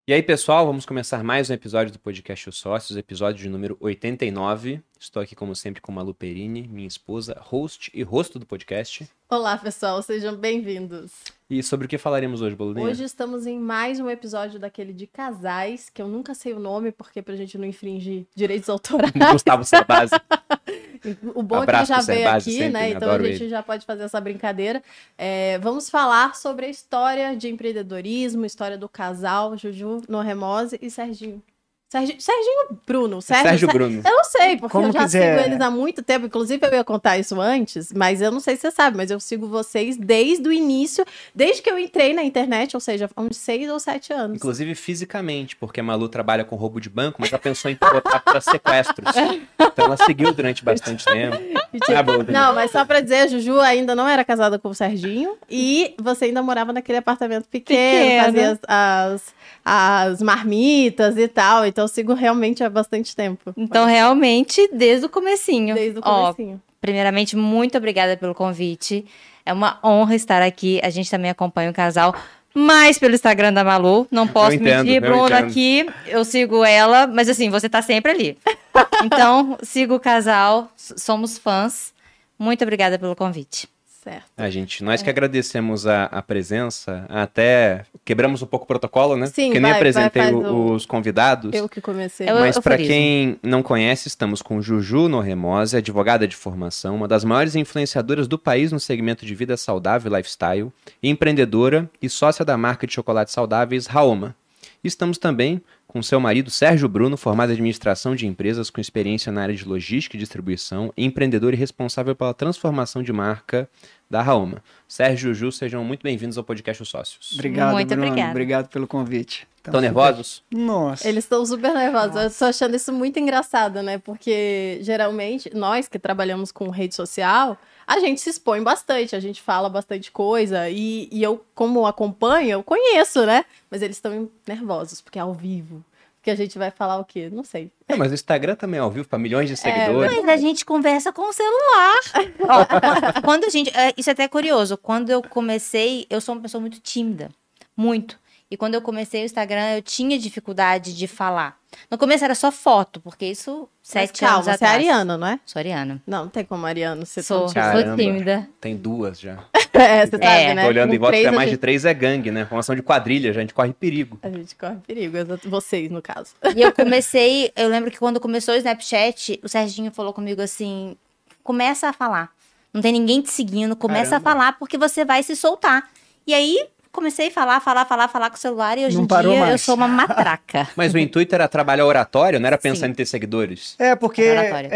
E aí, pessoal, vamos começar mais um episódio do podcast Os Sócios, episódio de número 89. Estou aqui, como sempre, com Malu Perini, minha esposa, host e rosto do podcast. Olá, pessoal, sejam bem-vindos. E sobre o que falaremos hoje, Boludinha? Hoje estamos em mais um episódio daquele de casais, que eu nunca sei o nome, porque pra gente não infringir direitos autorais. Gustavo Cerbasi. O bom Abraço é que ele já pro veio Cerbasi aqui, sempre, né? Então adoro a gente já pode fazer essa brincadeira. Vamos falar sobre a história de empreendedorismo, história do casal, Juju Norremose e Serginho Bruno. Sérgio Bruno. Eu não sei, porque Como eu já quiser. sigo eles há muito tempo. Inclusive, eu ia contar isso antes, mas eu não sei se você sabe, mas eu sigo vocês desde o início, desde que eu entrei na internet, ou seja, há uns 6 ou 7 anos. Inclusive fisicamente, porque a Malu trabalha com roubo de banco, mas ela pensou em botar para sequestros. Então ela seguiu durante bastante tempo. Não, mas só pra dizer, a Juju ainda não era casada com o Serginho e você ainda morava naquele apartamento pequeno. Fazia as marmitas e tal. Então eu sigo realmente há bastante tempo. Então, realmente, desde o comecinho. Desde o comecinho. Primeiramente, muito obrigada pelo convite. É uma honra estar aqui. A gente também acompanha o casal mais pelo Instagram da Malu. Não posso mentir, Bruno, aqui. Eu sigo ela, mas assim, você tá sempre ali. Então, sigo o casal. Somos fãs. Muito obrigada pelo convite. Certo. Nós que agradecemos a presença, até quebramos um pouco o protocolo, né? Sim, porque nem apresentei os convidados. Eu que comecei. Mas para quem não conhece, estamos com Juju Norremose, advogada de formação, uma das maiores influenciadoras do país no segmento de vida saudável e lifestyle, empreendedora e sócia da marca de chocolates saudáveis Raoma. E estamos também com seu marido Sérgio Bruno, formado em administração de empresas com experiência na área de logística e distribuição, empreendedor e responsável pela transformação de marca da Raoma. Sérgio e Juju, sejam muito bem-vindos ao podcast Os Sócios. Obrigado, muito Bruno. obrigada. Obrigado pelo convite. Estão nervosos? Nossa. Eles estão super nervosos. Eu tô achando isso muito engraçado, né? Porque, geralmente, nós que trabalhamos com rede social, a gente se expõe bastante, a gente fala bastante coisa. E eu, como acompanho, eu conheço, né? Mas eles estão nervosos, porque é ao vivo. Porque a gente vai falar o quê? Não sei. Mas o Instagram também é ao vivo para milhões de seguidores. Mas a gente conversa com o celular. Ó, quando a gente... Isso é até curioso. Quando eu comecei, eu sou uma pessoa muito tímida. Muito. E quando eu comecei o Instagram, eu tinha dificuldade de falar. No começo era só foto, porque isso 7 anos você atrás. é ariana, não é? Sou ariana. Não tem como ariano ser Sou tão tímida. Tem duas já. você sabe, né? Tô olhando Com em volta, três, é mais a de gente- 3 é gangue, né? Formação de quadrilha, já a gente corre perigo. A gente corre perigo, vocês, no caso. E eu lembro que quando começou o Snapchat, o Serginho falou comigo assim, começa a falar. Não tem ninguém te seguindo, começa Caramba. a falar porque você vai se soltar. E aí, comecei a falar com o celular e hoje Não em parou dia eu mais. sou uma matraca. Mas o intuito era trabalhar oratório, não era pensando Sim. em ter seguidores? É, porque Oratória.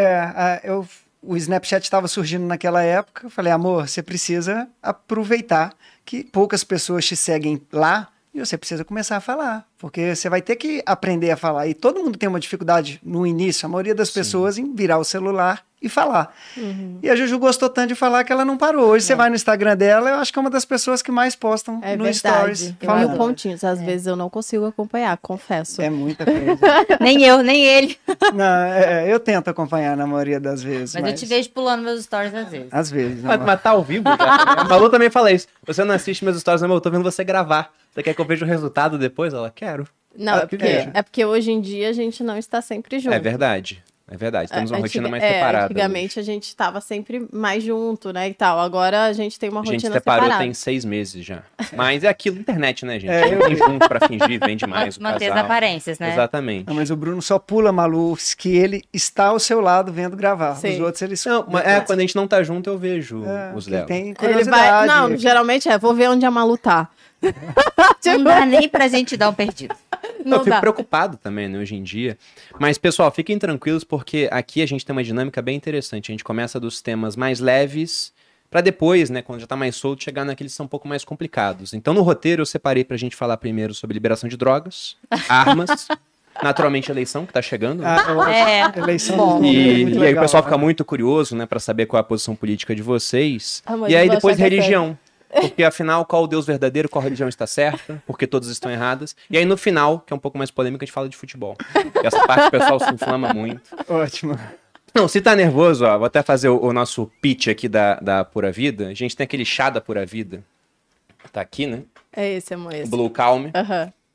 o Snapchat estava surgindo naquela época. Eu falei, amor, você precisa aproveitar que poucas pessoas te seguem lá e você precisa começar a falar. Porque você vai ter que aprender a falar. E todo mundo tem uma dificuldade no início, a maioria das pessoas, em virar o celular e falar. E a Juju gostou tanto de falar que ela não parou. Hoje você vai no Instagram dela, eu acho que é uma das pessoas que mais postam É no verdade. Stories. Mil falando. pontinhos. Às vezes eu não consigo acompanhar, confesso. É muita coisa. Nem eu, nem ele. Não, eu tento acompanhar na maioria das vezes. Mas eu te vejo pulando meus stories às vezes. Às vezes. Não. Mas tá ao vivo já. A Malu também fala isso. Você não assiste meus stories, não, eu tô vendo você gravar. Você quer que eu veja o resultado depois? Ela, quero. Não, é porque hoje em dia a gente não está sempre junto. É verdade. É verdade. Temos uma rotina mais É, separada. antigamente a gente estava sempre mais junto, né, e tal. Agora a gente tem uma A gente rotina separou separada. tem 6 meses já. Mas é aquilo, internet, né, gente? É, Vem junto pra fingir, vende mais o Manter as casal. aparências, né? Exatamente. Não, mas o Bruno só pula, Malu, que ele está ao seu lado vendo gravar. Sim. Os outros, eles... Não, mas quando a gente não tá junto, eu vejo os que dela. tem Ele curiosidade. vai... Não, geralmente vou ver onde a Malu tá. Não dá nem pra gente dar um perdido. Não Eu fico dá. preocupado também, né, hoje em dia. Mas, pessoal, fiquem tranquilos, porque aqui a gente tem uma dinâmica bem interessante. A gente começa dos temas mais leves, pra depois, né, quando já tá mais solto, chegar naqueles que são um pouco mais complicados. Então, no roteiro, eu separei pra gente falar primeiro sobre liberação de drogas, armas, naturalmente eleição, que tá chegando. Né? Eleição Bom. muito E aí legal, o pessoal né? fica muito curioso, né, pra saber qual é a posição política de vocês. Ah, mas E aí eu vou depois achar que é religião. Porque afinal, qual o Deus verdadeiro, qual religião está certa, porque todas estão erradas. E aí no final, que é um pouco mais polêmica, a gente fala de futebol. E essa parte o pessoal se inflama muito. Ótimo. Não, se tá nervoso, ó, vou até fazer o nosso pitch aqui da Pura Vida. A gente tem aquele chá da Pura Vida. Tá aqui, né? É esse, amor. O Esse. Blue Calm. Aham.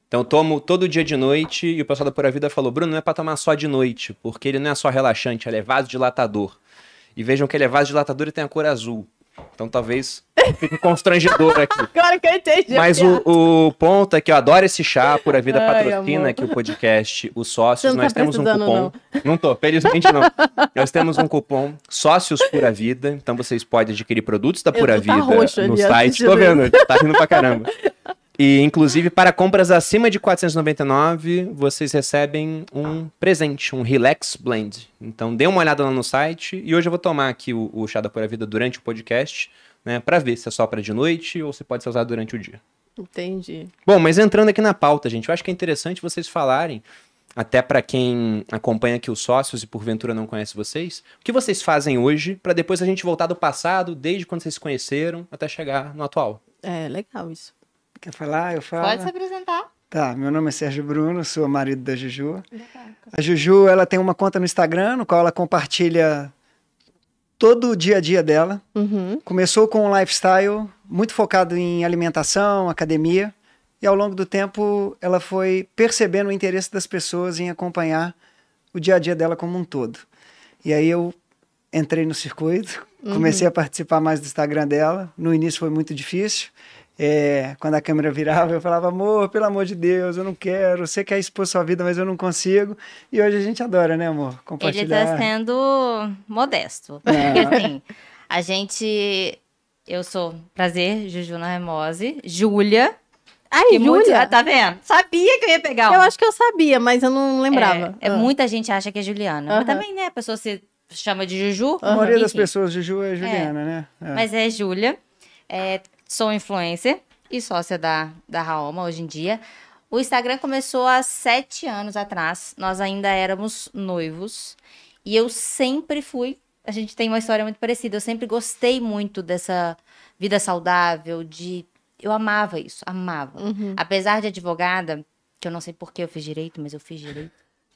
Então eu tomo todo dia de noite e o pessoal da Pura Vida falou, Bruno, não é pra tomar só de noite, porque ele não é só relaxante, ele é vasodilatador. E vejam que ele é vasodilatador e tem a cor azul. Então talvez fique constrangedor aqui. Agora que eu entendi. Mas o ponto é que eu adoro esse chá, Pura Vida patrocina amor. aqui o podcast, os sócios, Você não nós tá temos um cupom. Não tô, felizmente não. Nós temos um cupom, Sócios Pura Vida, então vocês podem adquirir produtos da Pura Vida no site. Tô vendo, tá rindo pra caramba. E, inclusive, para compras acima de R$ 499, vocês recebem um presente, um Relax Blend. Então, dê uma olhada lá no site. E hoje eu vou tomar aqui o chá da Pura Vida durante o podcast, né? Para ver se é só para de noite ou se pode ser usado durante o dia. Entendi. Bom, mas entrando aqui na pauta, gente, eu acho que é interessante vocês falarem, até para quem acompanha aqui os sócios e porventura não conhece vocês, o que vocês fazem hoje para depois a gente voltar do passado, desde quando vocês se conheceram, até chegar no atual. É, legal isso. Quer falar? Eu falo. Pode se apresentar. Tá, meu nome é Sérgio Bruno, sou marido da Juju. A Juju, ela tem uma conta no Instagram, no qual ela compartilha todo o dia a dia dela. Uhum. Começou com um lifestyle muito focado em alimentação, academia, e ao longo do tempo ela foi percebendo o interesse das pessoas em acompanhar o dia a dia dela como um todo. E aí eu entrei no circuito, comecei a participar mais do Instagram dela. No início foi muito difícil. Quando a câmera virava, eu falava, amor, pelo amor de Deus, eu não quero, você quer expor sua vida, mas eu não consigo. E hoje a gente adora, né, amor? Compartilhar. Ele tá sendo modesto. Porque assim, eu sou, prazer, Juju Norremose, Júlia. Ai, Júlia? Tá vendo? Sabia que eu ia pegar Eu acho que eu sabia, mas eu não lembrava. Muita gente acha que é Juliana. Mas também, né, a pessoa se chama de Juju. A maioria das pessoas, Juju é Juliana, né? Mas é Júlia. Sou influencer e sócia da Raoma hoje em dia. O Instagram começou há 7 anos atrás. Nós ainda éramos noivos. E eu sempre fui... A gente tem uma história muito parecida. Eu sempre gostei muito dessa vida saudável, eu amava isso, amava. Uhum. Apesar de advogada, que eu não sei por que eu fiz direito, mas eu fiz direito.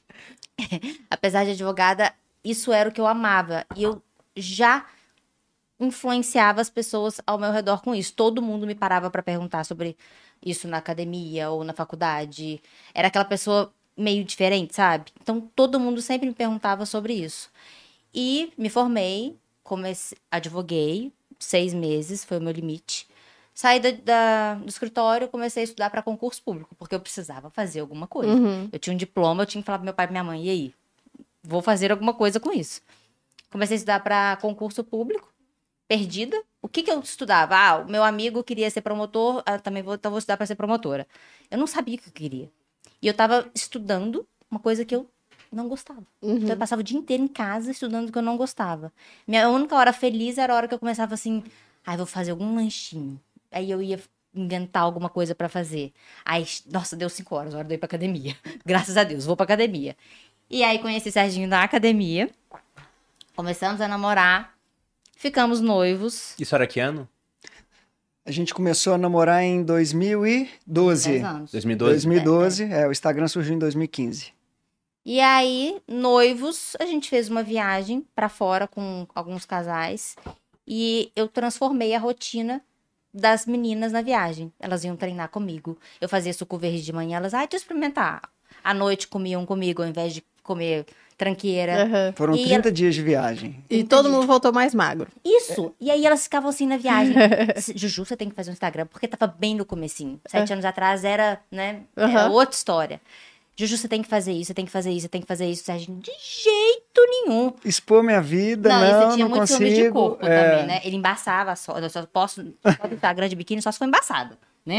Apesar de advogada, isso era o que eu amava. E eu já influenciava as pessoas ao meu redor com isso. Todo mundo me parava para perguntar sobre isso na academia ou na faculdade. Era aquela pessoa meio diferente, sabe? Então, todo mundo sempre me perguntava sobre isso. E me formei, advoguei, 6 meses, foi o meu limite. Saí do escritório, comecei a estudar para concurso público, porque eu precisava fazer alguma coisa. Uhum. Eu tinha um diploma, eu tinha que falar pro meu pai e minha mãe, e aí? Vou fazer alguma coisa com isso. Comecei a estudar para concurso público, perdida. O que eu estudava? O meu amigo queria ser promotor, então vou estudar para ser promotora. Eu não sabia o que eu queria. E eu estava estudando uma coisa que eu não gostava. Uhum. Então eu passava o dia inteiro em casa estudando o que eu não gostava. Minha única hora feliz era a hora que eu começava assim, vou fazer algum lanchinho. Aí eu ia inventar alguma coisa pra fazer. Aí, nossa, deu 5 horas, hora de eu ir pra academia. Graças a Deus, vou pra academia. E aí conheci o Serginho na academia. Começamos a namorar. Ficamos noivos. Isso era que ano? A gente começou a namorar em 2012. 10 anos. 2012? 2012, o Instagram surgiu em 2015. E aí, noivos, a gente fez uma viagem pra fora com alguns casais. E eu transformei a rotina das meninas na viagem. Elas iam treinar comigo. Eu fazia suco verde de manhã, elas, deixa eu experimentar. À noite comiam comigo, ao invés de comer tranqueira. Uhum. Foram 30 dias de viagem. E todo mundo voltou mais magro. Isso! E aí elas ficavam assim na viagem. Juju, você tem que fazer um Instagram, porque tava bem no comecinho. 7 anos atrás era, né, era outra história. Juju, você tem que fazer isso, você tem que fazer isso, você tem que fazer isso. Serginho, de jeito nenhum. Expor minha vida, Você não tinha muito consigo. ciúme de corpo também, né? Ele embaçava só. Eu só posso no Instagram de biquíni só se for embaçado, né?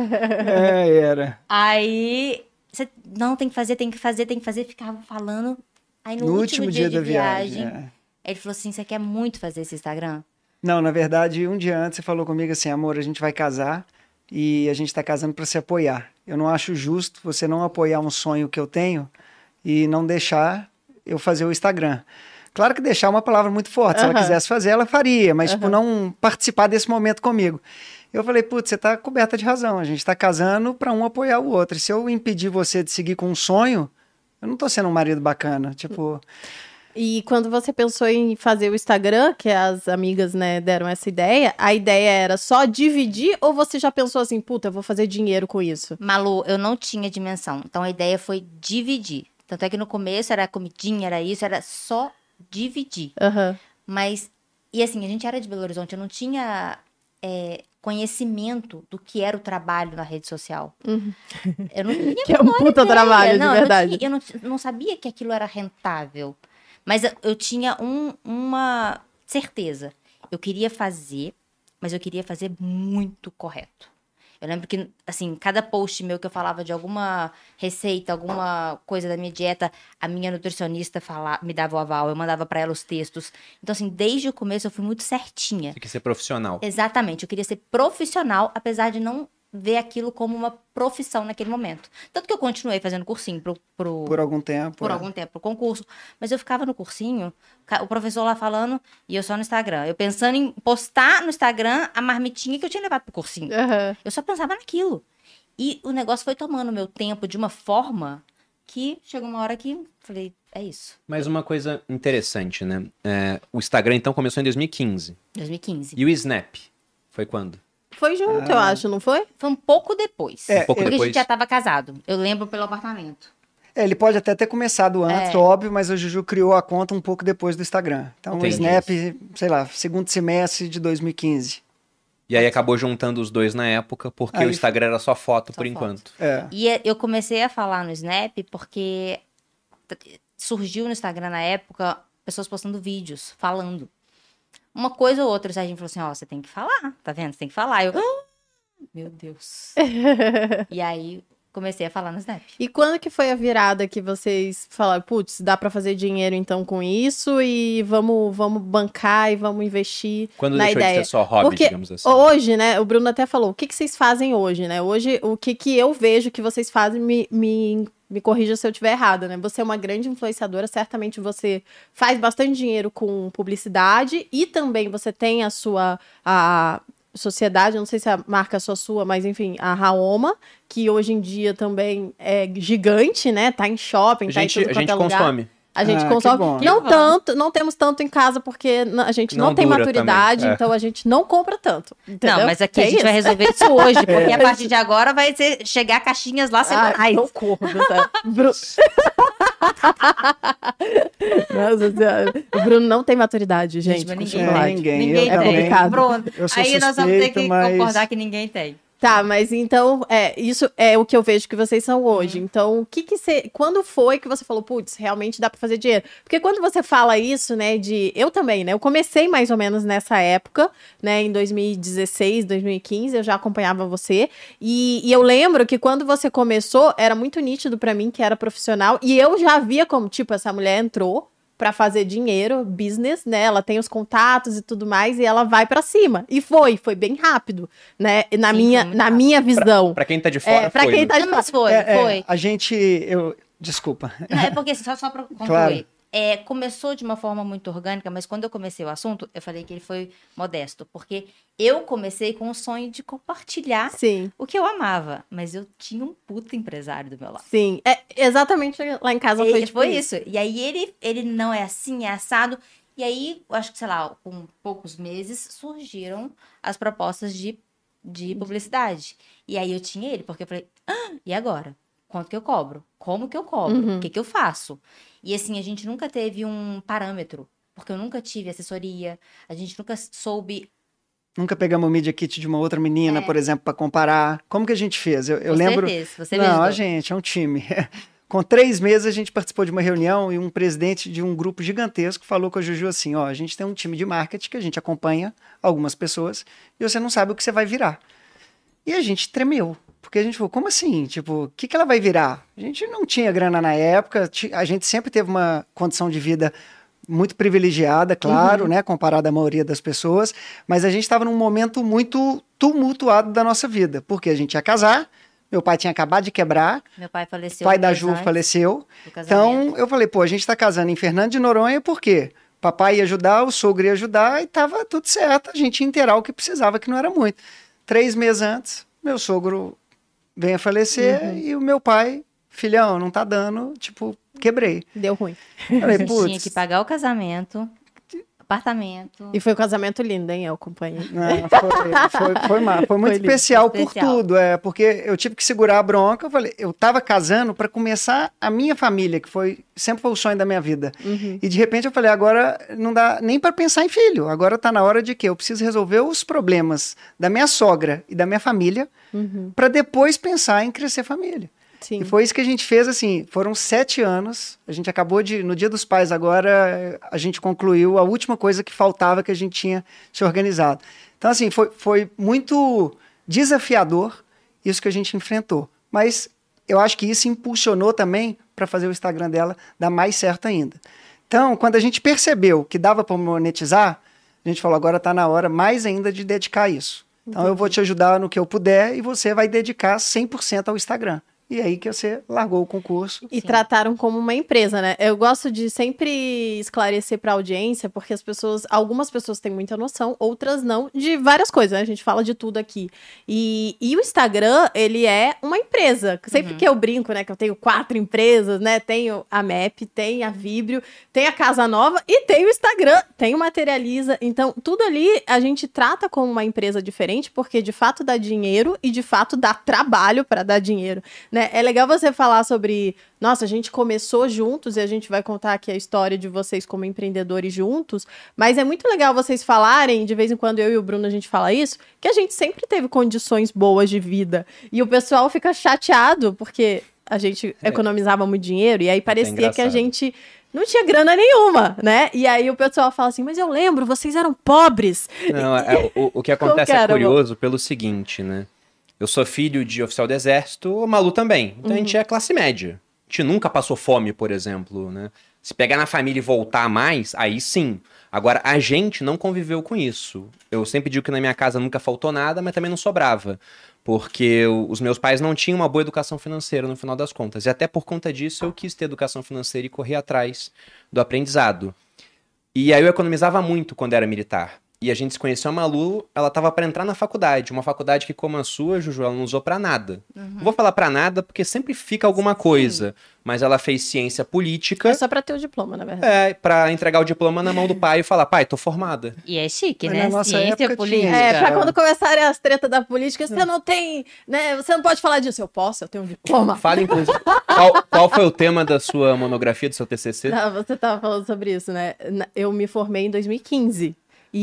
Era. Aí, você, não, tem que fazer, tem que fazer, tem que fazer. Ficava falando. Aí no último dia de viagem, ele falou assim, você quer muito fazer esse Instagram? Não, na verdade, um dia antes você falou comigo assim, amor, a gente vai casar e a gente tá casando para se apoiar. Eu não acho justo você não apoiar um sonho que eu tenho e não deixar eu fazer o Instagram. Claro que deixar é uma palavra muito forte. Se ela quisesse fazer, ela faria, mas tipo, não participar desse momento comigo. Eu falei, putz, você tá coberta de razão. A gente tá casando para um apoiar o outro. E se eu impedir você de seguir com um sonho, eu não tô sendo um marido bacana. Tipo, E quando você pensou em fazer o Instagram, que as amigas, né, deram essa ideia, a ideia era só dividir ou você já pensou assim, puta, eu vou fazer dinheiro com isso? Malu, eu não tinha dimensão. Então a ideia foi dividir. Tanto é que no começo era comidinha, era isso, era só dividir. Aham. Mas, e assim, a gente era de Belo Horizonte, eu não tinha conhecimento do que era o trabalho na rede social. Eu não tinha Que é um puta trabalho, de verdade. Eu não sabia que aquilo era rentável. Mas eu tinha uma certeza. Eu queria fazer, mas eu queria fazer muito correto. Eu lembro que, assim, cada post meu que eu falava de alguma receita, alguma coisa da minha dieta, a minha nutricionista me dava o aval, eu mandava pra ela os textos. Então, assim, desde o começo eu fui muito certinha. Você quer ser profissional. Exatamente, eu queria ser profissional, apesar de não ver aquilo como uma profissão naquele momento. Tanto que eu continuei fazendo cursinho Por algum tempo. por algum tempo, pro concurso. Mas eu ficava no cursinho, o professor lá falando, e eu só no Instagram. Eu pensando em postar no Instagram a marmitinha que eu tinha levado pro cursinho. Aham. Eu só pensava naquilo. E o negócio foi tomando meu tempo de uma forma que chegou uma hora que falei, é isso. Mas uma coisa interessante, né? O Instagram, então, começou em 2015. 2015. E o Snap? Foi quando? Foi junto, eu acho, não foi? Foi um pouco depois. Um pouco Porque a depois. gente já tava casado. Eu lembro pelo apartamento. Ele pode até ter começado antes, óbvio, mas o Juju criou a conta um pouco depois do Instagram. Então Entendi. o Snap, sei lá, segundo semestre de 2015. E aí acabou juntando os dois na época, porque Aí o Instagram era só foto por foto. enquanto. E eu comecei a falar no Snap porque surgiu no Instagram na época pessoas postando vídeos, falando. Uma coisa ou outra, a gente falou assim, ó, você tem que falar, tá vendo? Você tem que falar. Eu, meu Deus. E aí comecei a falar no Snap. E quando que foi a virada que vocês falaram, putz, dá pra fazer dinheiro então com isso e vamos bancar e vamos investir Quando na deixou ideia? de ser só hobby, Porque digamos assim. hoje, né, o Bruno até falou, o que vocês fazem hoje, né? Hoje, o que eu vejo que vocês fazem, me corrija se eu estiver errada, né? Você é uma grande influenciadora, certamente você faz bastante dinheiro com publicidade e também você tem a sua... a sociedade, eu não sei se a marca é só sua, mas enfim, a Raoma, que hoje em dia também é gigante, né? Tá em shopping, tá em tudo quanto é lugar. Consome. A gente que consome. bom. Não tanto, não temos tanto em casa porque a gente não tem dura maturidade, também, então a gente não compra tanto. Entendeu? Não, mas aqui a É gente isso. vai resolver isso hoje, porque a partir de agora vai chegar caixinhas lá semanais. Ai, socorro, tá? Nossa senhora. O Bruno não tem maturidade, gente. mas com ninguém chocolate. ninguém. Ninguém Eu tem. complicado. Pronto. Eu sou Aí nós vamos ter que suspeito, mas- concordar que ninguém tem. Tá, mas então, isso é o que eu vejo que vocês são hoje. Então, quando foi que você falou, putz, realmente dá pra fazer dinheiro? Porque quando você fala isso, né, eu também, né, eu comecei mais ou menos nessa época, né, em 2016, 2015, eu já acompanhava você, e eu lembro que quando você começou, era muito nítido pra mim que era profissional, e eu já via como, tipo, essa mulher entrou pra fazer dinheiro, business, né? Ela tem os contatos e tudo mais e ela vai pra cima. E foi bem rápido, né? Na minha visão. Pra quem tá de fora, pra foi, quem né? tá de Não, mas fora. foi. A gente, desculpa. Não, é porque, só pra concluir, Claro. Começou de uma forma muito orgânica, mas quando eu comecei o assunto, eu falei que ele foi modesto, porque eu comecei com o sonho de compartilhar Sim, o que eu amava, mas eu tinha um puta empresário do meu lado. sim. Exatamente lá em casa foi tipo Foi isso. E aí ele não é assim, é assado. E aí, eu acho que, sei lá, com poucos meses, surgiram as propostas de publicidade. E aí eu tinha ele, porque eu falei, e agora? Quanto que eu cobro? Como que eu cobro? O que eu faço? E assim, a gente nunca teve um parâmetro, porque eu nunca tive assessoria, a gente nunca soube... Nunca pegamos o Media Kit de uma outra menina, por exemplo, para comparar. Como que a gente fez? Eu lembro... Você Não, mesmo. a gente, é um time. Com 3 meses a gente participou de uma reunião e um presidente de um grupo gigantesco falou com a Juju assim, ó, a gente tem um time de marketing que a gente acompanha algumas pessoas e você não sabe o que você vai virar. E a gente tremeu, porque a gente falou, como assim? Tipo, o que ela vai virar? A gente não tinha grana na época, a gente sempre teve uma condição de vida muito privilegiada, claro, né, comparada à maioria das pessoas, mas a gente estava num momento muito tumultuado da nossa vida, porque a gente ia casar, meu pai tinha acabado de quebrar, Meu pai faleceu. o pai da um mês Ju antes faleceu, do casamento. então eu falei, pô, a gente tá casando em Fernando de Noronha, por quê? Papai ia ajudar, o sogro ia ajudar e tava tudo certo, a gente ia inteirar o que precisava, que não era muito. 3 meses antes, meu sogro vem a falecer e o meu pai filhão, não tá dando, tipo, quebrei. Deu ruim. Falei, Você tinha que pagar o casamento, apartamento. E foi um casamento lindo, hein? Eu acompanhei. Não, foi muito especial por tudo. Porque eu tive que segurar a bronca. Eu falei, eu tava casando para começar a minha família, que sempre foi o sonho da minha vida. E de repente eu falei, agora não dá nem para pensar em filho. Agora tá na hora de quê? Eu preciso resolver os problemas da minha sogra e da minha família para depois pensar em crescer família. Sim. E foi isso que a gente fez, assim, foram 7 anos, a gente acabou no Dia dos Pais agora, a gente concluiu a última coisa que faltava que a gente tinha se organizado. Então, assim, foi muito desafiador isso que a gente enfrentou, mas eu acho que isso impulsionou também para fazer o Instagram dela dar mais certo ainda. Então, quando a gente percebeu que dava para monetizar, a gente falou, agora está na hora mais ainda de dedicar isso. Então, eu vou te ajudar no que eu puder e você vai dedicar 100% ao Instagram. E aí que você largou o concurso. E trataram como uma empresa, né? Eu gosto de sempre esclarecer para a audiência, porque algumas pessoas têm muita noção, outras não, de várias coisas, né? A gente fala de tudo aqui. E o Instagram, ele é uma empresa. Sempre que eu brinco, né? Que eu tenho 4 empresas, né? Tenho a MEP, tem a Vibrio, tem a Casa Nova e tem o Instagram, tem o Materializa. Então, tudo ali a gente trata como uma empresa diferente, porque de fato dá dinheiro e de fato dá trabalho para dar dinheiro, né? É legal você falar sobre... Nossa, a gente começou juntos e a gente vai contar aqui a história de vocês como empreendedores juntos, mas é muito legal vocês falarem, de vez em quando eu e o Bruno a gente fala isso, que a gente sempre teve condições boas de vida. E o pessoal fica chateado porque a gente economizava muito dinheiro e aí parecia que a gente não tinha grana nenhuma, né? E aí o pessoal fala assim, mas eu lembro, vocês eram pobres. Não, o que acontece é curioso pelo seguinte, né? Eu sou filho de oficial do exército, o Malu também. Então a gente é classe média. A gente nunca passou fome, por exemplo, né? Se pegar na família e voltar mais, aí sim. Agora, a gente não conviveu com isso. Eu sempre digo que na minha casa nunca faltou nada, mas também não sobrava. Porque os meus pais não tinham uma boa educação financeira, no final das contas. E até por conta disso, eu quis ter educação financeira e correr atrás do aprendizado. E aí eu economizava muito quando era militar. E a gente se conheceu, a Malu, ela estava para entrar na faculdade. Uma faculdade que, como a sua, Juju, ela não usou para nada. Não vou falar para nada, porque sempre fica alguma coisa. Mas ela fez ciência política. É só para ter o diploma, na verdade. É, para entregar o diploma na mão do pai e falar, pai, tô formada. E é chique, Mas né? na nossa Ciência época política. tinha. Pra quando começarem as tretas da política, você não tem, né? Você não pode falar disso. Eu posso, eu tenho um diploma. Fala, inclusive, qual foi o tema da sua monografia, do seu TCC? Não, você tava falando sobre isso, né? Eu me formei em 2015.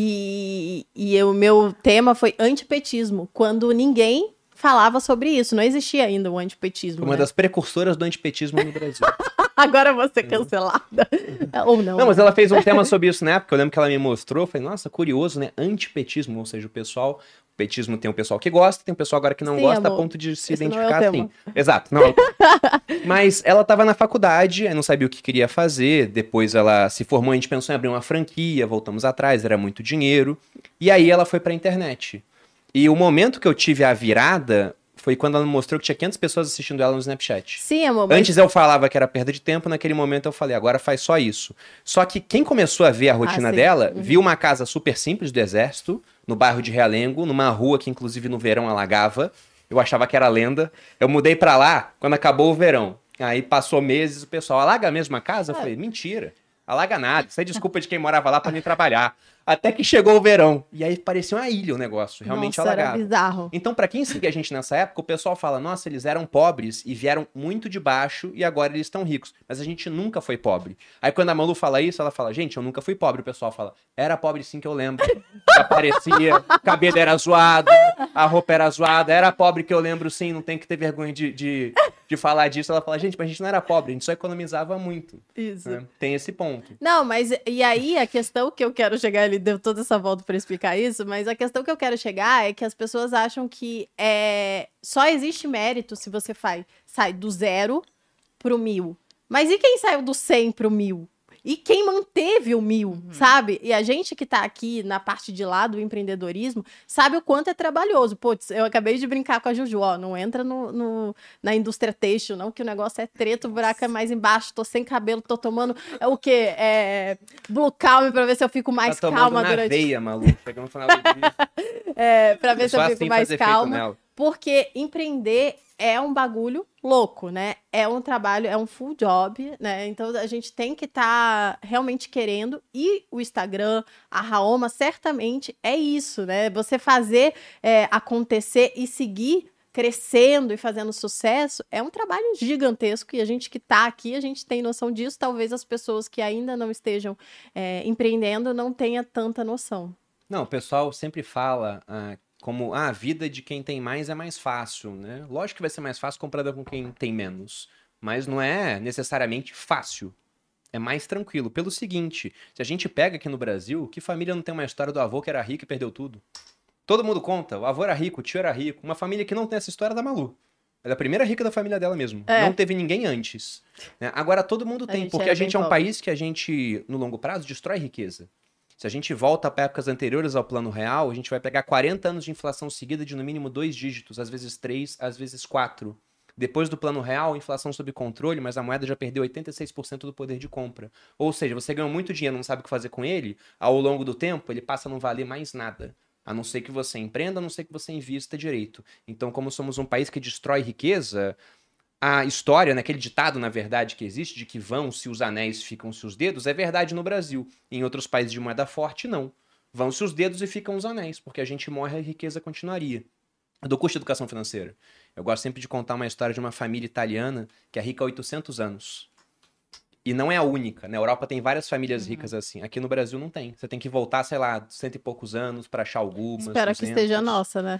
E o meu tema foi antipetismo, quando ninguém falava sobre isso. Não existia ainda o antipetismo. Foi uma das precursoras do antipetismo no Brasil. Agora eu vou ser cancelada. Ou não. Não, mas ela fez um tema sobre isso na época. Eu lembro que ela me mostrou. Eu falei, nossa, curioso, né? Antipetismo, ou seja, o petismo tem o pessoal que gosta, tem o pessoal agora que não gosta, amor. a ponto de se Esse identificar não é o assim. tema. Exato, não. Mas ela estava na faculdade, não sabia o que queria fazer, depois ela se formou, a gente pensou em abrir uma franquia, voltamos atrás, era muito dinheiro, e aí ela foi pra internet. E o momento que eu tive a virada foi quando ela me mostrou que tinha 500 pessoas assistindo ela no Snapchat. Sim, amor. Mas... Antes eu falava que era perda de tempo, naquele momento eu falei, agora faz só isso. Só que quem começou a ver a rotina dela, viu uma casa super simples do Exército, no bairro de Realengo, numa rua que inclusive no verão alagava. Eu achava que era lenda. Eu mudei pra lá quando acabou o verão. Aí passou meses, o pessoal, alaga a mesma casa? Eu falei, mentira. Alaga nada. Isso é desculpa de quem morava lá pra nem trabalhar. Até que chegou o verão. E aí parecia uma ilha o negócio. Realmente alagava. Era bizarro. Então, pra quem seguia a gente nessa época, o pessoal fala, nossa, eles eram pobres e vieram muito de baixo e agora eles estão ricos. Mas a gente nunca foi pobre. Aí quando a Malu fala isso, ela fala, gente, eu nunca fui pobre. O pessoal fala, era pobre sim que eu lembro. Aparecia, o cabelo era zoado, a roupa era zoada. Era pobre que eu lembro sim, não tem que ter vergonha de falar disso. Ela fala, gente, mas a gente não era pobre, a gente só economizava muito. Isso. Né? Tem esse ponto. Não, mas e aí a questão que eu quero chegar, ele deu toda essa volta para explicar isso, mas a questão que eu quero chegar é que as pessoas acham que só existe mérito se você sai do 0 pro 1000. Mas e quem saiu do 100 pro 1000? E quem manteve o 1000, sabe? E a gente que tá aqui na parte de lá do empreendedorismo sabe o quanto é trabalhoso. Putz, eu acabei de brincar com a Juju, ó, não entra na indústria têxtil, não, que o negócio é treta, o buraco é mais embaixo, tô sem cabelo, tô tomando o quê? Blue Calm pra ver se eu fico mais calma durante... veia, maluco, chegando no final do dia. Pra ver se eu fico mais calma. Porque empreender é um bagulho louco, né? É um trabalho, é um full job, né? Então a gente tem que estar realmente querendo. E o Instagram, a Raoma, certamente é isso, né? Você fazer acontecer e seguir crescendo e fazendo sucesso é um trabalho gigantesco. E a gente que tá aqui, a gente tem noção disso. Talvez as pessoas que ainda não estejam empreendendo não tenham tanta noção. Não, o pessoal sempre fala como a vida de quem tem mais é mais fácil, né? Lógico que vai ser mais fácil comparada com quem tem menos, mas não é necessariamente fácil. É mais tranquilo. Pelo seguinte, se a gente pega aqui no Brasil, que família não tem uma história do avô que era rico e perdeu tudo? Todo mundo conta, o avô era rico, o tio era rico. Uma família que não tem essa história é da Malu. Ela é a primeira rica da família dela mesmo. Não teve ninguém antes. Né? Agora todo mundo tem, porque a gente é um país que a gente, no longo prazo, destrói riqueza. Se a gente volta para épocas anteriores ao Plano Real, a gente vai pegar 40 anos de inflação seguida de no mínimo 2 dígitos, às vezes 3, às vezes 4. Depois do Plano Real, inflação sob controle, mas a moeda já perdeu 86% do poder de compra. Ou seja, você ganhou muito dinheiro, não sabe o que fazer com ele, ao longo do tempo ele passa a não valer mais nada. A não ser que você empreenda, a não ser que você invista direito. Então, como somos um país que destrói riqueza, a história, naquele ditado, na verdade, que existe, de que vão-se os anéis, ficam-se os dedos, é verdade no Brasil. Em outros países de moeda forte, não. Vão-se os dedos e ficam os anéis, porque a gente morre e a riqueza continuaria. Eu dou curso de educação financeira. Eu gosto sempre de contar uma história de uma família italiana que é rica há 800 anos. E não é a única. Na Europa tem várias famílias ricas assim. Aqui no Brasil não tem. Você tem que voltar, sei lá, 100 e poucos anos para achar algumas. Espero 200. que esteja a nossa, né?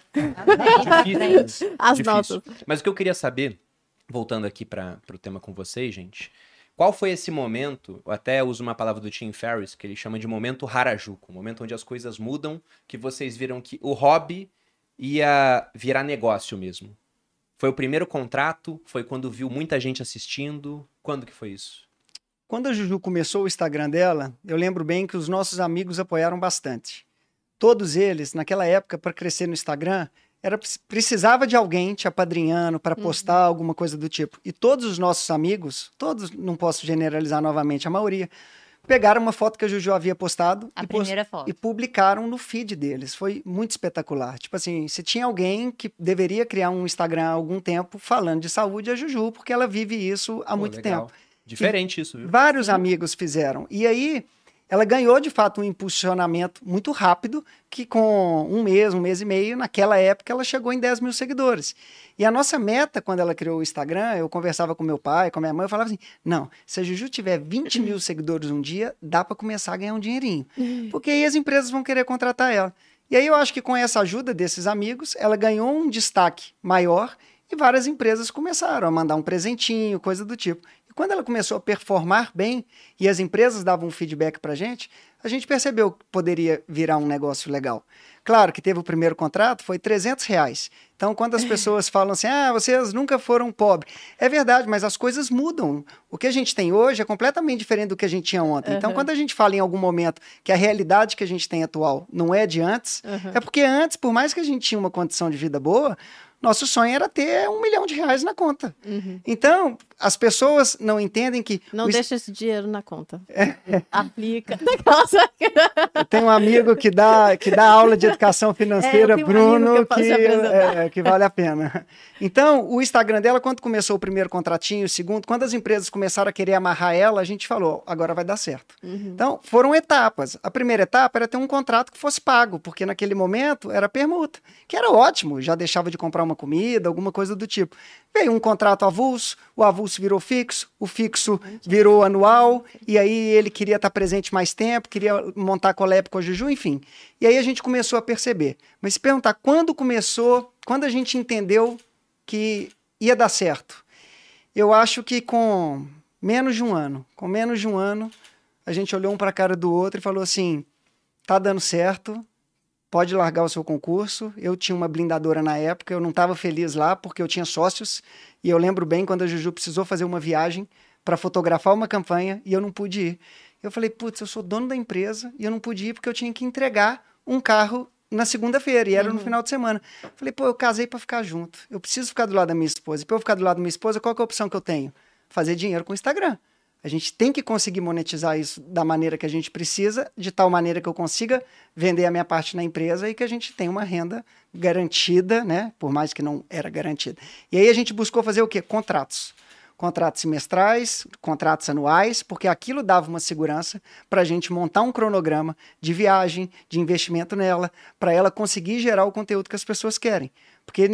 Difícil. As Difícil. nossas. Mas o que eu queria saber, voltando aqui para o tema com vocês, gente, qual foi esse momento, eu até uso uma palavra do Tim Ferriss, que ele chama de momento Harajuku, um momento onde as coisas mudam, que vocês viram que o hobby ia virar negócio mesmo. Foi o primeiro contrato? Foi quando viu muita gente assistindo? Quando que foi isso? Quando a Juju começou o Instagram dela, eu lembro bem que os nossos amigos apoiaram bastante. Todos eles, naquela época, para crescer no Instagram, precisava de alguém te apadrinhando para postar alguma coisa do tipo. E todos os nossos amigos, todos, não posso generalizar novamente, a maioria, pegaram uma foto que a Juju havia postado e publicaram no feed deles. Foi muito espetacular. Tipo assim, se tinha alguém que deveria criar um Instagram há algum tempo falando de saúde, é a Juju, porque ela vive isso há muito tempo. Diferente isso, viu? Vários amigos fizeram. E aí, ela ganhou, de fato, um impulsionamento muito rápido, que com um mês e meio, naquela época, ela chegou em 10 mil seguidores. E a nossa meta, quando ela criou o Instagram, eu conversava com meu pai, com minha mãe, eu falava assim, não, se a Juju tiver 20 mil seguidores um dia, dá para começar a ganhar um dinheirinho. Porque aí as empresas vão querer contratar ela. E aí eu acho que com essa ajuda desses amigos, ela ganhou um destaque maior e várias empresas começaram a mandar um presentinho, coisa do tipo. Quando ela começou a performar bem e as empresas davam um feedback para a gente percebeu que poderia virar um negócio legal. Claro que teve o primeiro contrato, foi R$300. Então, quando as pessoas falam assim, vocês nunca foram pobres. É verdade, mas as coisas mudam. O que a gente tem hoje é completamente diferente do que a gente tinha ontem. Então, quando a gente fala em algum momento que a realidade que a gente tem atual não é de antes, é porque antes, por mais que a gente tinha uma condição de vida boa, nosso sonho era ter R$1 milhão na conta. Então, as pessoas não entendem que... Não deixa esse dinheiro na conta. Aplica. Eu tenho um amigo que dá aula de educação financeira, Bruno, que vale a pena. Então, o Instagram dela, quando começou o primeiro contratinho, o segundo, quando as empresas começaram a querer amarrar ela, a gente falou, agora vai dar certo. Então, foram etapas. A primeira etapa era ter um contrato que fosse pago, porque naquele momento era permuta, que era ótimo, já deixava de comprar uma comida, alguma coisa do tipo. Veio um contrato avulso, o avulso virou fixo, o fixo virou anual, e aí ele queria estar presente mais tempo, queria montar collab com a Juju, enfim. E aí a gente começou a perceber. Mas se perguntar quando começou, quando a gente entendeu que ia dar certo, eu acho que com menos de um ano, a gente olhou um para a cara do outro e falou assim, tá dando certo, pode largar o seu concurso. Eu tinha uma blindadora na época, eu não estava feliz lá porque eu tinha sócios, e eu lembro bem quando a Juju precisou fazer uma viagem para fotografar uma campanha e eu não pude ir. Eu falei, putz, eu sou dono da empresa e eu não pude ir porque eu tinha que entregar um carro na segunda-feira e era no final de semana. Eu falei, eu casei para ficar junto, eu preciso ficar do lado da minha esposa. E para eu ficar do lado da minha esposa, qual que é a opção que eu tenho? Fazer dinheiro com o Instagram. A gente tem que conseguir monetizar isso da maneira que a gente precisa, de tal maneira que eu consiga vender a minha parte na empresa e que a gente tenha uma renda garantida, né? Por mais que não era garantida. E aí a gente buscou fazer o quê? Contratos. Contratos semestrais, contratos anuais, porque aquilo dava uma segurança para a gente montar um cronograma de viagem, de investimento nela, para ela conseguir gerar o conteúdo que as pessoas querem. Porque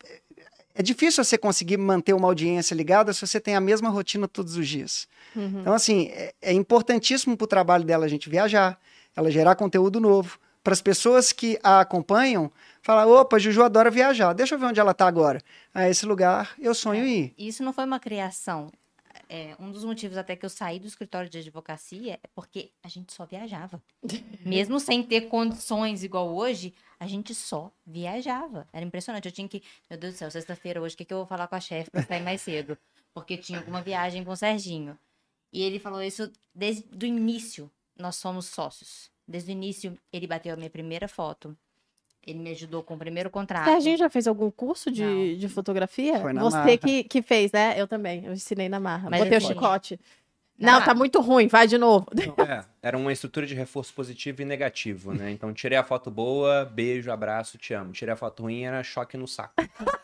é difícil você conseguir manter uma audiência ligada se você tem a mesma rotina todos os dias. Uhum. Então, assim, é importantíssimo para o trabalho dela a gente viajar, ela gerar conteúdo novo. Para as pessoas que a acompanham, falar, opa, Juju adora viajar, deixa eu ver onde ela está agora. A esse lugar eu sonho em ir. Isso não foi uma criação. Um dos motivos até que eu saí do escritório de advocacia é porque a gente só viajava. Mesmo sem ter condições igual hoje, a gente só viajava. Era impressionante. Eu tinha que, meu Deus do céu, sexta-feira hoje, o que eu vou falar com a chefe para sair mais cedo? Porque tinha alguma viagem com o Serginho. E ele falou isso desde o início. Nós somos sócios. Desde o início, ele bateu a minha primeira foto. Ele me ajudou com o primeiro contrato. Serginho já fez algum curso de fotografia? Foi na Você marra. que fez, né? Eu também. Eu ensinei na marra. Mas botei o foi. chicote. Na Não, marra. tá muito ruim. Vai de novo. Não, era uma estrutura de reforço positivo e negativo, né? Então, tirei a foto boa, beijo, abraço, te amo. Tirei a foto ruim, era choque no saco.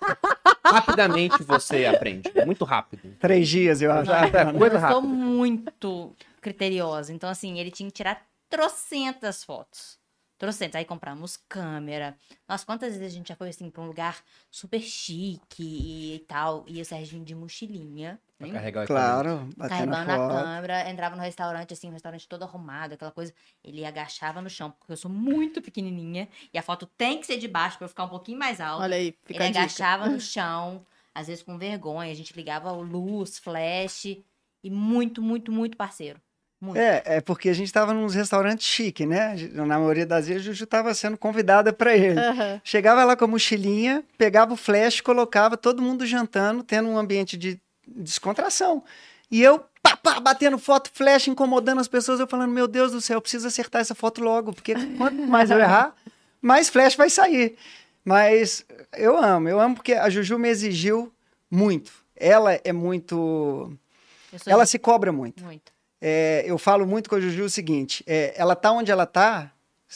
Rapidamente você aprende. Muito rápido. 3 dias, eu acho. Coisa Eu sou rápida. muito criteriosa. Então, assim, ele tinha que tirar trocentas fotos. Trocentas. Aí compramos câmera. Nossa, quantas vezes a gente já foi, assim, pra um lugar super chique e tal. E o Serginho de mochilinha. Pra né? carregar o Claro, batendo Carregando a foto. câmera, entrava no restaurante, assim, um restaurante todo arrumado, aquela coisa. Ele agachava no chão, porque eu sou muito pequenininha. E a foto tem que ser de baixo pra eu ficar um pouquinho mais alta. Olha aí, fica Ele a dica. agachava no chão, às vezes com vergonha. A gente ligava luz, flash. E muito, muito, muito parceiro. Muito. É porque a gente tava num restaurante chique, né? Na maioria das vezes, a Juju tava sendo convidada para ele. Aham. Chegava lá com a mochilinha, pegava o flash, colocava todo mundo jantando, tendo um ambiente de descontração. E eu, batendo foto, flash, incomodando as pessoas, eu falando, meu Deus do céu, eu preciso acertar essa foto logo, porque quanto mais eu errar, mais flash vai sair. Mas eu amo porque a Juju me exigiu muito. Ela é muito... Eu sou Ela se cobra muito. muito. Eu falo muito com a Juju o seguinte, ela tá onde ela tá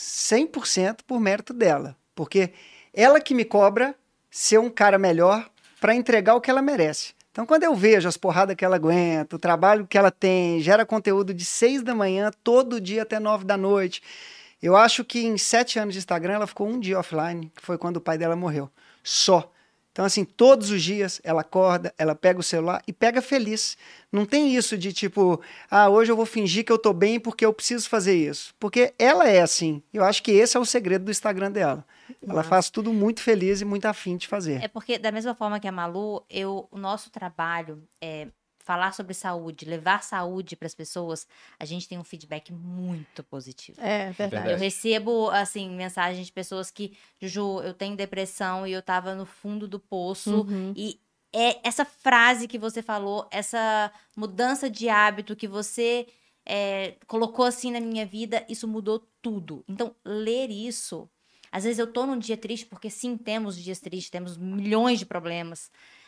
100% por mérito dela, porque ela que me cobra ser um cara melhor para entregar o que ela merece. Então, quando eu vejo as porradas que ela aguenta, o trabalho que ela tem, gera conteúdo de 6 da manhã, todo dia até 9 da noite, eu acho que em 7 anos de Instagram ela ficou um dia offline, que foi quando o pai dela morreu. Só. Então, assim, todos os dias ela acorda, ela pega o celular e pega feliz. Não tem isso de tipo, hoje eu vou fingir que eu tô bem porque eu preciso fazer isso. Porque ela é assim. Eu acho que esse é o segredo do Instagram dela. Ela faz tudo muito feliz e muito afim de fazer. É porque, da mesma forma que a Malu, o nosso trabalho é falar sobre saúde, levar saúde para as pessoas, a gente tem um feedback muito positivo. É, verdade. Eu recebo, assim, mensagens de pessoas que, Juju, eu tenho depressão e eu tava no fundo do poço. E essa frase que você falou, essa mudança de hábito que você colocou assim na minha vida, isso mudou tudo. Então, ler isso... Às vezes eu tô num dia triste, porque sim, temos dias tristes, temos milhões de problemas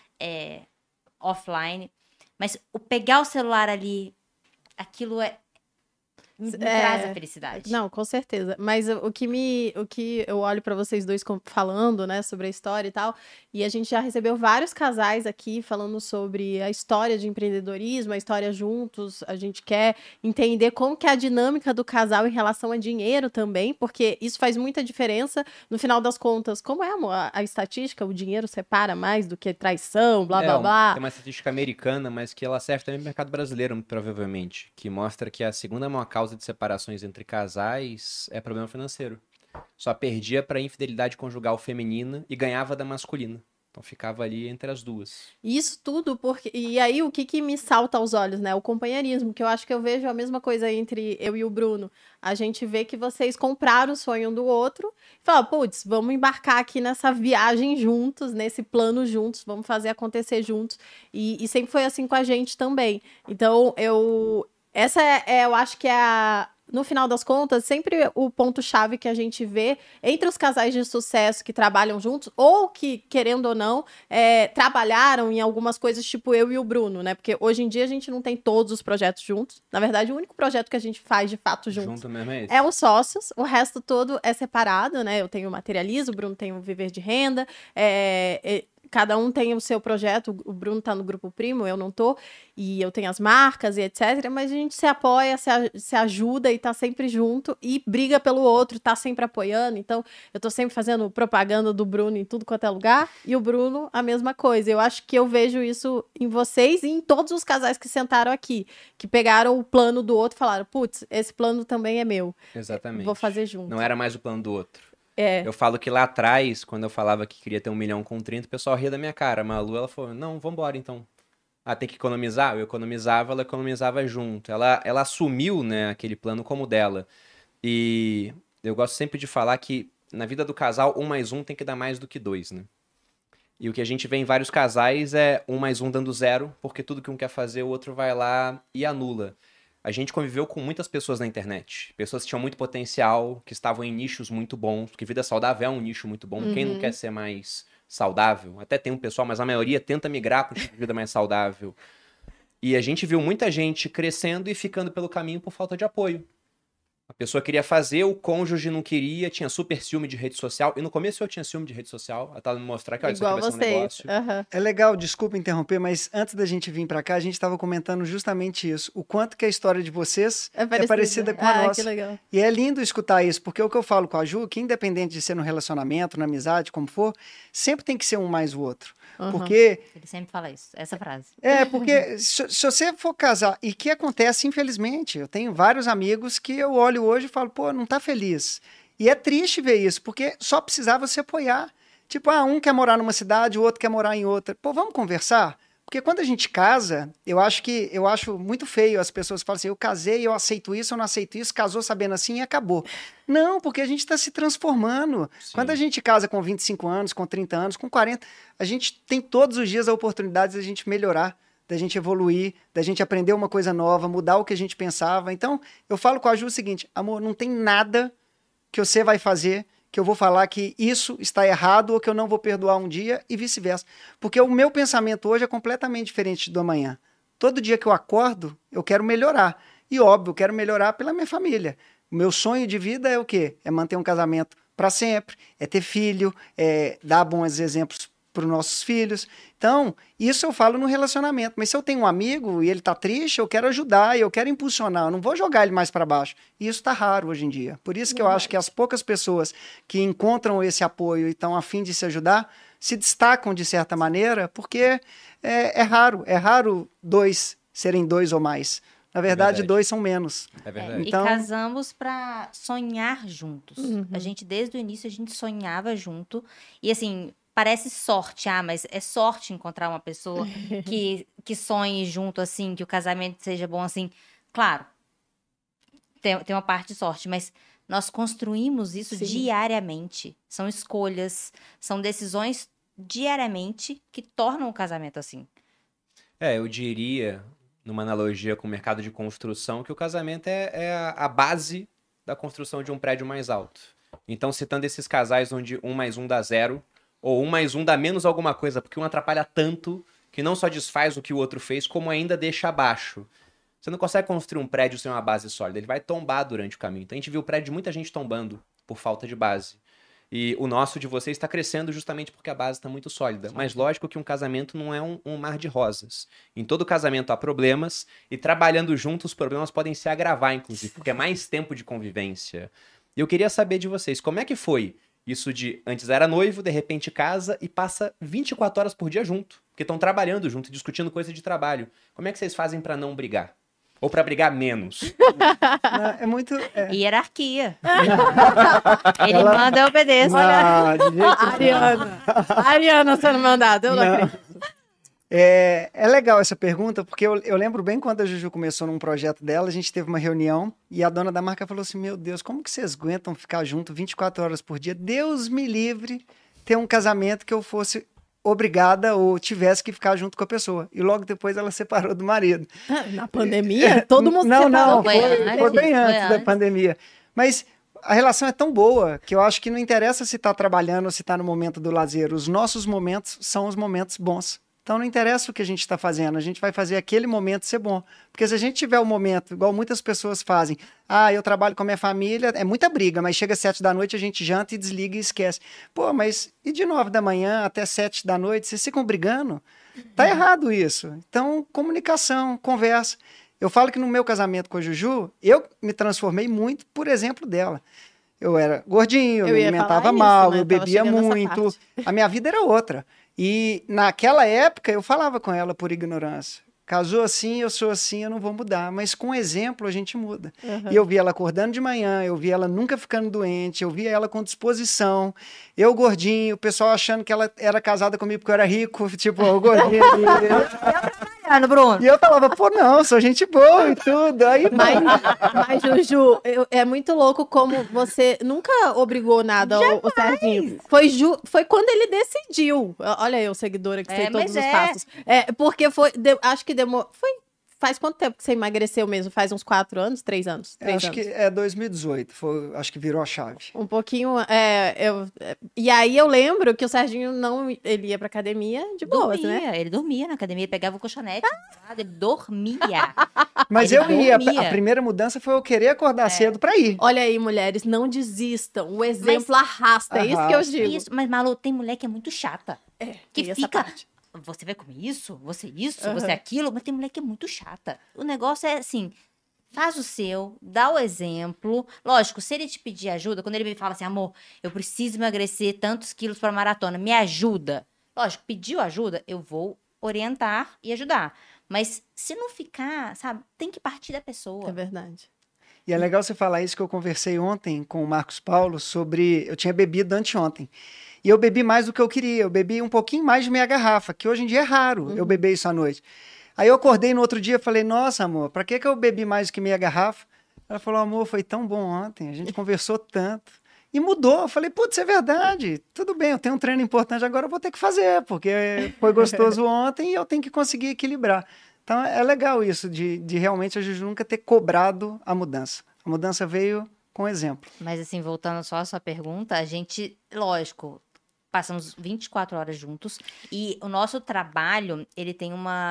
offline. Mas o pegar o celular ali, aquilo me traz a felicidade. Não, com certeza. Mas o que eu olho pra vocês dois falando, né, sobre a história e tal, e a gente já recebeu vários casais aqui falando sobre a história de empreendedorismo, a história juntos. A gente quer entender como que é a dinâmica do casal em relação a dinheiro também, porque isso faz muita diferença. No final das contas, como é, amor, a estatística? O dinheiro separa mais do que traição, blá, blá, blá. Tem uma estatística americana, mas que ela serve também no mercado brasileiro, muito provavelmente, que mostra que a segunda maior causa de separações entre casais é problema financeiro. Só perdia para infidelidade conjugal feminina e ganhava da masculina. Então ficava ali entre as duas. Isso tudo porque... E aí, o que me salta aos olhos, né? O companheirismo, que eu acho que eu vejo a mesma coisa entre eu e o Bruno. A gente vê que vocês compraram o sonho um do outro e falaram, putz, vamos embarcar aqui nessa viagem juntos, nesse plano juntos, vamos fazer acontecer juntos. E sempre foi assim com a gente também. Então, eu acho que é no final das contas, sempre o ponto-chave que a gente vê entre os casais de sucesso que trabalham juntos, ou que, querendo ou não, trabalharam em algumas coisas, tipo eu e o Bruno, né? Porque hoje em dia a gente não tem todos os projetos juntos. Na verdade, o único projeto que a gente faz de fato juntos mesmo é os sócios. O resto todo é separado, né? Eu tenho o Materializa, o Bruno tem o Viver de Renda, cada um tem o seu projeto, o Bruno tá no Grupo Primo, eu não tô, e eu tenho as marcas e etc, mas a gente se apoia, se ajuda e tá sempre junto, e briga pelo outro, tá sempre apoiando, então eu tô sempre fazendo propaganda do Bruno em tudo quanto é lugar, e o Bruno a mesma coisa. Eu acho que eu vejo isso em vocês e em todos os casais que sentaram aqui, que pegaram o plano do outro e falaram, putz, esse plano também é meu. Exatamente. Vou fazer junto. Não era mais o plano do outro. Eu falo que lá atrás, quando eu falava que queria ter 1 milhão com 30, o pessoal ria da minha cara. A Malu, ela falou, não, vambora então. Tem que economizar? Eu economizava, ela economizava junto. Ela assumiu, né, aquele plano como dela. E eu gosto sempre de falar que na vida do casal, 1 mais 1 tem que dar mais do que 2, né? E o que a gente vê em vários casais é 1 mais 1 dando 0, porque tudo que um quer fazer, o outro vai lá e anula. A gente conviveu com muitas pessoas na internet. Pessoas que tinham muito potencial, que estavam em nichos muito bons, porque vida saudável é um nicho muito bom. Quem não quer ser mais saudável? Até tem um pessoal, mas a maioria tenta migrar para um tipo de vida mais saudável. E a gente viu muita gente crescendo e ficando pelo caminho por falta de apoio. A pessoa queria fazer, o cônjuge não queria, tinha super ciúme de rede social. E no começo eu tinha ciúme de rede social, até ela me mostrar que, olha, igual isso aqui vai ser um negócio. É legal, desculpa interromper, mas antes da gente vir pra cá, a gente estava comentando justamente isso. O quanto que a história de vocês é parecida com a nossa. Que legal. E é lindo escutar isso, porque o que eu falo com a Ju, que independente de ser no relacionamento, na amizade, como for, sempre tem que ser um mais o outro. Porque... Ele sempre fala isso, essa frase. Porque se você for casar, e que acontece, infelizmente, eu tenho vários amigos que eu olho hoje e falo, pô, não tá feliz. E é triste ver isso, porque só precisava se apoiar. Tipo, um quer morar numa cidade, o outro quer morar em outra. Pô, vamos conversar? Porque quando a gente casa, eu acho muito feio as pessoas que falam assim, eu casei, eu aceito isso, eu não aceito isso, casou sabendo assim e acabou. Não, porque a gente está se transformando. Sim. Quando a gente casa com 25 anos, com 30 anos, com 40, a gente tem todos os dias a oportunidade de a gente melhorar, da gente evoluir, da gente aprender uma coisa nova, mudar o que a gente pensava. Então, eu falo com a Ju o seguinte, amor, não tem nada que você vai fazer que eu vou falar que isso está errado ou que eu não vou perdoar um dia e vice-versa. Porque o meu pensamento hoje é completamente diferente do amanhã. Todo dia que eu acordo, eu quero melhorar. E óbvio, eu quero melhorar pela minha família. O meu sonho de vida é o quê? É manter um casamento para sempre, é ter filho, é dar bons exemplos para os nossos filhos. Então, isso eu falo no relacionamento. Mas se eu tenho um amigo e ele está triste, eu quero ajudar, eu quero impulsionar, eu não vou jogar ele mais para baixo. E isso está raro hoje em dia. Por isso que eu acho que as poucas pessoas que encontram esse apoio e estão a fim de se ajudar, se destacam de certa maneira, porque é raro 2 serem 2 ou mais. Na verdade, 2 são menos. É verdade. Então... E casamos para sonhar juntos. A gente, desde o início, a gente sonhava junto. E assim... Parece sorte, mas é sorte encontrar uma pessoa que sonhe junto, assim, que o casamento seja bom, assim. Claro, tem uma parte de sorte, mas nós construímos isso diariamente. São escolhas, são decisões diariamente que tornam o casamento assim. Eu diria, numa analogia com o mercado de construção, que o casamento é a base da construção de um prédio mais alto. Então, citando esses casais onde 1 mais 1 dá 0, ou 1 mais 1 dá menos alguma coisa, porque um atrapalha tanto que não só desfaz o que o outro fez, como ainda deixa abaixo. Você não consegue construir um prédio sem uma base sólida, ele vai tombar durante o caminho. Então a gente viu o prédio de muita gente tombando por falta de base. E o nosso de vocês está crescendo justamente porque a base está muito sólida. Mas lógico que um casamento não é um mar de rosas. Em todo casamento há problemas, e trabalhando juntos os problemas podem se agravar, inclusive, porque é mais tempo de convivência. E eu queria saber de vocês, como é que foi isso de antes era noivo, de repente casa e passa 24 horas por dia junto, porque estão trabalhando junto, discutindo coisa de trabalho. Como é que vocês fazem para não brigar? Ou para brigar menos? Não, é muito... Hierarquia. Ele manda, eu obedeço. Ariana sendo mandada, eu não acredito. É legal essa pergunta, porque eu lembro bem quando a Juju começou num projeto dela, a gente teve uma reunião e a dona da marca falou assim, meu Deus, como que vocês aguentam ficar junto 24 horas por dia? Deus me livre ter um casamento que eu fosse obrigada ou tivesse que ficar junto com a pessoa. E logo depois ela separou do marido. Na pandemia? Todo mundo Não, separou. foi bem antes da pandemia. Mas a relação é tão boa que eu acho que não interessa se está trabalhando ou se está no momento do lazer. Os nossos momentos são os momentos bons. Então não interessa o que a gente está fazendo, a gente vai fazer aquele momento ser bom. Porque se a gente tiver o momento, igual muitas pessoas fazem, eu trabalho com a minha família, é muita briga, mas chega às 7 da noite, a gente janta e desliga e esquece. Pô, mas e de 9 da manhã até 7 da noite, vocês ficam brigando? Tá errado isso. Então, comunicação, conversa. Eu falo que no meu casamento com a Juju, eu me transformei muito por exemplo dela. Eu era gordinho, eu me alimentava mal, né? Eu bebia muito. A minha vida era outra. E naquela época eu falava com ela por ignorância. Casou assim, eu sou assim, eu não vou mudar. Mas com exemplo a gente muda. Uhum. E eu vi ela acordando de manhã, eu vi ela nunca ficando doente, eu vi ela com disposição. Eu gordinho, o pessoal achando que ela era casada comigo porque eu era rico, tipo, o gordinho. Bruno. E eu falava, pô, não, sou gente boa e tudo. Aí, mas Juju, é muito louco como você nunca obrigou nada o Serginho. Foi quando ele decidiu. Olha eu, seguidora, que sei todos os passos. Porque acho que demorou. Faz quanto tempo que você emagreceu mesmo? Faz uns 4 anos? 3 anos? 3 acho anos. que é 2018. Acho que virou a chave. Um pouquinho. E aí eu lembro que o Serginho ele ia pra academia de boas, né? Ele dormia na academia, pegava o colchonete, ele dormia. Mas ele ia. A primeira mudança foi eu querer acordar cedo pra ir. Olha aí, mulheres, não desistam. O exemplo arrasta. É isso que eu digo. Isso, mas, Malu, tem mulher que é muito chata. Que fica. Você vai comer isso, você aquilo, mas tem mulher que é muito chata. O negócio é assim, faz o seu, dá o exemplo. Lógico, se ele te pedir ajuda, quando ele me fala assim, amor, eu preciso emagrecer tantos quilos para maratona, me ajuda. Lógico, pediu ajuda, eu vou orientar e ajudar. Mas se não ficar, sabe, tem que partir da pessoa. É verdade. E é legal você falar isso, que eu conversei ontem com o Marcos Paulo sobre... Eu tinha bebido anteontem. E eu bebi mais do que eu queria. Eu bebi um pouquinho mais de meia garrafa, que hoje em dia é raro eu beber isso à noite. Aí eu acordei no outro dia e falei, nossa, amor, pra que eu bebi mais do que meia garrafa? Ela falou, amor, foi tão bom ontem, a gente conversou tanto. E mudou. Eu falei, putz, é verdade. Tudo bem, eu tenho um treino importante, agora eu vou ter que fazer, porque foi gostoso ontem e eu tenho que conseguir equilibrar. Então é legal isso, de realmente a Juju nunca ter cobrado a mudança. A mudança veio com exemplo. Mas assim, voltando só à sua pergunta, a gente, lógico... Passamos 24 horas juntos e o nosso trabalho, ele tem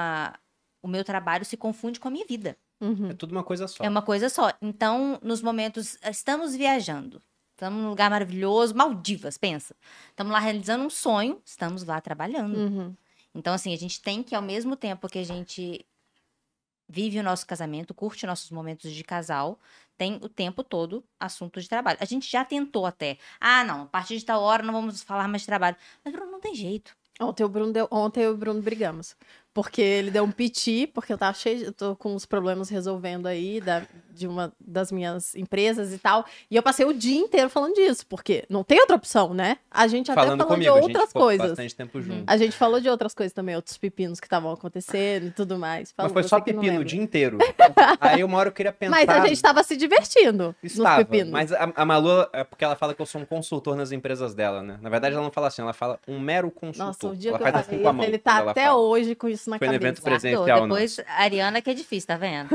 o meu trabalho se confunde com a minha vida. Uhum. É tudo uma coisa só. É uma coisa só. Então, nos momentos, estamos viajando. Estamos num lugar maravilhoso, Maldivas, pensa. Estamos lá realizando um sonho, estamos lá trabalhando. Uhum. Então, assim, a gente tem que, ao mesmo tempo que a gente vive o nosso casamento, curte nossos momentos de casal, tem o tempo todo assunto de trabalho. A gente já tentou até. Não, a partir de tal hora não vamos falar mais de trabalho. Mas, Bruno, não tem jeito. Ontem eu e o Bruno brigamos. Porque ele deu um piti, porque eu tô com uns problemas resolvendo aí de uma das minhas empresas e tal. E eu passei o dia inteiro falando disso, porque não tem outra opção, né? A gente até falou de outras coisas. Bastante tempo junto. A gente falou de outras coisas também, outros pepinos que estavam acontecendo e tudo mais. Mas foi só pepino o dia inteiro. Aí uma hora eu queria pensar... Mas a gente tava se divertindo nos pepinos. Mas a Malu, é porque ela fala que eu sou um consultor nas empresas dela, né? Na verdade, ela não fala assim, ela fala um mero consultor. Nossa, o dia ela que eu faz falei assim com a mão, ele tá até hoje com isso na foi cabeça. No evento presencial, depois, a Ariana que é difícil, tá vendo?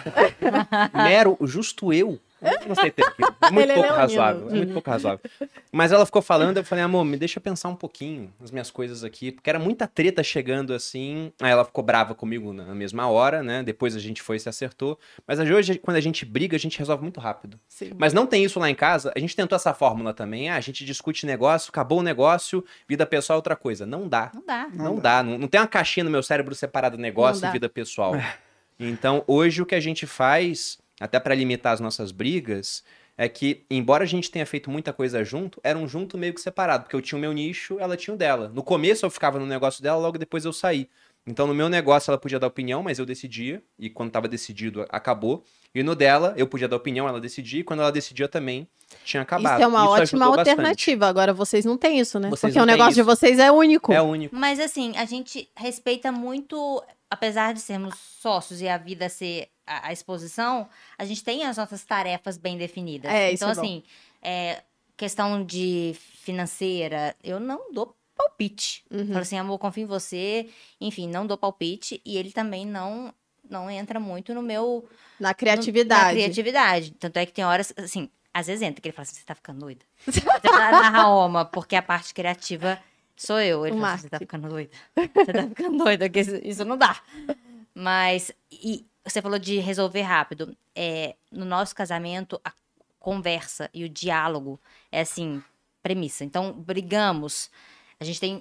Mero, justo eu? Não sei ter aquilo. É muito pouco razoável. É muito pouco razoável. Mas ela ficou falando, eu falei, amor, me deixa pensar um pouquinho nas minhas coisas aqui, porque era muita treta chegando assim. Aí ela ficou brava comigo na mesma hora, né? Depois a gente foi e se acertou. Mas hoje, quando a gente briga, a gente resolve muito rápido. Sim. Mas não tem isso lá em casa. A gente tentou essa fórmula também. A gente discute negócio, acabou o negócio, vida pessoal é outra coisa. Não dá. Não dá. Não tem uma caixinha no meu cérebro separada negócio e vida pessoal. Então, hoje o que a gente faz, até para limitar as nossas brigas, é que, embora a gente tenha feito muita coisa junto, era um junto meio que separado, porque eu tinha o meu nicho, ela tinha o dela. No começo eu ficava no negócio dela, logo depois eu saí. Então, no meu negócio ela podia dar opinião, mas eu decidia, e quando estava decidido, acabou. E no dela, eu podia dar opinião, ela decidia, e quando ela decidia também, tinha acabado. Isso é uma ótima alternativa. Bastante. Agora, vocês não têm isso, né? Porque o negócio de vocês é único. É único. Mas, assim, a gente respeita muito, apesar de sermos sócios e a vida ser a exposição, a gente tem as nossas tarefas bem definidas. Então, assim, questão de financeira, eu não dou palpite. Falo assim, amor, confio em você. Enfim, não dou palpite. E ele também não entra muito no meu... Na criatividade. Na criatividade. Tanto é que tem horas, assim, às vezes entra, que ele fala assim, você tá ficando doida? Você tá na Raoma, porque a parte criativa sou eu. Ele fala assim, você tá ficando doida? Você tá ficando doida, que isso não dá. Mas, e você falou de resolver rápido. No nosso casamento, a conversa e o diálogo é, assim, premissa. Então, brigamos. A gente tem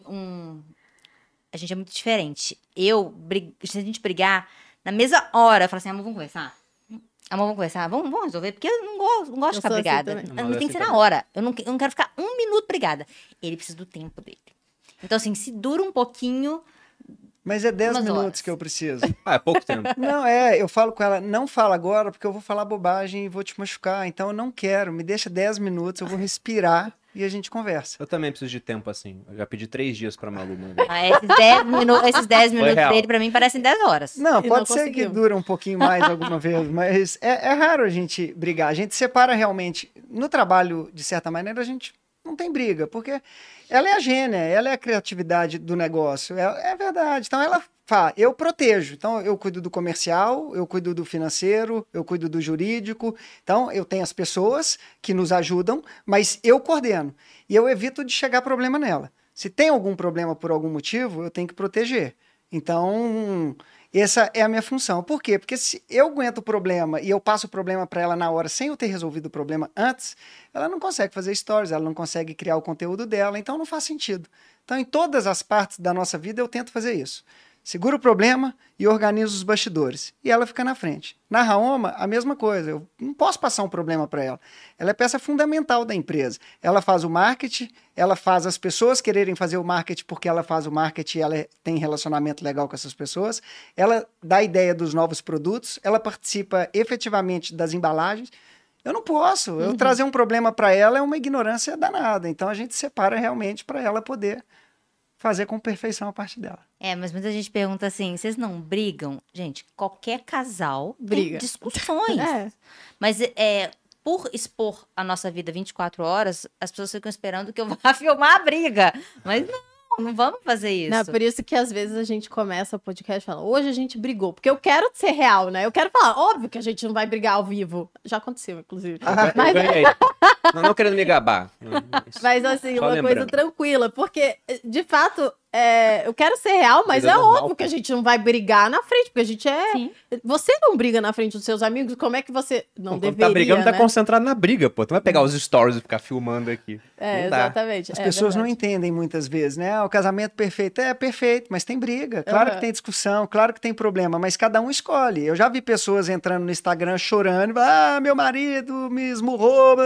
A gente é muito diferente. Se a gente brigar, na mesma hora, eu falo assim, amor, vamos conversar? Amor, vamos conversar? Vamos resolver? Porque eu não gosto de ficar brigada. Assim tem que ser na hora. Eu não quero ficar 1 minuto brigada. Ele precisa do tempo dele. Então, assim, se dura um pouquinho... Mas é 10 minutos que eu preciso. É pouco tempo. Não, eu falo com ela, não fala agora, porque eu vou falar bobagem e vou te machucar. Então eu não quero, me deixa 10 minutos, eu vou respirar e a gente conversa. Eu também preciso de tempo assim. Eu já pedi 3 dias pra Malu. Esses 10 minutos dele, pra mim, parecem 10 horas. Não, pode ser que dure um pouquinho mais alguma vez, mas é raro a gente brigar. A gente separa realmente. No trabalho, de certa maneira, a gente não tem briga, porque ela é a gênia, ela é a criatividade do negócio, é verdade. Então ela fala, eu protejo, então eu cuido do comercial, eu cuido do financeiro, eu cuido do jurídico, então eu tenho as pessoas que nos ajudam, mas eu coordeno e eu evito de chegar problema nela. Se tem algum problema por algum motivo, eu tenho que proteger. Então, essa é a minha função. Por quê? Porque se eu aguento o problema e eu passo o problema para ela na hora sem eu ter resolvido o problema antes, ela não consegue fazer stories, ela não consegue criar o conteúdo dela, então não faz sentido. Então, em todas as partes da nossa vida, eu tento fazer isso. Seguro o problema e organizo os bastidores. E ela fica na frente. Na Raoma, a mesma coisa. Eu não posso passar um problema para ela. Ela é peça fundamental da empresa. Ela faz o marketing, ela faz as pessoas quererem fazer o marketing porque ela faz o marketing e ela tem relacionamento legal com essas pessoas. Ela dá a ideia dos novos produtos, ela participa efetivamente das embalagens. Eu não posso. Eu trazer um problema para ela é uma ignorância danada. Então a gente separa realmente para ela poder fazer com perfeição a parte dela. Mas muita gente pergunta assim, vocês não brigam? Gente, qualquer casal briga. Tem discussões. Mas por expor a nossa vida 24 horas, as pessoas ficam esperando que eu vá filmar a briga. Mas não vamos fazer isso. Não, por isso que às vezes a gente começa o podcast e fala, hoje a gente brigou, porque eu quero ser real, né? Eu quero falar, óbvio que a gente não vai brigar ao vivo. Já aconteceu, inclusive. Mas... ganhei. Não querendo me gabar. Mas assim, uma coisa tranquila, porque de fato eu quero ser real, mas é óbvio que a gente não vai brigar na frente, porque a gente Sim. Você não briga na frente dos seus amigos, como é que você não deveria, tá brigando, né? tá concentrado na briga, pô. Tu não vai pegar os stories e ficar filmando aqui. Exatamente. As pessoas não entendem muitas vezes, né? O casamento perfeito é perfeito, mas tem briga. Claro que tem discussão, claro que tem problema, mas cada um escolhe. Eu já vi pessoas entrando no Instagram chorando, meu marido me esmurrou.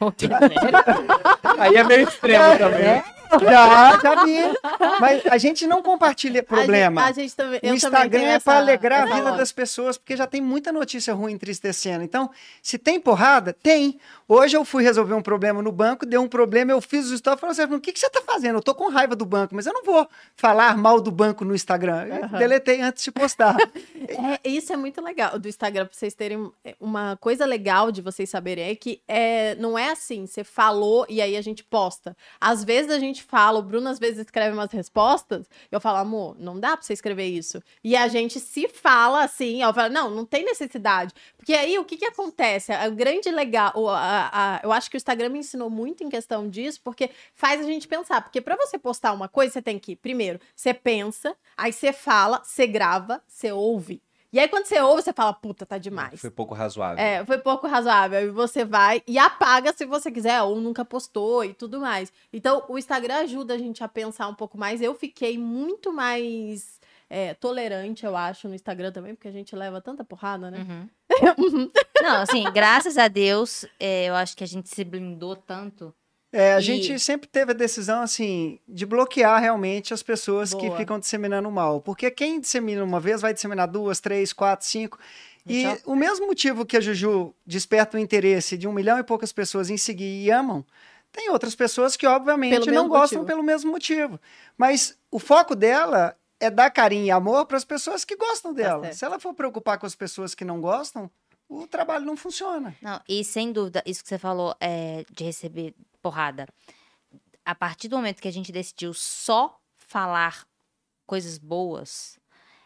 Aí é meio extremo também. Já vi. Mas a gente não compartilha problema. A gente também, o Instagram é para alegrar a vida das pessoas, porque já tem muita notícia ruim entristecendo. Então, se tem porrada, tem. Hoje eu fui resolver um problema no banco, deu um problema, eu fiz os stories, falei assim, o que você tá fazendo? Eu tô com raiva do banco, mas eu não vou falar mal do banco no Instagram. Eu deletei antes de postar. Isso é muito legal do Instagram, pra vocês terem uma coisa legal de vocês saberem, é que não é assim, você falou e aí a gente posta. Às vezes a gente fala, o Bruno às vezes escreve umas respostas, eu falo, amor, não dá pra você escrever isso. E a gente se fala assim, eu falo, não tem necessidade. Porque aí o que acontece? A grande legal, eu acho que o Instagram me ensinou muito em questão disso, porque faz a gente pensar. Porque pra você postar uma coisa, você tem que, primeiro, você pensa, aí você fala, você grava, você ouve. E aí, quando você ouve, você fala, puta, tá demais. Foi pouco razoável. Foi pouco razoável. E você vai e apaga se você quiser, ou nunca postou e tudo mais. Então, o Instagram ajuda a gente a pensar um pouco mais. Eu fiquei muito mais tolerante, eu acho, no Instagram também, porque a gente leva tanta porrada, né? Não, assim, graças a Deus, eu acho que a gente se blindou tanto. A gente sempre teve a decisão, assim, de bloquear realmente as pessoas que ficam disseminando mal. Porque quem dissemina uma vez vai disseminar 2, 3, 4, 5. E o mesmo motivo que a Juju desperta o interesse de 1 milhão e poucas pessoas em seguir e amam, tem outras pessoas que, obviamente, não gostam pelo mesmo motivo. Mas o foco dela é dar carinho e amor para as pessoas que gostam dela. Se ela for preocupar com as pessoas que não gostam, o trabalho não funciona. Não, e sem dúvida, isso que você falou de receber porrada. a partir do momento que a gente decidiu só falar coisas boas,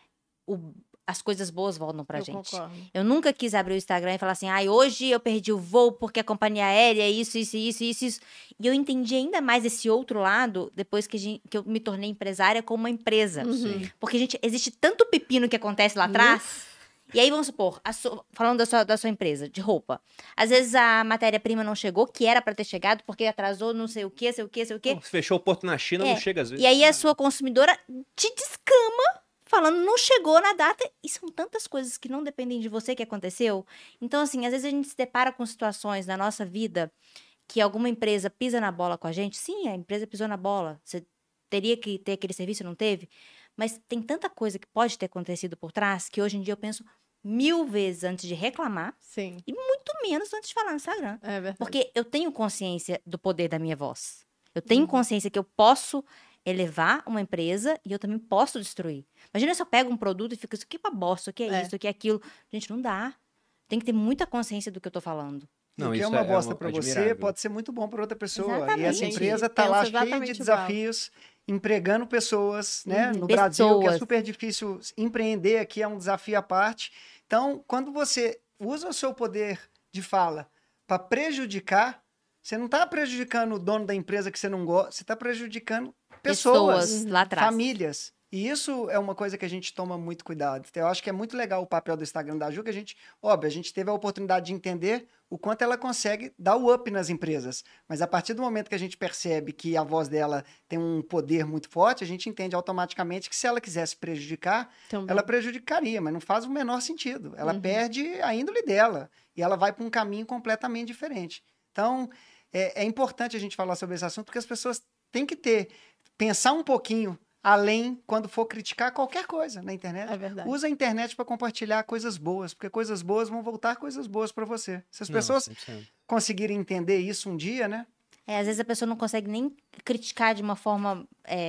as coisas boas voltam pra gente. Concordo. Eu nunca quis abrir o Instagram e falar assim, hoje eu perdi o voo porque a companhia aérea, isso. E eu entendi ainda mais esse outro lado depois que eu me tornei empresária como uma empresa. Porque, gente, existe tanto pepino que acontece lá atrás. E aí, vamos supor, falando da sua empresa, de roupa. Às vezes a matéria-prima não chegou, que era pra ter chegado, porque atrasou não sei o quê. Fechou o porto na China, não chega às vezes. E aí a sua consumidora te descama falando, não chegou na data, e são tantas coisas que não dependem de você que aconteceu. Então, assim, às vezes a gente se depara com situações na nossa vida que alguma empresa pisa na bola com a gente. Sim, a empresa pisou na bola. Você teria que ter aquele serviço, não teve. Mas tem tanta coisa que pode ter acontecido por trás que hoje em dia eu penso 1000 vezes antes de reclamar. Sim. E muito menos antes de falar no Instagram. É verdade. Porque eu tenho consciência do poder da minha voz. Eu tenho consciência que eu posso elevar uma empresa e eu também posso destruir. Imagina se eu pego um produto e fico assim, que bosta, o que é isso, o que é aquilo. Gente, não dá. Tem que ter muita consciência do que eu tô falando. Não, o que é uma bosta para você pode ser muito bom para outra pessoa. Exatamente. E essa empresa está lá cheia de desafios, empregando pessoas, né? No Brasil, que é super difícil empreender, aqui é um desafio à parte. Então, quando você usa o seu poder de fala para prejudicar, você não está prejudicando o dono da empresa que você não gosta, você está prejudicando pessoas lá atrás. Famílias. E isso é uma coisa que a gente toma muito cuidado. Então, eu acho que é muito legal o papel do Instagram da Ju, que a gente teve a oportunidade de entender o quanto ela consegue dar o up nas empresas. Mas a partir do momento que a gente percebe que a voz dela tem um poder muito forte, a gente entende automaticamente que se ela quisesse prejudicar, ela prejudicaria, mas não faz o menor sentido. Ela perde a índole dela e ela vai para um caminho completamente diferente. Então, é importante a gente falar sobre esse assunto, porque as pessoas têm que pensar um pouquinho além quando for criticar qualquer coisa na internet. É verdade. Usa a internet para compartilhar coisas boas, porque coisas boas vão voltar coisas boas para você. Se as pessoas conseguirem entender isso um dia, né? Às vezes a pessoa não consegue nem criticar de uma forma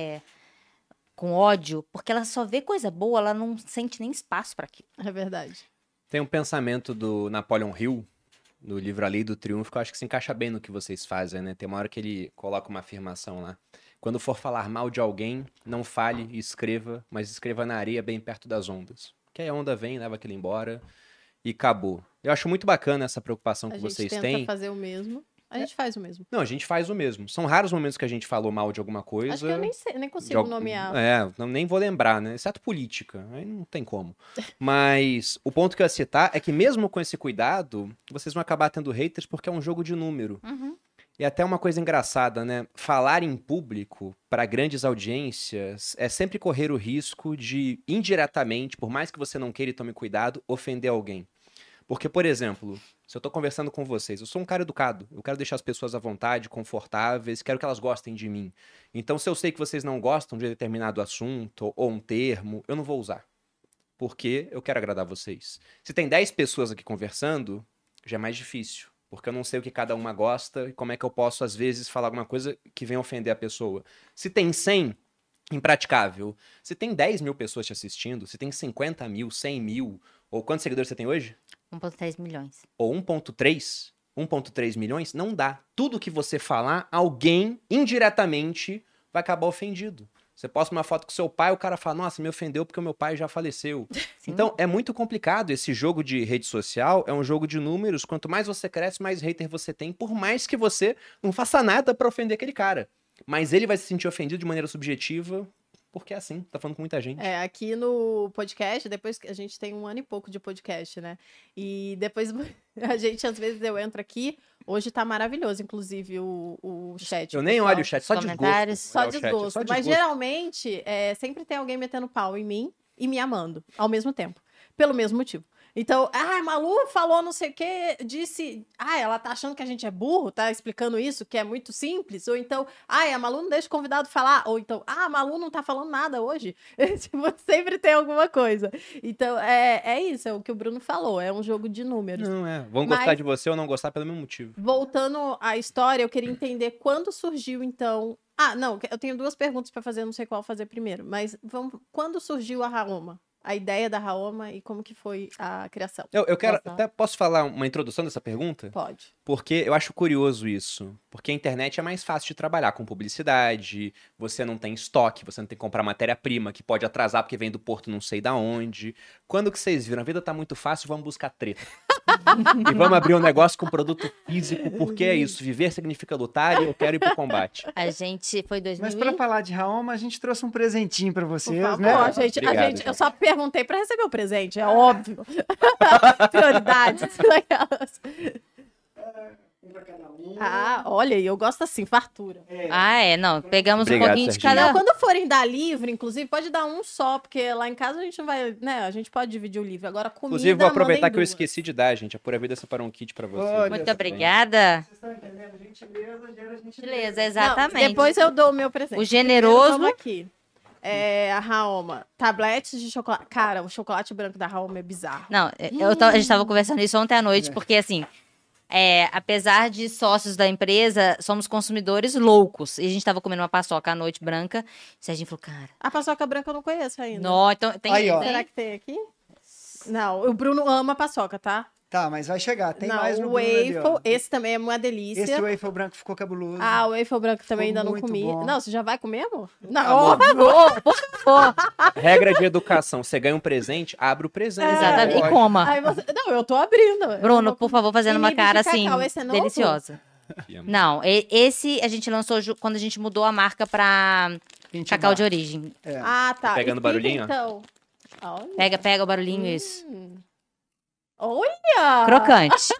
com ódio, porque ela só vê coisa boa, ela não sente nem espaço para aquilo. É verdade. Tem um pensamento do Napoleon Hill, no livro A Lei do Triunfo, que eu acho que se encaixa bem no que vocês fazem, né? Tem uma hora que ele coloca uma afirmação lá. Quando for falar mal de alguém, não fale e escreva, mas escreva na areia bem perto das ondas. Que aí a onda vem, leva aquilo embora e acabou. Eu acho muito bacana essa preocupação que vocês têm. A gente tenta fazer o mesmo. A gente faz o mesmo. Não, a gente faz o mesmo. São raros momentos que a gente falou mal de alguma coisa. Acho que eu nem consigo nomear. Nem vou lembrar, né? Exceto política. Aí não tem como. Mas o ponto que eu ia citar é que mesmo com esse cuidado, vocês vão acabar tendo haters porque é um jogo de número. E até uma coisa engraçada, né? Falar em público para grandes audiências é sempre correr o risco de, indiretamente, por mais que você não queira e tome cuidado, ofender alguém. Porque, por exemplo, se eu tô conversando com vocês, eu sou um cara educado, eu quero deixar as pessoas à vontade, confortáveis, quero que elas gostem de mim. Então, se eu sei que vocês não gostam de determinado assunto ou um termo, eu não vou usar. Porque eu quero agradar vocês. Se tem 10 pessoas aqui conversando, já é mais difícil. Porque eu não sei o que cada uma gosta e como é que eu posso, às vezes, falar alguma coisa que venha ofender a pessoa. Se tem 100, impraticável. Se tem 10 mil pessoas te assistindo, se tem 50 mil, 100 mil, ou quantos seguidores você tem hoje? 1,3 milhões. Ou 1,3 milhões, não dá. Tudo que você falar, alguém, indiretamente, vai acabar ofendido. Você posta uma foto com seu pai, o cara fala, nossa, me ofendeu porque o meu pai já faleceu. Sim. Então, é muito complicado. Esse jogo de rede social é um jogo de números. Quanto mais você cresce, mais hater você tem, por mais que você não faça nada pra ofender aquele cara. Mas ele vai se sentir ofendido de maneira subjetiva, porque é assim, tá falando com muita gente. Aqui no podcast, depois que a gente tem 1 ano e pouco de podcast, né? E depois a gente, às vezes, eu entro aqui, hoje tá maravilhoso, inclusive, o chat. Eu nem olho o chat, só desgosto. Só desgosto. Mas geralmente, sempre tem alguém metendo pau em mim e me amando, ao mesmo tempo. Pelo mesmo motivo. Então, Malu falou não sei o que, disse, ela tá achando que a gente é burro, tá explicando isso, que é muito simples, ou então, a Malu não deixa o convidado falar, ou então, a Malu não tá falando nada hoje, sempre tem alguma coisa. Então, é isso, é o que o Bruno falou, é um jogo de números. Não, vão gostar de você ou não gostar pelo mesmo motivo. Voltando à história, eu queria entender quando surgiu, então... não, eu tenho 2 perguntas para fazer, não sei qual fazer primeiro, mas quando surgiu a Raoma? a ideia da Raoma e como que foi a criação. Eu quero, até posso falar uma introdução dessa pergunta? Pode. Porque eu acho curioso isso. Porque a internet é mais fácil de trabalhar com publicidade, você não tem estoque, você não tem que comprar matéria-prima, que pode atrasar porque vem do porto não sei da onde. Quando que vocês viram? A vida tá muito fácil, vamos buscar treta. E vamos abrir um negócio com produto físico, porque é isso. Viver significa lutar e eu quero ir pro combate. A gente foi 2000. Mas para falar de Raoma, a gente trouxe um presentinho para vocês, Por favor, né? Obrigado. eu só perguntei pra receber o presente, é óbvio. Prioridades. Ah, olha, eu gosto assim, fartura. Não, pegamos Obrigado, um pouquinho de Serginho. cada... Não, quando forem dar livro, inclusive, pode dar um só, porque lá em casa a gente não vai, né, a gente pode dividir o livro. Agora, comida, Inclusive, vou aproveitar mandem que eu duas. esqueci de dar, gente. A Pura Vida separou um kit pra vocês. Olha Muito só. obrigada. Vocês estão entendendo? Gentileza gera gentileza. Beleza, Não, exatamente. depois eu dou o meu presente. O generoso- Primeiro, vamos aqui. A Raoma, tabletes de chocolate. Cara, o chocolate branco da Raoma é bizarro. Não, a gente tava conversando isso ontem à noite, porque assim, apesar de sócios da empresa, somos consumidores loucos. E a gente tava comendo uma paçoca à noite branca, e o Serginho falou, cara, A paçoca branca eu não conheço ainda. não, então tem... Aí, ó. Será que tem aqui? Não, o Bruno ama paçoca, tá? Tá, mas vai chegar. Tem não, mais no o Bruno ali, ó. waffle, esse também é uma delícia. Esse waffle branco ficou cabuloso. Ah, o waffle branco também ainda não muito comi. bom. Não, você já vai comer, amor? Não, Amor. por favor. Por favor. Regra de educação: você ganha um presente, abre o presente. Exatamente. E Pode. coma. Aí você... Não, eu tô abrindo. Bruno, por favor, fazendo uma Nibs de cara cacau, assim, esse é novo? deliciosa. Não, esse a gente lançou quando a gente mudou a marca pra Gente, cacau de bar. origem. Ah, tá. Tá pegando Explica, barulhinho, ó? Então. Olha. Pega o barulhinho, isso. Olha! Crocante.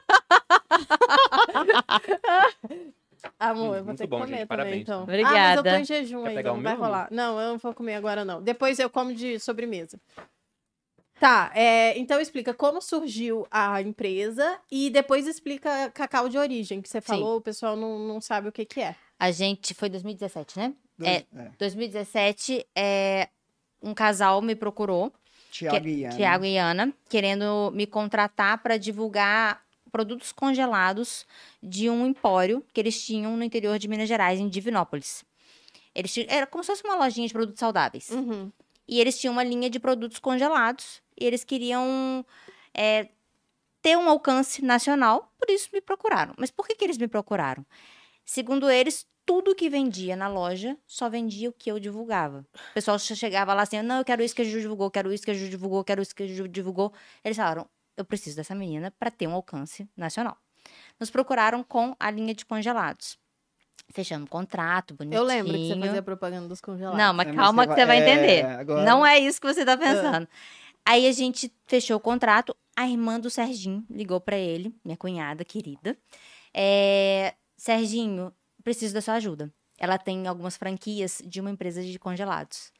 Amor, eu vou Muito ter que bom, comer gente, também, parabéns. então. Obrigada. Ah, mas eu tô em jejum Quer ainda, pegar não o vai meu, rolar. Não, eu não vou comer agora, não. Depois eu como de sobremesa. Tá, então explica como surgiu a empresa e depois explica cacau de origem, que você falou, o pessoal não sabe o que que é. A gente, foi 2017, né? É. 2017, um casal me procurou, Tiago e Ana, querendo me contratar para divulgar produtos congelados de um empório que eles tinham no interior de Minas Gerais, em Divinópolis. Era como se fosse uma lojinha de produtos saudáveis. Uhum. E eles tinham uma linha de produtos congelados e eles queriam ter um alcance nacional, por isso me procuraram. Mas por que eles me procuraram? Segundo eles, tudo que vendia na loja só vendia o que eu divulgava. O pessoal chegava lá assim, não, eu quero isso que a Juju divulgou, quero isso que a Juju divulgou, quero isso que a Juju divulgou. Eles falaram, eu preciso dessa menina para ter um alcance nacional. Nos procuraram com a linha de congelados. Fechamos um contrato, bonitinho. Eu lembro que você fazia propaganda dos congelados. Não, mas É, mas calma que você vai entender. agora- Não é isso que você tá pensando. Aí a gente fechou o contrato, a irmã do Serginho ligou pra ele, minha cunhada querida. Serginho, preciso da sua ajuda. Ela tem algumas franquias de uma empresa de congelados.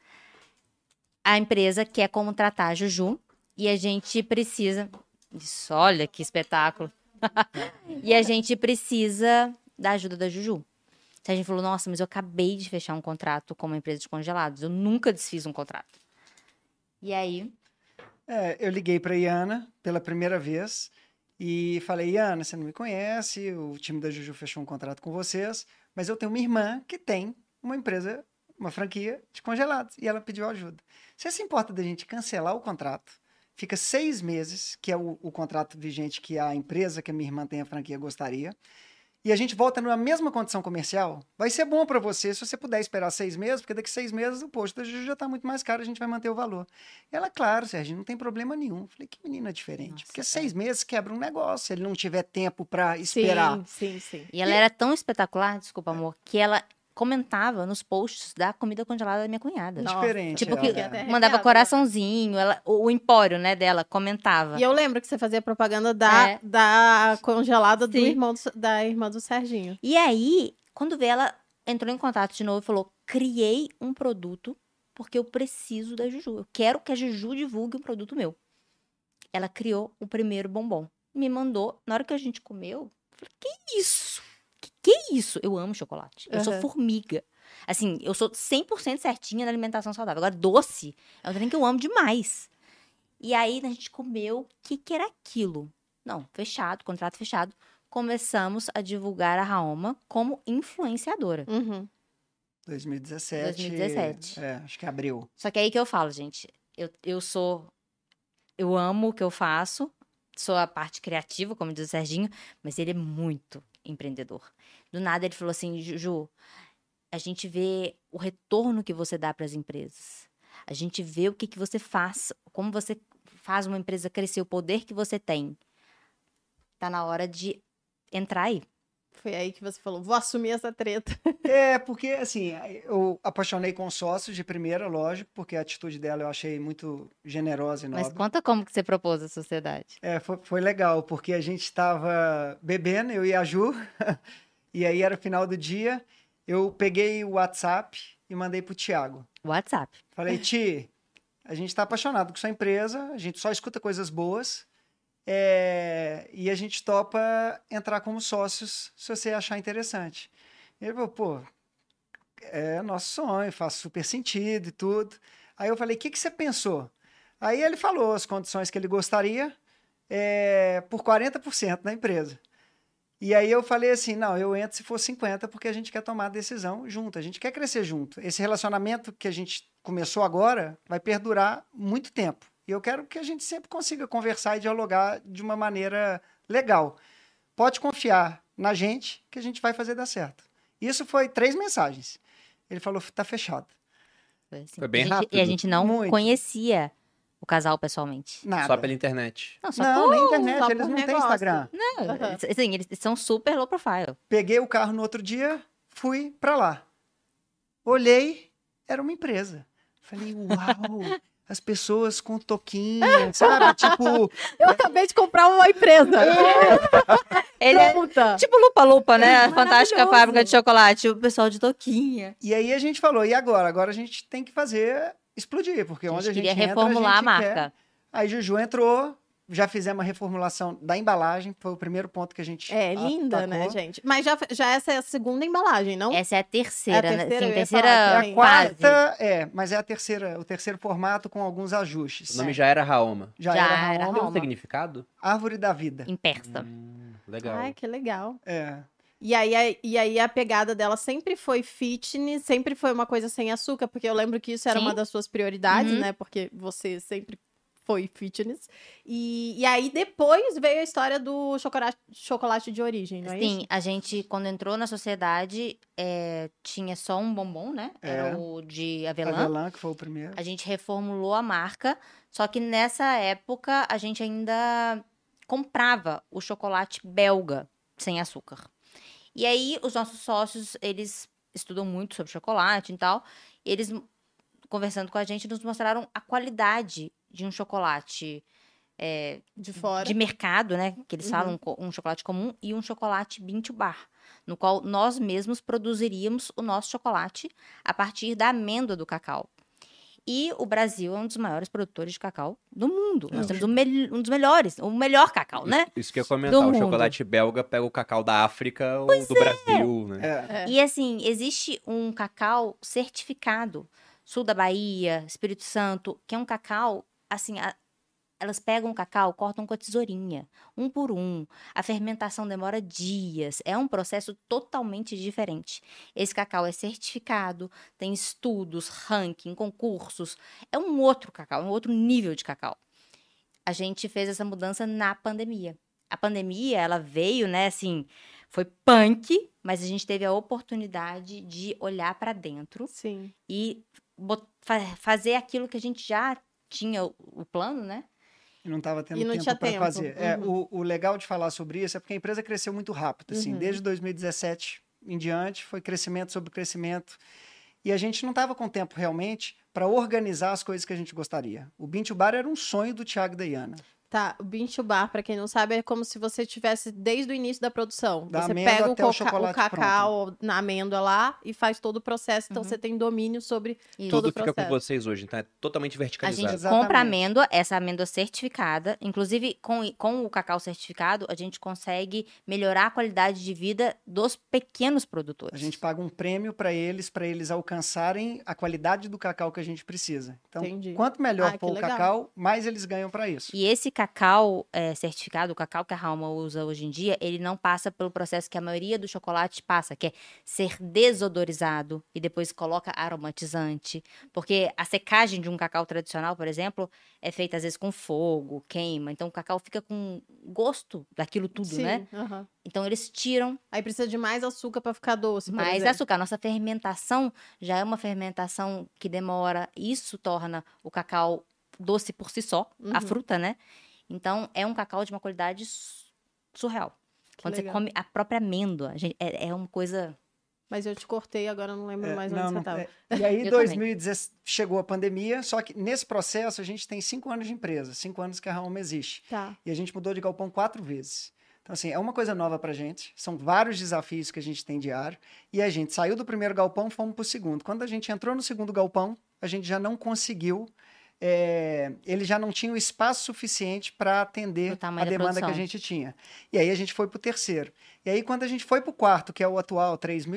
A empresa quer contratar a Juju e a gente precisa... Isso, olha que espetáculo. E a gente precisa da ajuda da Juju. A gente falou, nossa, mas eu acabei de fechar um contrato com uma empresa de congelados. Eu nunca desfiz um contrato. E aí... Eu liguei para Iana pela primeira vez e falei, Iana, você não me conhece, o time da Juju fechou um contrato com vocês, mas eu tenho uma irmã que tem uma empresa, uma franquia de congelados, e ela pediu ajuda. Você se importa da gente cancelar o contrato? Fica 6 meses, que é o contrato vigente que a empresa que a minha irmã tem a franquia gostaria, e a gente volta na mesma condição comercial. Vai ser bom para você se você puder esperar 6 meses, porque daqui a 6 meses o posto da Juju já está muito mais caro, a gente vai manter o valor. E ela, claro, Sérgio, não tem problema nenhum. Falei, que menina diferente. Nossa, porque 6 meses quebra um negócio, se ele não tiver tempo para esperar. Sim. E ela era tão espetacular, desculpa, amor, que ela comentava nos posts da comida congelada da minha cunhada. Nossa. Diferente. Tipo, ela, que né? até mandava arrepiada, coraçãozinho, o empório, né, dela, comentava. E eu lembro que você fazia propaganda da congelada Sim. da irmã do Serginho. E aí, quando veio, ela entrou em contato de novo e falou, criei um produto porque eu preciso da Juju. Eu quero que a Juju divulgue um produto meu. Ela criou o primeiro bombom. Me mandou, na hora que a gente comeu, eu falei, que isso? Que é isso? Eu amo chocolate. Eu sou formiga. Assim, eu sou 100% certinha na alimentação saudável. Agora, doce é um trem que eu amo demais. E aí, a gente comeu, o que era aquilo? Não, fechado, contrato fechado. Começamos a divulgar a Raoma como influenciadora. Uhum. 2017. 2017. Acho que abril. Só que aí que eu falo, gente, Eu amo o que eu faço, sou a parte criativa, como diz o Serginho, mas ele é muito empreendedor. Do nada ele falou assim, Ju, a gente vê o retorno que você dá para as empresas. A gente vê o que você faz, como você faz uma empresa crescer, o poder que você tem. Tá na hora de entrar aí. Foi aí que você falou, vou assumir essa treta. Porque assim, eu apaixonei com sócios de primeira, lógico, porque a atitude dela eu achei muito generosa e nobre. Mas conta como que você propôs a sociedade. Foi legal, porque a gente estava bebendo, eu e a Ju, e aí era final do dia, eu peguei o WhatsApp e mandei pro Thiago. WhatsApp. Falei, Ti, a gente tá apaixonado com sua empresa, a gente só escuta coisas boas, e a gente topa entrar como sócios se você achar interessante. Ele falou, pô, é nosso sonho, faz super sentido e tudo. Aí eu falei, o que você pensou? Aí ele falou as condições que ele gostaria por 40% na empresa. E aí eu falei assim, não, eu entro se for 50%, porque a gente quer tomar a decisão junto, a gente quer crescer junto. Esse relacionamento que a gente começou agora vai perdurar muito tempo. E eu quero que a gente sempre consiga conversar e dialogar de uma maneira legal. Pode confiar na gente que a gente vai fazer dar certo. Isso foi 3 mensagens. Ele falou, tá fechado. Foi bem rápido. E a gente não conhecia o casal pessoalmente. Nada. Só pela internet. Não, na internet, eles não têm Instagram. Não, assim, eles são super low profile. Peguei o carro no outro dia, fui pra lá. Olhei, era uma empresa. Falei, uau, as pessoas com toquinha, sabe? Tipo... Eu acabei de comprar uma empresa. Ele é tipo Lupa-Lupa, né? A fantástica fábrica de chocolate. O pessoal de toquinha. E aí a gente falou, e agora? Agora a gente tem que fazer explodir, porque onde a gente queria entra, reformular a marca. Quer. Aí Juju entrou, já fizemos a reformulação da embalagem, foi o primeiro ponto que a gente linda, atacou. né, gente? Mas já essa é a segunda embalagem, não? Essa é a terceira, É a né? terceira, Sim, eu ia terceira falar, A quarta, mas é a terceira, o terceiro formato com alguns ajustes. O nome já era Raoma. Já Já era era Raoma. Tem um significado? Árvore da vida. em persa. Legal. Ai, que legal. É. E aí a pegada dela sempre foi fitness, sempre foi uma coisa sem açúcar, porque eu lembro que isso era Sim. uma das suas prioridades, Uhum. né? Porque você sempre foi fitness. E aí depois veio a história do chocolate de origem, não é Sim, isso? a gente, quando entrou na sociedade, tinha só um bombom, né? Era o de avelã. Avelã, que foi o primeiro. A gente reformulou a marca, só que nessa época a gente ainda comprava o chocolate belga sem açúcar. E aí os nossos sócios, eles estudam muito sobre chocolate e tal, eles, conversando com a gente, nos mostraram a qualidade de um chocolate De fora. de mercado, né? Que eles falam um chocolate comum e um chocolate bean to bar, no qual nós mesmos produziríamos o nosso chocolate a partir da amêndoa do cacau. E o Brasil é um dos maiores produtores de cacau do mundo. Nós temos um dos melhores, o melhor cacau, né? Isso que eu ia comentar, Do o mundo. chocolate belga pega o cacau da África ou do Brasil, né? E assim, existe um cacau certificado, sul da Bahia, Espírito Santo, que é um cacau, assim, elas pegam o cacau, cortam com a tesourinha, um por um. A fermentação demora dias. É um processo totalmente diferente. Esse cacau é certificado, tem estudos, ranking, concursos. É um outro cacau, um outro nível de cacau. A gente fez essa mudança na pandemia. A pandemia, ela veio, né, assim, foi punk, mas a gente teve a oportunidade de olhar para dentro Sim. e fazer aquilo que a gente já tinha o plano, né? E não estava tendo E não tempo tinha para tempo. fazer. O legal de falar sobre isso é porque a empresa cresceu muito rápido. Assim, desde 2017 em diante, foi crescimento sobre crescimento. E a gente não estava com tempo realmente para organizar as coisas que a gente gostaria. O Bean to Bar era um sonho do Thiago e da Iana. Tá, o bean to bar, pra quem não sabe, é como se você tivesse desde o início da produção. Da você amêndoa pega até o chocolate o cacau na amêndoa lá e faz todo o processo, então você tem domínio sobre Isso. todo o Tudo fica processo. com vocês hoje, então é totalmente A verticalizado. gente Exatamente. compra amêndoa, essa amêndoa certificada. Inclusive, com o cacau certificado, a gente consegue melhorar a qualidade de vida dos pequenos produtores. A gente paga um prêmio para eles alcançarem a qualidade do cacau que a gente precisa. Então, Entendi. quanto melhor Ah, for que o legal. cacau, mais eles ganham para isso. E esse cacau certificado, o cacau que a Rauma usa hoje em dia, ele não passa pelo processo que a maioria do chocolate passa, que é ser desodorizado e depois coloca aromatizante. Porque a secagem de um cacau tradicional, por exemplo, é feita às vezes com fogo, queima. Então o cacau fica com gosto daquilo tudo, Sim, né? Então eles tiram. Aí precisa de mais açúcar para ficar doce, por Mais exemplo. açúcar. A nossa fermentação já é uma fermentação que demora. Isso torna o cacau doce por si só, a fruta, né? Então, é um cacau de uma qualidade surreal. Quando legal. você come a própria amêndoa, é uma coisa... Mas eu te cortei, agora eu não lembro mais onde você estava. E aí, em Eu 2016, chegou a pandemia, só que nesse processo a gente tem 5 anos de empresa, 5 anos que a Rauma existe. Tá. E a gente mudou de galpão 4 vezes. Então, assim, é uma coisa nova pra gente, são vários desafios que a gente tem diário, e a gente saiu do primeiro galpão, fomos pro segundo. Quando a gente entrou no segundo galpão, a gente já não conseguiu, ele já não tinha o espaço suficiente para atender a demanda que a gente tinha. E aí a gente foi pro terceiro. E aí quando a gente foi pro quarto, que é o atual,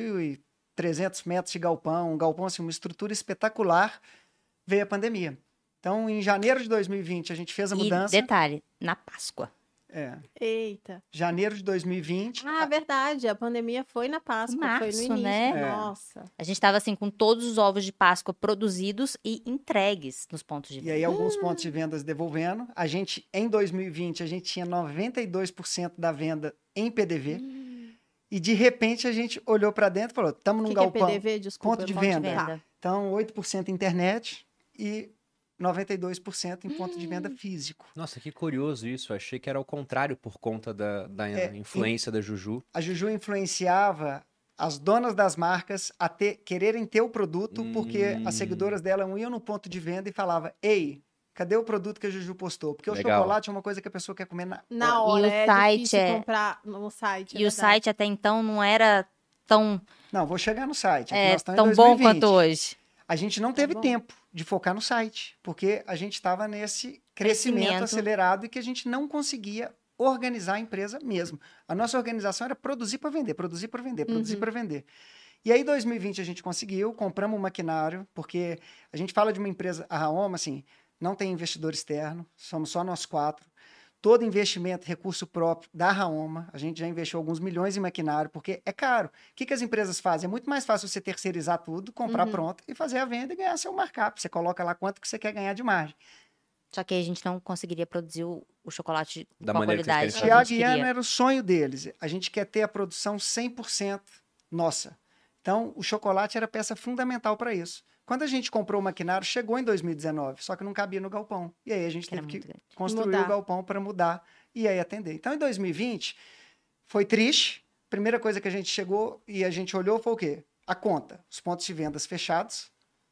3.300 metros de galpão, um galpão, assim, uma estrutura espetacular, veio a pandemia. Então, em janeiro de 2020, a gente fez a mudança. E detalhe, na Páscoa. Eita. Janeiro de 2020. Ah, verdade. A pandemia foi na Páscoa. Março, foi no início. né? Nossa. A gente estava assim com todos os ovos de Páscoa produzidos e entregues nos pontos de venda. E aí alguns pontos de vendas devolvendo. A gente, em 2020, a gente tinha 92% da venda em PDV. E de repente a gente olhou para dentro e falou, estamos num galpão. Que é PDV? Desculpa. Ponto de venda. Então, 8% internet e 92% em ponto de venda físico. Nossa, que curioso isso. Eu achei que era o contrário por conta da influência da Juju. A Juju influenciava as donas das marcas a quererem ter o produto, porque as seguidoras dela iam no ponto de venda e falavam, ei, cadê o produto que a Juju postou? Porque Legal. O chocolate é uma coisa que a pessoa quer comer na hora. E o site difícil comprar no site. E o site até então não era tão... Não, vou chegar no site. tão bom quanto hoje. A gente não teve tempo de focar no site, porque a gente estava nesse crescimento acelerado e que a gente não conseguia organizar a empresa mesmo. A nossa organização era produzir para vender, produzir para vender, produzir para vender. E aí, em 2020, a gente conseguiu, compramos um maquinário, porque a gente fala de uma empresa, a Raoma, assim, não tem investidor externo, somos só nós 4. Todo investimento, recurso próprio da Raoma, a gente já investiu alguns milhões em maquinário, porque é caro. O que as empresas fazem? É muito mais fácil você terceirizar tudo, comprar pronto e fazer a venda e ganhar seu markup. Você coloca lá quanto que você quer ganhar de margem. Só que a gente não conseguiria produzir o chocolate Da com a maneira que qualidade vocês que a gente Thiago e Ana queria. era o sonho deles. A gente quer ter a produção 100% nossa. Então, o chocolate era peça fundamental para isso. Quando a gente comprou o maquinário, chegou em 2019, só que não cabia no galpão. E aí a gente teve que construir o galpão para mudar e aí atender. Então, em 2020, foi triste. Primeira coisa que a gente chegou e a gente olhou foi o quê? A conta. Os pontos de vendas fechados.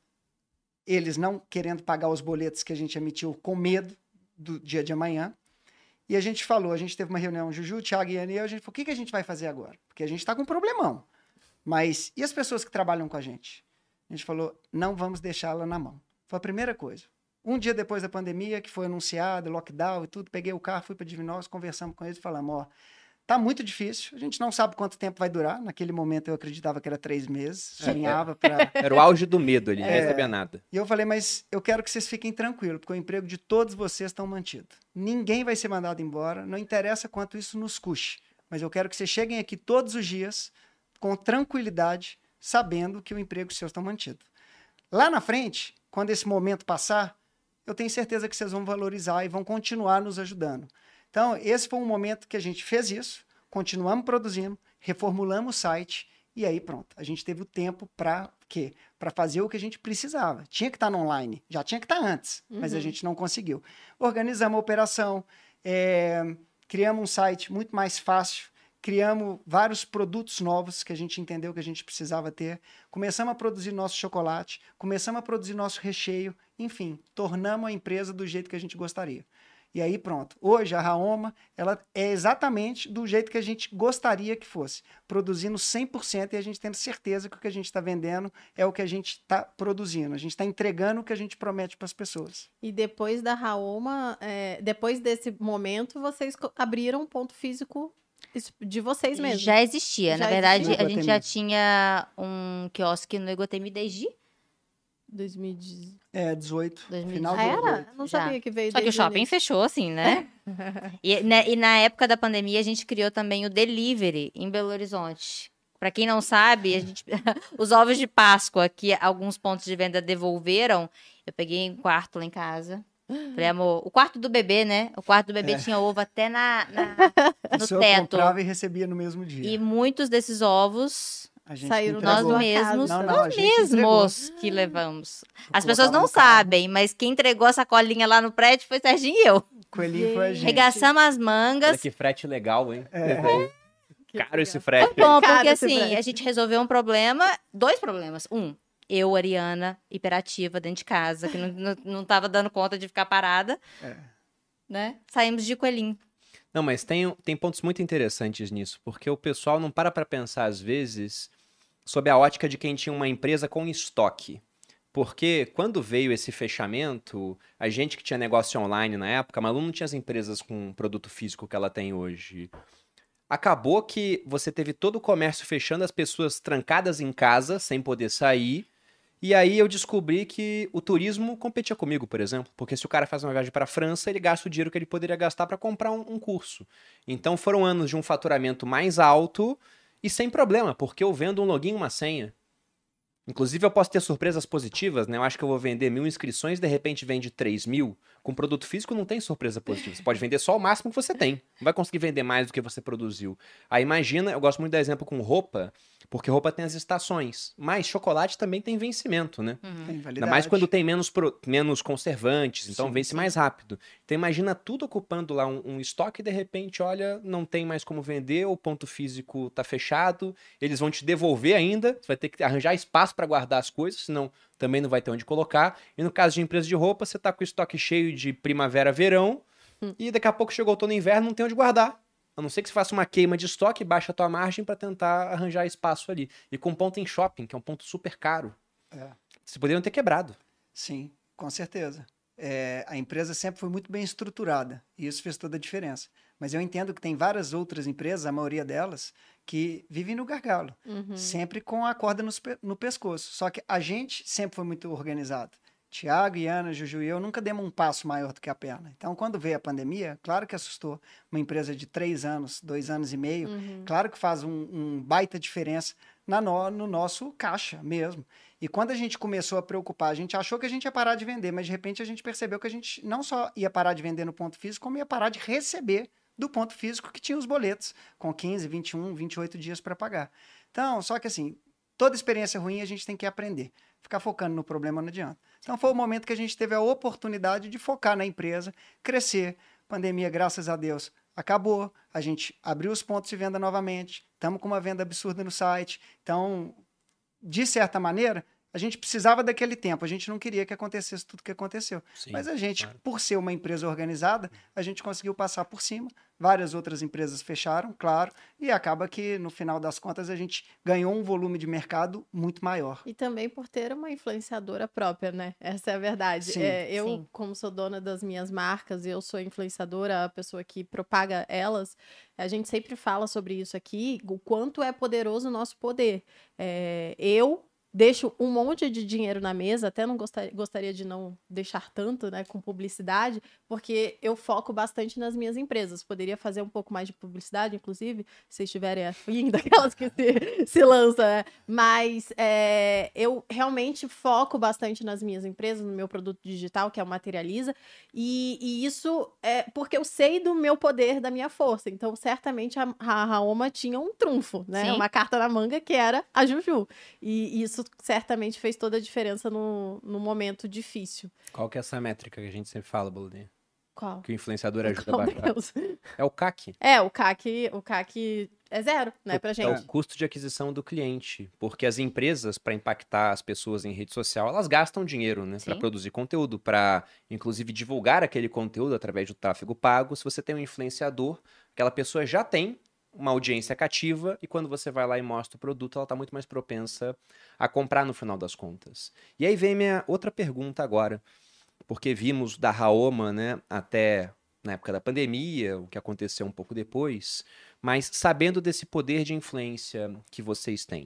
Eles não querendo pagar os boletos que a gente emitiu com medo do dia de amanhã. E a gente falou, a gente teve uma reunião, Juju, Thiago e Ana, e a gente falou, o que a gente vai fazer agora? Porque a gente está com um problemão. Mas e as pessoas que trabalham com a gente? A gente falou, não vamos deixá-la na mão. Foi a primeira coisa. Um dia depois da pandemia, que foi anunciado, lockdown e tudo, peguei o carro, fui para Divinópolis, conversamos com eles e falamos, ó, tá muito difícil, a gente não sabe quanto tempo vai durar. Naquele momento eu acreditava que era 3 meses, sonhava para... Era o auge do medo ali, ninguém sabia nada. E eu falei, mas eu quero que vocês fiquem tranquilos, porque o emprego de todos vocês estão mantido. Ninguém vai ser mandado embora, não interessa quanto isso nos custe, mas eu quero que vocês cheguem aqui todos os dias com tranquilidade, sabendo que o emprego seu está mantido. Lá na frente, quando esse momento passar, eu tenho certeza que vocês vão valorizar e vão continuar nos ajudando. Então, esse foi um momento que a gente fez isso, continuamos produzindo, reformulamos o site e aí pronto. A gente teve o tempo para quê? Para fazer o que a gente precisava. Tinha que estar no online, já tinha que estar antes, mas a gente não conseguiu. Organizamos a operação, criamos um site muito mais fácil, criamos vários produtos novos que a gente entendeu que a gente precisava ter, começamos a produzir nosso chocolate, começamos a produzir nosso recheio, enfim, tornamos a empresa do jeito que a gente gostaria. E aí pronto, hoje a Raoma, ela é exatamente do jeito que a gente gostaria que fosse, produzindo 100% e a gente tendo certeza que o que a gente está vendendo é o que a gente está produzindo, a gente está entregando o que a gente promete para as pessoas. E depois da Raoma, depois desse momento, vocês abriram um ponto físico de vocês mesmos. Já existia. Já Na verdade, existia. a gente já tinha um quiosque no Iguatemi desde 18. Final de Era? 18. Não sabia que veio Só que o desde o shopping início. fechou, assim, né? E na época da pandemia, a gente criou também o delivery em Belo Horizonte. Pra quem não sabe, os ovos de Páscoa que alguns pontos de venda devolveram, eu peguei um quarto lá em casa. Falei, amor, o quarto do bebê, né? O quarto do bebê tinha ovo até A no pessoa teto. comprava e recebia no mesmo dia. E muitos desses ovos A gente saíram entregou. da nós sua mesmos, casa. Não, a nós gente mesmos que levamos. As Colocava pessoas não no carro. sabem, mas quem entregou a sacolinha lá no prédio foi Serginho e eu. Coelhinho foi a gente. Regaçamos as Olha mangas. que frete legal, hein? Que Caro esse legal. frete. Bom, Cara, porque esse assim, prédio. a gente resolveu um problema, 2 problemas. Eu, Ariana, hiperativa dentro de casa, que não tava dando conta de ficar parada, né? Saímos de coelhinho. Não, mas tem pontos muito interessantes nisso, porque o pessoal não para pensar, às vezes, sob a ótica de quem tinha uma empresa com estoque. Porque quando veio esse fechamento, a gente que tinha negócio online na época, a Malu não tinha as empresas com produto físico que ela tem hoje. Acabou que você teve todo o comércio fechando, as pessoas trancadas em casa, sem poder sair. E aí eu descobri que o turismo competia comigo, por exemplo. Porque se o cara faz uma viagem para a França, ele gasta o dinheiro que ele poderia gastar para comprar um curso. Então foram anos de um faturamento mais alto e sem problema, porque eu vendo um login e uma senha. Inclusive eu posso ter surpresas positivas, né? Eu acho que eu vou vender 1.000 inscrições, de repente vende 3.000. Com produto físico não tem surpresa positiva. Você pode vender só o máximo que você tem. Não vai conseguir vender mais do que você produziu. Aí imagina, eu gosto muito do exemplo com roupa, porque roupa tem as estações. Mas chocolate também tem vencimento, né? Tem Ainda validade. mais quando tem menos conservantes, então Sim, vence sim. mais rápido. Então imagina tudo ocupando lá um estoque e de repente, olha, não tem mais como vender, o ponto físico tá fechado, eles vão te devolver ainda, você vai ter que arranjar espaço para guardar as coisas, senão também não vai ter onde colocar. E no caso de empresa de roupa, você tá com o estoque cheio de primavera, verão, e daqui a pouco chegou o outono e inverno, não tem onde guardar. A não ser que você faça uma queima de estoque, baixa a tua margem para tentar arranjar espaço ali. E com ponto em shopping, que é um ponto super caro. Vocês poderiam ter quebrado. Sim, com certeza. A empresa sempre foi muito bem estruturada e isso fez toda a diferença. Mas eu entendo que tem várias outras empresas, a maioria delas, que vivem no gargalo, sempre com a corda no pescoço. Só que a gente sempre foi muito organizado. Tiago, Iana, Juju e eu nunca demos um passo maior do que a perna. Então, quando veio a pandemia, claro que assustou uma empresa de 3 anos, 2 anos e meio. Claro que faz um baita diferença no nosso caixa mesmo. E quando a gente começou a preocupar, a gente achou que a gente ia parar de vender, mas de repente a gente percebeu que a gente não só ia parar de vender no ponto físico, como ia parar de receber do ponto físico que tinha os boletos, com 15, 21, 28 dias para pagar. Então, só que assim, toda experiência ruim a gente tem que aprender. Ficar focando no problema não adianta. Então foi o momento que a gente teve a oportunidade de focar na empresa, crescer. Pandemia, graças a Deus, acabou. A gente abriu os pontos de venda novamente. Estamos com uma venda absurda no site. Então, de certa maneira, a gente precisava daquele tempo. A gente não queria que acontecesse tudo o que aconteceu. Sim, mas a gente, claro. por ser uma empresa organizada, a gente conseguiu passar por cima. Várias outras empresas fecharam, claro. E acaba que, no final das contas, a gente ganhou um volume de mercado muito maior. E também por ter uma influenciadora própria, né? Essa é a verdade. Sim, Eu, sim. como sou dona das minhas marcas, eu sou influenciadora, a pessoa que propaga elas, a gente sempre fala sobre isso aqui, o quanto é poderoso o nosso poder. Eu deixo um monte de dinheiro na mesa, até não gostaria de não deixar tanto, né, com publicidade, porque eu foco bastante nas minhas empresas. Poderia fazer um pouco mais de publicidade, inclusive, se vocês estiverem afim daquelas que se lançam, né? Mas eu realmente foco bastante nas minhas empresas, no meu produto digital, que é o Materializa, e isso é porque eu sei do meu poder, da minha força. Então, certamente, a Raoma tinha um trunfo, né? Sim. Uma carta na manga que era a Juju. E isso certamente fez toda a diferença no momento difícil. Qual que é essa métrica que a gente sempre fala, Boludinha? Qual? Que o influenciador ajuda a Qual baixar. Deus? É o CAC. O CAC é zero, né, pra É gente. o custo de aquisição do cliente. Porque as empresas, para impactar as pessoas em rede social, elas gastam dinheiro, né? Para Sim. produzir conteúdo, para, inclusive, divulgar aquele conteúdo através do tráfego pago. Se você tem um influenciador, aquela pessoa já tem uma audiência cativa e quando você vai lá e mostra o produto, ela está muito mais propensa a comprar no final das contas. E aí vem minha outra pergunta agora, porque vimos da Raoma, né, até na época da pandemia, o que aconteceu um pouco depois, mas sabendo desse poder de influência que vocês têm,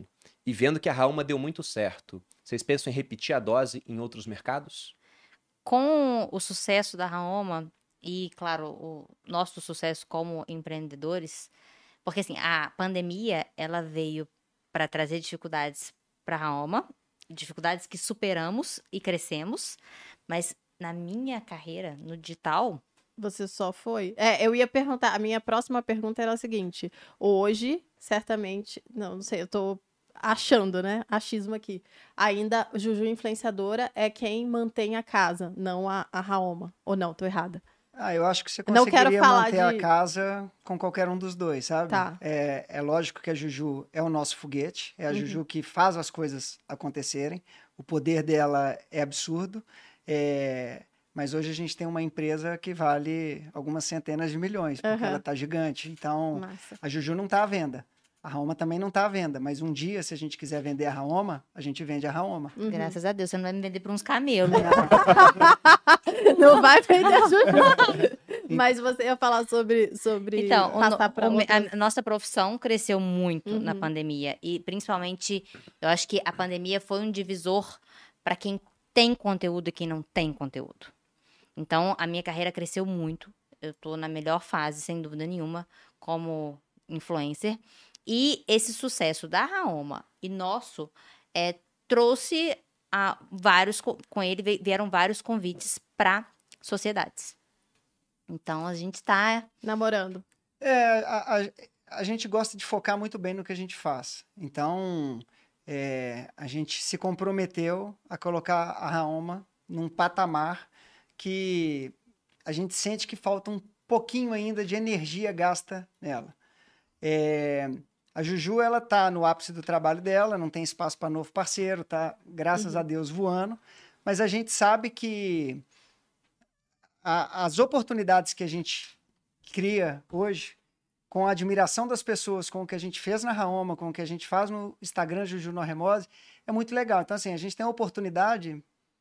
e vendo que a Raoma deu muito certo, vocês pensam em repetir a dose em outros mercados? Com o sucesso da Raoma e, claro, o nosso sucesso como empreendedores, porque assim, a pandemia, ela veio para trazer dificuldades para a Raoma, dificuldades que superamos e crescemos, mas na minha carreira, no digital... Você só foi? Eu ia perguntar, a minha próxima pergunta era a seguinte, hoje, certamente, não sei, eu tô achando, né, achismo aqui, ainda Juju Influenciadora é quem mantém a casa, não a Raoma, ou não, tô errada? Eu acho que você Não quero conseguiria falar manter a casa com qualquer um dos dois, sabe? Tá. É lógico que a Juju é o nosso foguete, é a Juju que faz as coisas acontecerem, o poder dela é absurdo, mas hoje a gente tem uma empresa que vale algumas centenas de milhões, porque ela tá gigante. Então, Massa. a Juju não tá à venda. A Raoma também não tá à venda, mas um dia, se a gente quiser vender a Raoma, a gente vende a Raoma. Graças a Deus, você não vai me vender para uns camelos, né? Não vai vender a Juju. Mas você ia falar sobre então, passar para a nossa profissão cresceu muito na pandemia. E, principalmente, eu acho que a pandemia foi um divisor para quem tem conteúdo e quem não tem conteúdo. Então, a minha carreira cresceu muito. Eu estou na melhor fase, sem dúvida nenhuma, como influencer. E esse sucesso da Raoma e nosso trouxe com ele vieram vários convites para sociedades. Então, a gente está namorando. A gente gosta de focar muito bem no que a gente faz. Então, a gente se comprometeu a colocar a Raoma num patamar que a gente sente que falta um pouquinho ainda de energia gasta nela. A Juju, ela tá no ápice do trabalho dela, não tem espaço para novo parceiro, tá, graças a Deus, voando. Mas a gente sabe que as oportunidades que a gente cria hoje, com a admiração das pessoas, com o que a gente fez na Raoma, com o que a gente faz no Instagram Juju Norremose, é muito legal. Então, assim, a gente tem a oportunidade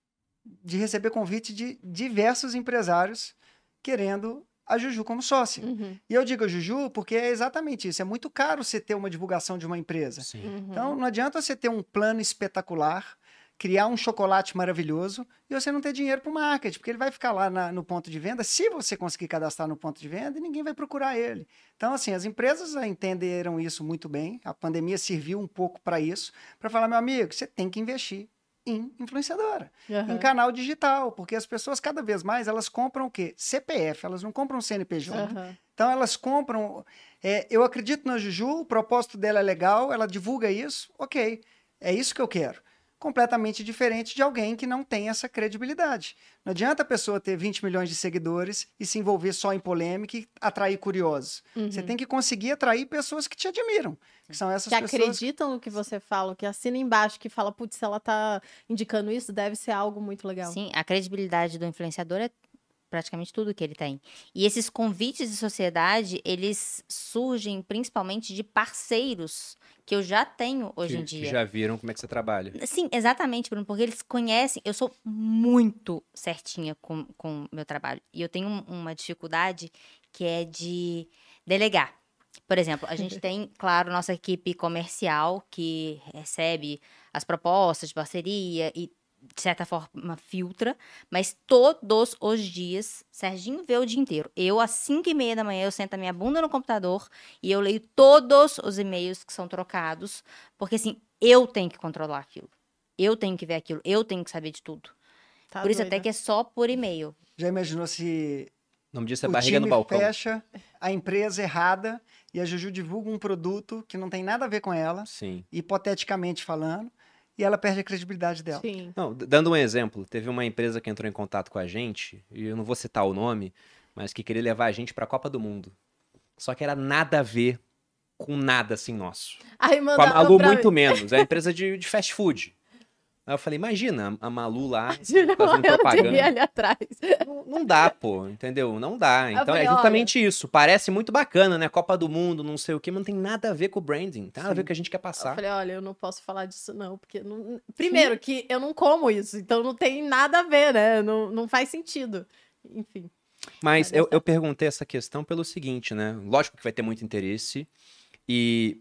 de receber convite de diversos empresários querendo a Juju como sócia. E eu digo a Juju porque é exatamente isso. É muito caro você ter uma divulgação de uma empresa. Então, não adianta você ter um plano espetacular, criar um chocolate maravilhoso e você não ter dinheiro para o marketing, porque ele vai ficar lá no ponto de venda, se você conseguir cadastrar no ponto de venda, e ninguém vai procurar ele. Então, assim, as empresas entenderam isso muito bem. A pandemia serviu um pouco para isso, para falar, meu amigo, você tem que investir em influenciadora, em canal digital, porque as pessoas cada vez mais, elas compram o quê? CPF, elas não compram CNPJ. Então elas compram, eu acredito na Juju, o propósito dela é legal, ela divulga isso, ok, é isso que eu quero. Completamente diferente de alguém que não tem essa credibilidade. Não adianta a pessoa ter 20 milhões de seguidores e se envolver só em polêmica e atrair curiosos. Você tem que conseguir atrair pessoas que te admiram. Que são essas pessoas... Que acreditam no que você fala, que assinam embaixo, que fala, putz, se ela tá indicando isso, deve ser algo muito legal. Sim, a credibilidade do influenciador é praticamente tudo que ele tem. E esses convites de sociedade, eles surgem principalmente de parceiros que eu já tenho hoje em dia. Que já viram como é que você trabalha. Sim, exatamente, Bruno, porque eles conhecem, eu sou muito certinha com o meu trabalho. E eu tenho uma dificuldade que é de delegar. Por exemplo, a gente tem, claro, nossa equipe comercial que recebe as propostas de parceria e de certa forma, filtra, mas todos os dias, Serginho vê o dia inteiro. Eu, às 5h30 da manhã, eu sento a minha bunda no computador e eu leio todos os e-mails que são trocados, porque, assim, eu tenho que controlar aquilo. Eu tenho que ver aquilo. Eu tenho que saber de tudo. Tá por isso, doida. até que é só por e-mail. Já imaginou se O nome disso é o barriga no time balcão. fecha a empresa errada e a Juju divulga um produto que não tem nada a ver com ela, Sim. hipoteticamente falando, e ela perde a credibilidade dela. Sim. Não, dando um exemplo, teve uma empresa que entrou em contato com a gente, e eu não vou citar o nome, mas que queria levar a gente pra Copa do Mundo. Só que era nada a ver com nada assim nosso. Aí Com a mandaram Malu pra muito mim. menos, é uma empresa de fast food. Aí eu falei, imagina a Malu lá Júlia fazendo morrendo de rir propaganda. ali atrás. Não dá, pô, entendeu? Não dá. Então falei, é justamente isso. Parece muito bacana, né? Copa do Mundo, não sei o quê, mas não tem nada a ver com o branding. Não tem nada a ver com o que a gente quer Eu passar. falei, olha, eu não posso falar disso não, porque... Não... Primeiro, que eu não como isso, então não tem nada a ver, né? Não faz sentido. Enfim. Mas eu perguntei essa questão pelo seguinte, né? Lógico que vai ter muito interesse e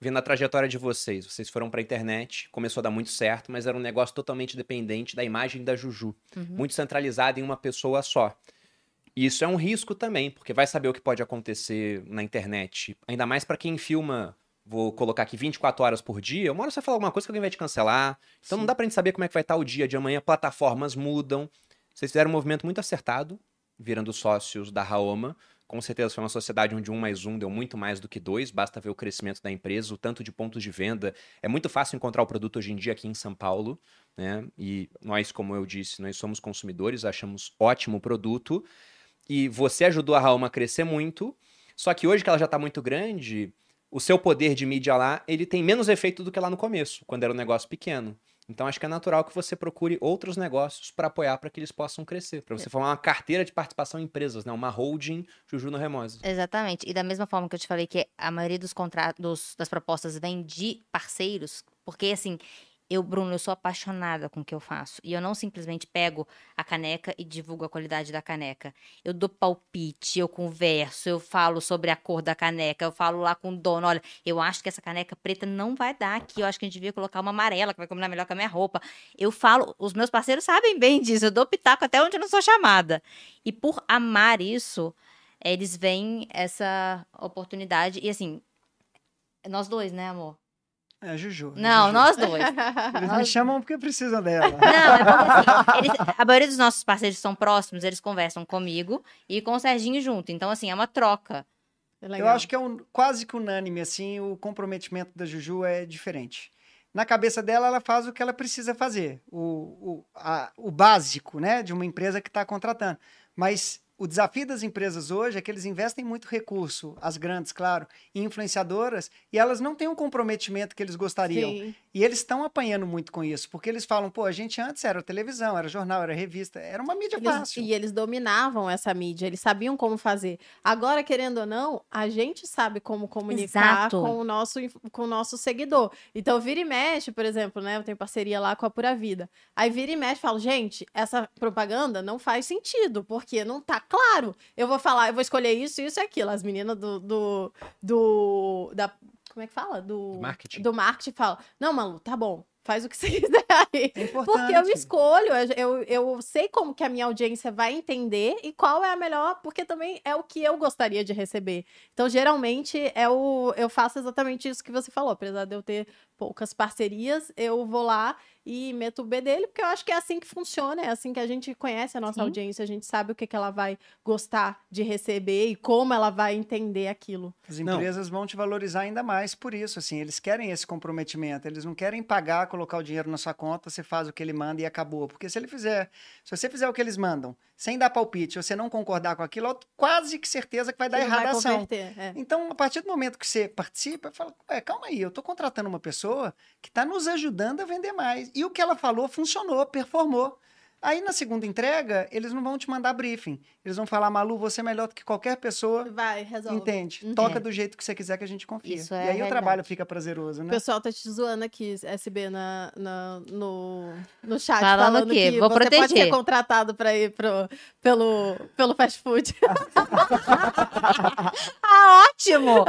vendo a trajetória de vocês. Vocês foram pra internet, começou a dar muito certo, mas era um negócio totalmente dependente da imagem da Juju. Muito centralizado em uma pessoa só. E isso é um risco também, porque vai saber o que pode acontecer na internet. Ainda mais pra quem filma, vou colocar aqui 24 horas por dia, uma hora você fala alguma coisa que alguém vai te cancelar. Então não dá pra gente saber como é que vai estar o dia de amanhã, plataformas mudam. Vocês fizeram um movimento muito acertado, virando sócios da Raoma. Com certeza foi uma sociedade onde 1 mais 1 deu muito mais do que 2, basta ver o crescimento da empresa, o tanto de pontos de venda. É muito fácil encontrar o produto hoje em dia aqui em São Paulo, né? E nós, como eu disse, nós somos consumidores, achamos ótimo o produto. E você ajudou a Raoma a crescer muito, só que hoje que ela já está muito grande, o seu poder de mídia lá, ele tem menos efeito do que lá no começo, quando era um negócio pequeno. Então, acho que é natural que você procure outros negócios para apoiar para que eles possam crescer. Para você formar uma carteira de participação em empresas, né? Uma holding Juju no Remosa. Exatamente. E da mesma forma que eu te falei que a maioria dos contratos, das propostas vem de parceiros, porque assim, Bruno, eu sou apaixonada com o que eu faço. E eu não simplesmente pego a caneca e divulgo a qualidade da caneca. Eu dou palpite, eu converso, eu falo sobre a cor da caneca, eu falo lá com o dono, olha, eu acho que essa caneca preta não vai dar aqui, eu acho que a gente devia colocar uma amarela, que vai combinar melhor com a minha roupa. Eu falo, os meus parceiros sabem bem disso, eu dou pitaco até onde eu não sou chamada. E por amar isso, eles veem essa oportunidade. E assim, nós dois, né, amor? É, Juju. Não, Juju. nós dois. Eles me chamam porque precisam dela. Não, é porque assim, a maioria dos nossos parceiros que são próximos, eles conversam comigo e com o Serginho junto. Então, assim, é uma troca. Eu acho que é quase que unânime, assim, o comprometimento da Juju é diferente. Na cabeça dela, ela faz o que ela precisa fazer, o básico, né, de uma empresa que está contratando. Mas o desafio das empresas hoje é que eles investem muito recurso, as grandes, claro, em influenciadoras, e elas não têm o comprometimento que eles gostariam. Sim. E eles estão apanhando muito com isso, porque eles falam, pô, a gente antes era televisão, era jornal, era revista, era uma mídia fácil. E eles dominavam essa mídia, eles sabiam como fazer. Agora, querendo ou não, a gente sabe como comunicar com o nosso seguidor. Então, vira e mexe, por exemplo, né? Eu tenho parceria lá com a Pura Vida. Aí vira e mexe e falo, gente, essa propaganda não faz sentido, porque não tá claro. Eu vou falar, eu vou escolher isso, isso e aquilo. As meninas como é que fala? Do marketing fala, não, Malu, tá bom, faz o que você quiser aí. É importante. Porque eu escolho, eu sei como que a minha audiência vai entender e qual é a melhor, porque também é o que eu gostaria de receber. Então, geralmente, eu faço exatamente isso que você falou. Apesar de eu ter poucas parcerias, eu vou lá e meto o B dele, porque eu acho que é assim que funciona, é assim que a gente conhece a nossa audiência, a gente sabe o que ela vai gostar de receber e como ela vai entender aquilo. As empresas vão te valorizar ainda mais por isso, assim, eles querem esse comprometimento, eles não querem pagar, colocar o dinheiro na sua conta, você faz o que ele manda e acabou, porque se você fizer o que eles mandam, sem dar palpite, ou você não concordar com aquilo, quase que certeza que vai dar errada a ação. Então, a partir do momento que você participa, fala, calma aí, eu estou contratando uma pessoa que está nos ajudando a vender mais. E o que ela falou funcionou, performou. Aí, na segunda entrega, eles não vão te mandar briefing. Eles vão falar, Malu, você é melhor do que qualquer pessoa. Vai, resolve. Entende? Toca do jeito que você quiser que a gente confia. Isso e aí o trabalho fica prazeroso, né? O pessoal tá te zoando aqui, SB, no chat. Falando que vou você proteger. Pode ser contratado para ir pelo fast food. Ótimo!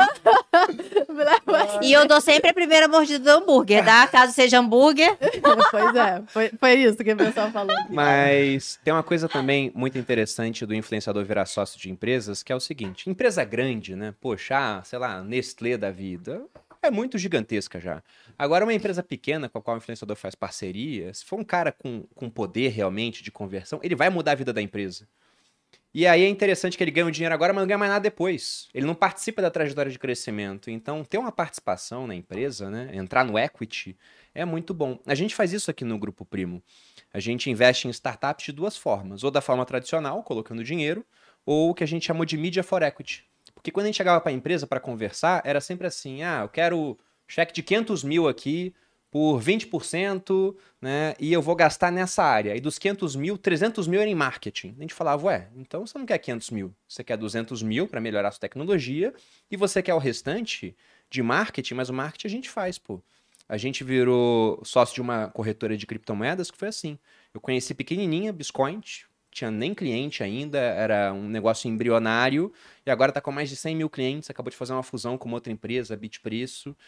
E eu dou sempre a primeira mordida do hambúrguer, tá? Caso seja hambúrguer. Pois é, foi isso que o pessoal falou. Mas tem uma coisa também muito interessante do influenciador virar sócio de empresas, que é o seguinte, empresa grande, né? Poxa, sei lá, Nestlé da vida, é muito gigantesca já. Agora, uma empresa pequena com a qual o influenciador faz parceria, se for um cara com poder realmente de conversão, ele vai mudar a vida da empresa. E aí é interessante que ele ganha o dinheiro agora, mas não ganha mais nada depois. Ele não participa da trajetória de crescimento. Então, ter uma participação na empresa, né? Entrar no equity, é muito bom. A gente faz isso aqui no Grupo Primo. A gente investe em startups de duas formas. Ou da forma tradicional, colocando dinheiro, ou o que a gente chamou de Media for Equity. Porque quando a gente chegava para a empresa para conversar, era sempre assim, eu quero cheque de 500 mil aqui por 20%, né? E eu vou gastar nessa área. E dos 500 mil, 300 mil era em marketing. A gente falava, então você não quer 500 mil, você quer 200 mil para melhorar a sua tecnologia e você quer o restante de marketing, mas o marketing a gente faz, pô. A gente virou sócio de uma corretora de criptomoedas que foi assim. Eu conheci pequenininha, Biscoint, tinha nem cliente ainda, era um negócio embrionário e agora está com mais de 100 mil clientes, acabou de fazer uma fusão com uma outra empresa, Bitpreço.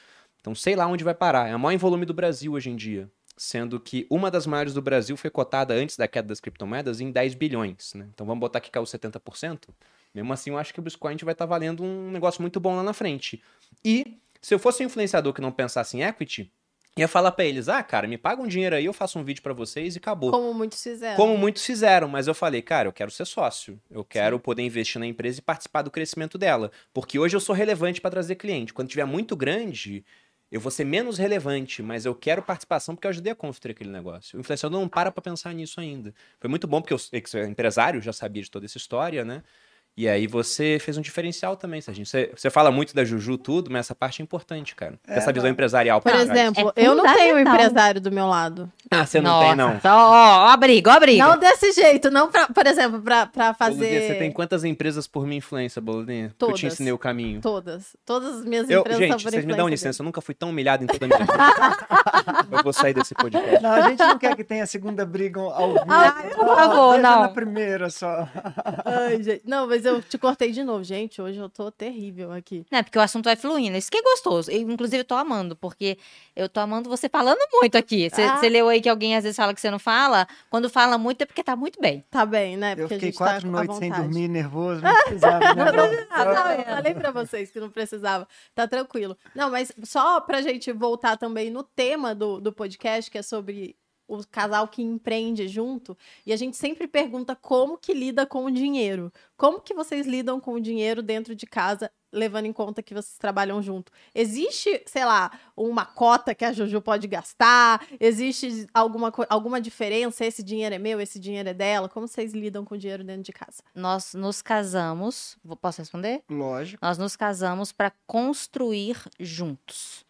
Então, sei lá onde vai parar. É a maior em volume do Brasil hoje em dia. Sendo que uma das maiores do Brasil foi cotada antes da queda das criptomoedas em 10 bilhões, né? Então, vamos botar que caiu 70%. Mesmo assim, eu acho que o Bitcoin vai estar valendo um negócio muito bom lá na frente. E, se eu fosse um influenciador que não pensasse em equity, ia falar pra eles, cara, me paga um dinheiro aí, eu faço um vídeo pra vocês e acabou. Como muitos fizeram. Como muitos fizeram, mas eu falei, cara, eu quero ser sócio. Eu quero poder investir na empresa e participar do crescimento dela. Porque hoje eu sou relevante pra trazer cliente. Quando tiver muito grande, eu vou ser menos relevante, mas eu quero participação porque eu ajudei a construir aquele negócio. O influenciador não para pra pensar nisso ainda. Foi muito bom porque eu sou empresário, já sabia de toda essa história, né? E aí você fez um diferencial também, Serginho. Você fala muito da Juju, tudo, mas essa parte é importante, cara. Essa visão empresarial. Por exemplo, eu não tenho um empresário do meu lado. Você não tem, não? Ó a briga. Não desse jeito, não por exemplo, pra fazer... Boludinha, você tem quantas empresas por minha influência, Boludinha? Todas. Eu te ensinei o caminho. Todas as minhas empresas gente, são por vocês me dão influência licença, eu nunca fui tão humilhado em toda a minha vida. Eu vou sair desse podcast. Não, a gente não quer que tenha segunda briga ao vivo. Por favor, não. Na primeira só. Ai, gente. Não, mas eu te cortei de novo. Gente, hoje eu tô terrível aqui. Não, porque o assunto vai fluindo. Isso que é gostoso. Eu, inclusive, eu tô amando, porque eu tô amando você falando muito aqui. Você leu aí que alguém às vezes fala que você não fala. Quando fala muito é porque tá muito bem. Tá bem, né? Eu Porque fiquei a gente 4 tá noites à sem vontade. dormir, nervoso, não precisava. Né? Eu falei pra vocês que não precisava. Tá tranquilo. Não, mas só pra gente voltar também no tema do podcast, que é sobre o casal que empreende junto, e a gente sempre pergunta como que lida com o dinheiro. Como que vocês lidam com o dinheiro dentro de casa, levando em conta que vocês trabalham junto? Existe, sei lá, uma cota que a Juju pode gastar? Existe alguma diferença? Esse dinheiro é meu, esse dinheiro é dela? Como vocês lidam com o dinheiro dentro de casa? Nós nos casamos... Posso responder? Lógico. Nós nos casamos para construir juntos.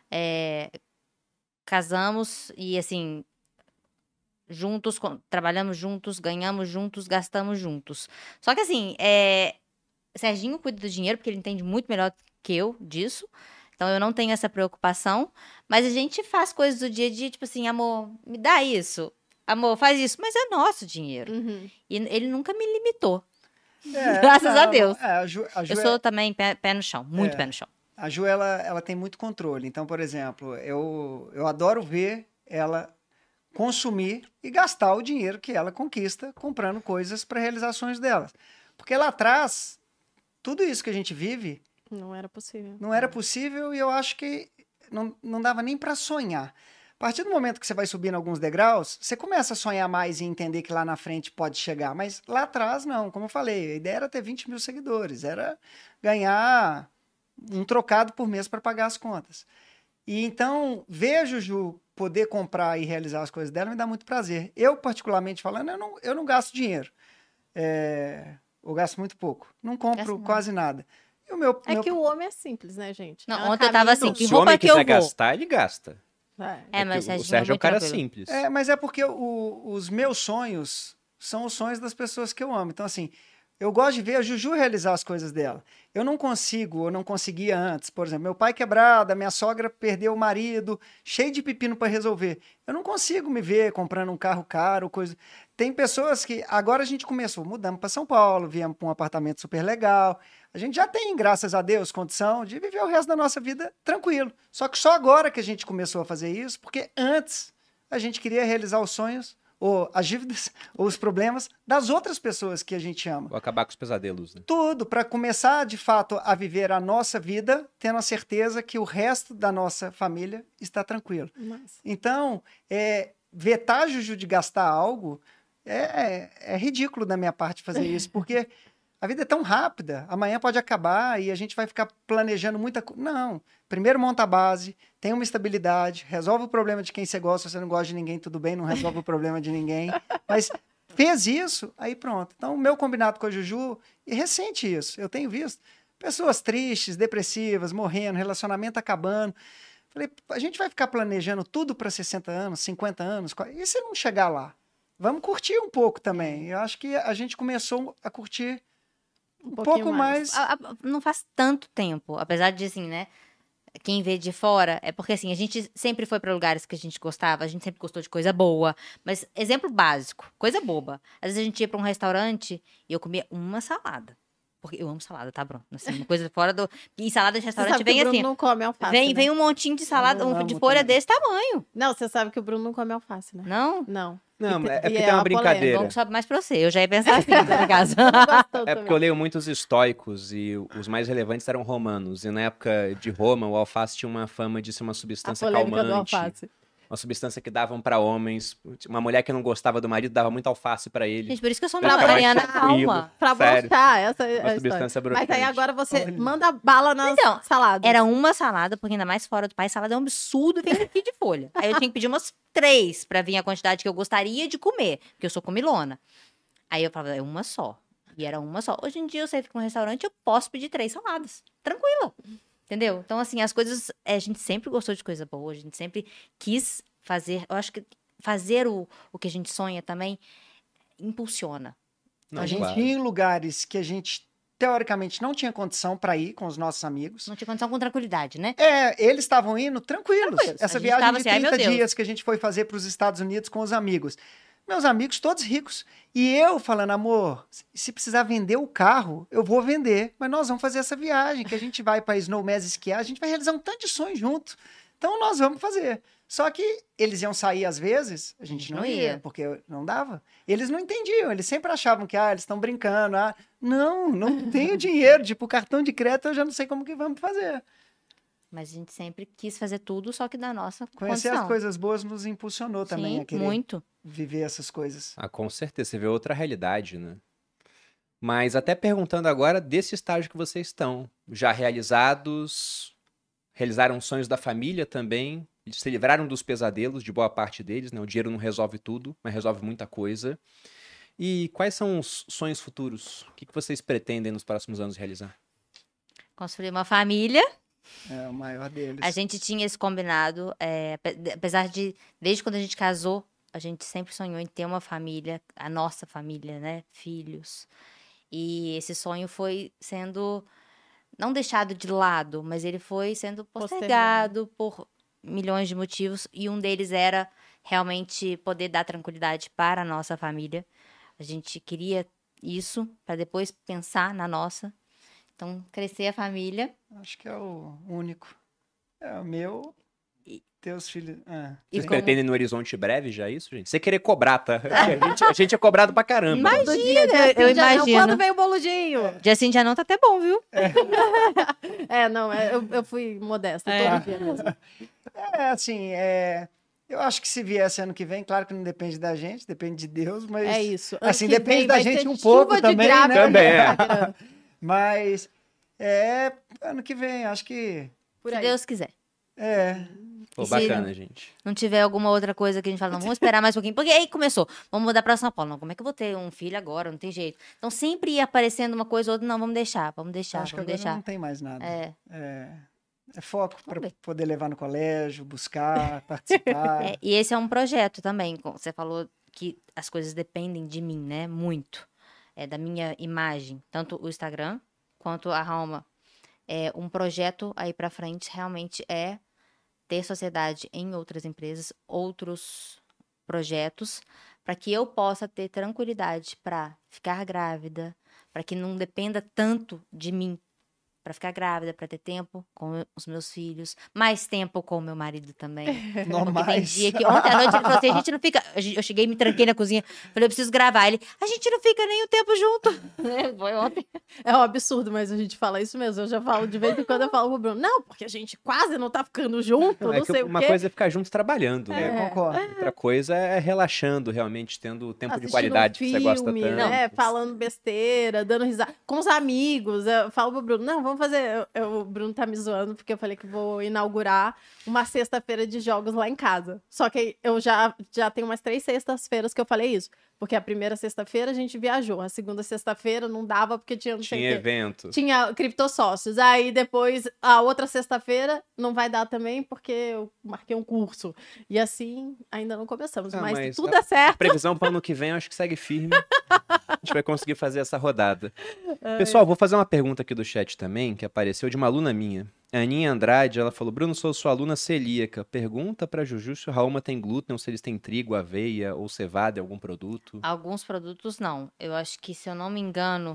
Casamos e, assim... juntos, trabalhamos juntos, ganhamos juntos, gastamos juntos. Só que assim, Serginho cuida do dinheiro, porque ele entende muito melhor que eu disso. Então eu não tenho essa preocupação. Mas a gente faz coisas do dia a dia, tipo assim, amor, me dá isso. Amor, faz isso. Mas é nosso dinheiro. Uhum. E ele nunca me limitou. Graças a Deus. A Ju Eu sou também pé no chão, muito pé no chão. A Ju, ela tem muito controle. Então, por exemplo, eu adoro ver ela consumir e gastar o dinheiro que ela conquista comprando coisas para realizar sonhos dela. Porque lá atrás, tudo isso que a gente vive... Não era possível. Não era possível e eu acho que não dava nem para sonhar. A partir do momento que você vai subindo alguns degraus, você começa a sonhar mais e entender que lá na frente pode chegar. Mas lá atrás, não. Como eu falei, a ideia era ter 20 mil seguidores. Era ganhar um trocado por mês para pagar as contas. E então, ver a Juju poder comprar e realizar as coisas dela me dá muito prazer. Eu, particularmente falando, eu não gasto dinheiro. Eu gasto muito pouco. Não compro quase nada. E que o homem é simples, né, gente? Não, ontem eu tava assim, que se o roupa homem que eu quiser vou? gastar, ele gasta. Mas O Sérgio é um cara tranquilo. simples. Mas é porque os meus sonhos são os sonhos das pessoas que eu amo. Então, assim, eu gosto de ver a Juju realizar as coisas dela. Eu não consigo, ou não conseguia antes. Por exemplo, meu pai quebrado, a minha sogra perdeu o marido, cheio de pepino para resolver. Eu não consigo me ver comprando um carro caro, coisa. Tem pessoas que... Agora a gente começou, mudamos para São Paulo, viemos para um apartamento super legal. A gente já tem, graças a Deus, condição de viver o resto da nossa vida tranquilo. Só que só agora que a gente começou a fazer isso, porque antes a gente queria realizar os sonhos, ou as dívidas, ou os problemas das outras pessoas que a gente ama. Ou acabar com os pesadelos, né? Tudo para começar, de fato, a viver a nossa vida, tendo a certeza que o resto da nossa família está tranquilo. Nossa. Então, vetar a Juju de gastar algo é ridículo da minha parte fazer isso, porque a vida é tão rápida, amanhã pode acabar e a gente vai ficar planejando muita coisa. Não, primeiro monta a base, tem uma estabilidade, resolve o problema de quem você gosta, se você não gosta de ninguém, tudo bem, não resolve o problema de ninguém, mas fez isso, aí pronto. Então, o meu combinado com a Juju, e recente isso, eu tenho visto pessoas tristes, depressivas, morrendo, relacionamento acabando. Falei, a gente vai ficar planejando tudo para 60 anos, 50 anos, e se não chegar lá? Vamos curtir um pouco também. Eu acho que a gente começou a curtir um pouco mais. Não faz tanto tempo, apesar de, assim, né? Quem vê de fora, é porque, assim, a gente sempre foi para lugares que a gente gostava, a gente sempre gostou de coisa boa. Mas, exemplo básico, coisa boba. Às vezes a gente ia para um restaurante e eu comia uma salada. Porque eu amo salada, tá, Bruno? Assim, uma coisa fora do... E salada de Você restaurante sabe que vem o Bruno assim. não come alface, né? Vem um montinho de salada, Eu de amo folha também. desse tamanho. Não, você sabe que o Bruno não come alface, né? Não? Não. Não, é E porque tem uma uma brincadeira. Bom que sobe mais pra você. Eu já ia pensar assim, tá ligado? Não gostou É também. porque eu leio muitos estoicos e os mais relevantes eram romanos. E na época de Roma, o alface tinha uma fama de ser uma A substância polêmica do calmante. alface. Uma substância que davam pra homens. Uma mulher que não gostava do marido dava muito alface pra ele. Gente, por isso que eu sou Pra uma ficar mais Mariana tranquilo. calma. Pra Sério. broxar, essa é Uma a história. substância Mas aí broxante. agora você Olha. manda bala nas Então, saladas. Era uma salada, porque ainda mais fora do país, salada é um absurdo vir aqui de folha. Aí eu tinha que pedir umas 3 pra vir a quantidade que eu gostaria de comer, porque eu sou comilona. Aí eu falava, é uma só. E era uma só. Hoje em dia eu sei que num restaurante eu posso pedir 3 saladas. Tranquila. Entendeu? Então, assim, as coisas. A gente sempre gostou de coisa boa, a gente sempre quis fazer. Eu acho que fazer o que a gente sonha também impulsiona. Não, A gente claro. ia em lugares que a gente, teoricamente, não tinha condição para ir com os nossos amigos. Não tinha condição com tranquilidade, né? Eles estavam indo tranquilos. Tranquilos. A Essa gente viagem tava de assim, ai, meu 30 Deus. dias que a gente foi fazer para os Estados Unidos com os amigos. Meus amigos todos ricos. E eu falando, amor, se precisar vender o carro, eu vou vender. Mas nós vamos fazer essa viagem, que a gente vai para Snowmass esquiar, a gente vai realizar um tanto de sonhos junto. Então nós vamos fazer. Só que eles iam sair às vezes, a gente não ia, porque não dava. Eles não entendiam, eles sempre achavam que eles estão brincando. Não tenho dinheiro, tipo, cartão de crédito eu já não sei como que vamos fazer. Mas a gente sempre quis fazer tudo, só que da nossa Conhecer condição. as coisas boas nos impulsionou também Sim, a querer muito. viver essas coisas. Ah, com certeza. Você vê outra realidade, né? Mas até perguntando agora desse estágio que vocês estão. Já realizados, realizaram sonhos da família também, se livraram dos pesadelos de boa parte deles, né? O dinheiro não resolve tudo, mas resolve muita coisa. E quais são os sonhos futuros? O que vocês pretendem nos próximos anos realizar? Construir uma família. É o maior deles. A gente tinha esse combinado, apesar de, desde quando a gente casou, a gente sempre sonhou em ter uma família, a nossa família, né? Filhos. E esse sonho foi sendo, não deixado de lado, mas ele foi sendo postergado por milhões de motivos. E um deles era realmente poder dar tranquilidade para a nossa família. A gente queria isso, para depois pensar na nossa. Então, crescer a família. Acho que é o único. É o meu, teus filhos. E Vocês como- pretendem no horizonte breve já isso, gente? Você querer cobrar, tá? A gente é cobrado pra caramba. Imagina, Do dia, dia eu sim, dia não. imagino. Quando veio o boludinho? Dia sim, dia não, tá até bom, viu? Eu fui modesta É. todo dia mesmo. Eu acho que se viesse ano que vem, claro que não depende da gente, depende de Deus, mas. É isso. Ano Assim, que depende vem da vai gente ter um pouco chuva de também, grávida né? Também, no é. Instagram. Mas, ano que vem, acho que. Por Se aí. Deus quiser. Pô, E se bacana, gente. Não tiver alguma outra coisa que a gente fala, não, vamos esperar mais um pouquinho. Porque aí começou, vamos mudar pra São Paulo. Não, como é que eu vou ter um filho agora? Não tem jeito. Então sempre ia aparecendo uma coisa ou outra, não, vamos deixar, Acho que vamos agora deixar. não tem mais nada. É. É foco para ver. poder levar no colégio, buscar, participar. E esse é um projeto também. Você falou que as coisas dependem de mim, né? Muito. Da minha imagem. Tanto o Instagram quanto a Rauma. Um projeto aí pra frente realmente é ter sociedade em outras empresas, outros projetos, para que eu possa ter tranquilidade para ficar grávida, para que não dependa tanto de mim para ficar grávida, para ter tempo com os meus filhos, mais tempo com o meu marido também. Porque tem dia que ontem à noite ele falou assim, a gente não fica, eu cheguei e me tranquei na cozinha, falei, eu preciso gravar, ele, a gente não fica nem o tempo junto. Foi ontem. É um absurdo, mas a gente fala isso mesmo. Eu já falo de vez em quando, eu falo pro Bruno, não, porque a gente quase não tá ficando junto, É não que sei o uma quê. coisa é ficar juntos trabalhando, né? Concordo. Outra coisa é relaxando, realmente, tendo tempo de Assistindo qualidade que você gosta filme, tanto. né? Falando besteira, dando risada. Com os amigos. Eu falo pro Bruno, não, vamos fazer... O Bruno tá me zoando, porque eu falei que vou inaugurar uma sexta-feira de jogos lá em casa. Só que eu já tenho umas 3 sextas-feiras que eu falei isso. Porque a primeira sexta-feira a gente viajou. A segunda sexta-feira não dava porque tinha... Não sei Tinha o quê. evento. Tinha criptossócios. Aí depois, a outra sexta-feira não vai dar também, porque eu marquei um curso. E assim, ainda não começamos. Ah, mas mas tudo é certo. Previsão para ano que vem, eu acho que segue firme. A gente vai conseguir fazer essa rodada. Pessoal, vou fazer uma pergunta aqui do chat também, que apareceu de uma aluna minha. A Aninha Andrade, ela falou, Bruno, sou sua aluna celíaca. Pergunta pra Juju se o Rauma tem glúten ou se eles têm trigo, aveia ou cevada em algum produto. Alguns produtos não. Eu acho que, se eu não me engano,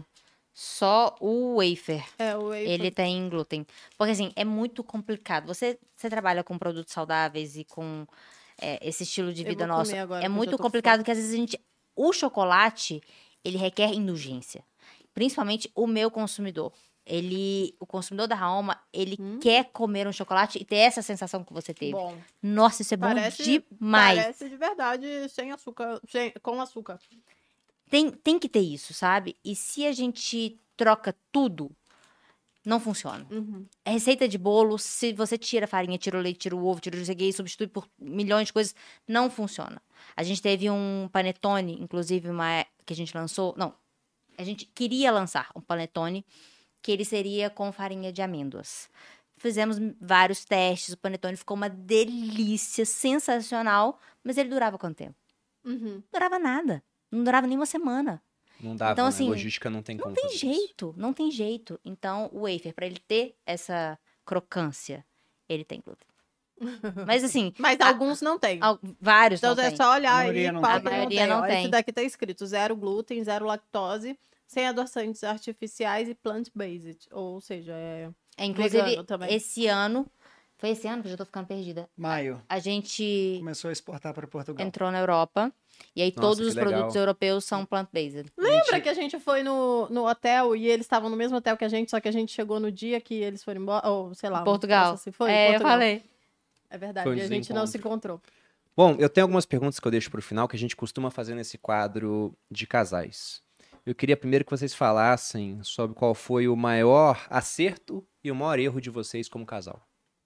Só o wafer. O wafer. Ele tem glúten. Porque, assim, é muito complicado. Você trabalha com produtos saudáveis e com esse estilo de vida nosso. É muito complicado que, às vezes, o chocolate, ele requer indulgência. Principalmente o meu consumidor. O consumidor da Raoma, ele quer comer um chocolate e ter essa sensação que você teve. Bom. Nossa, isso é bom demais. Parece de verdade sem açúcar, com açúcar. Tem que ter isso, sabe? E se a gente troca tudo, não funciona. É receita de bolo, se você tira a farinha, tira o leite, tira o ovo, tira o e substitui por milhões de coisas, não funciona. A gente teve um panetone, inclusive, que a gente lançou. Não, a gente queria lançar um panetone que ele seria com farinha de amêndoas. Fizemos vários testes, o panetone ficou uma delícia, sensacional, mas ele durava quanto tempo? Não durava nada. Não durava nem uma semana. Não dava, então, assim, logística não tem como fazer isso. Não tem jeito. Então, o wafer, para ele ter essa crocância, ele tem glúten. Mas assim... Mas alguns não tem. Vários então, não tem. Então, é só olhar aí. A maioria não tem. Esse daqui tá escrito 0 glúten, 0 lactose, sem adoçantes artificiais e plant-based. Ou seja, inclusive, esse ano... Foi esse ano que eu já tô ficando perdida. Maio. A gente... começou a exportar para Portugal. Entrou na Europa. E aí todos os produtos europeus são plant-based. Lembra que a gente foi no hotel e eles estavam no mesmo hotel que a gente, só que a gente chegou no dia que eles foram embora, ou sei lá. Portugal. Assim, foi, Portugal. Eu falei. É verdade, e a gente não se encontrou. Bom, eu tenho algumas perguntas que eu deixo pro final, que a gente costuma fazer nesse quadro de casais. Eu queria primeiro que vocês falassem sobre qual foi o maior acerto e o maior erro de vocês como casal.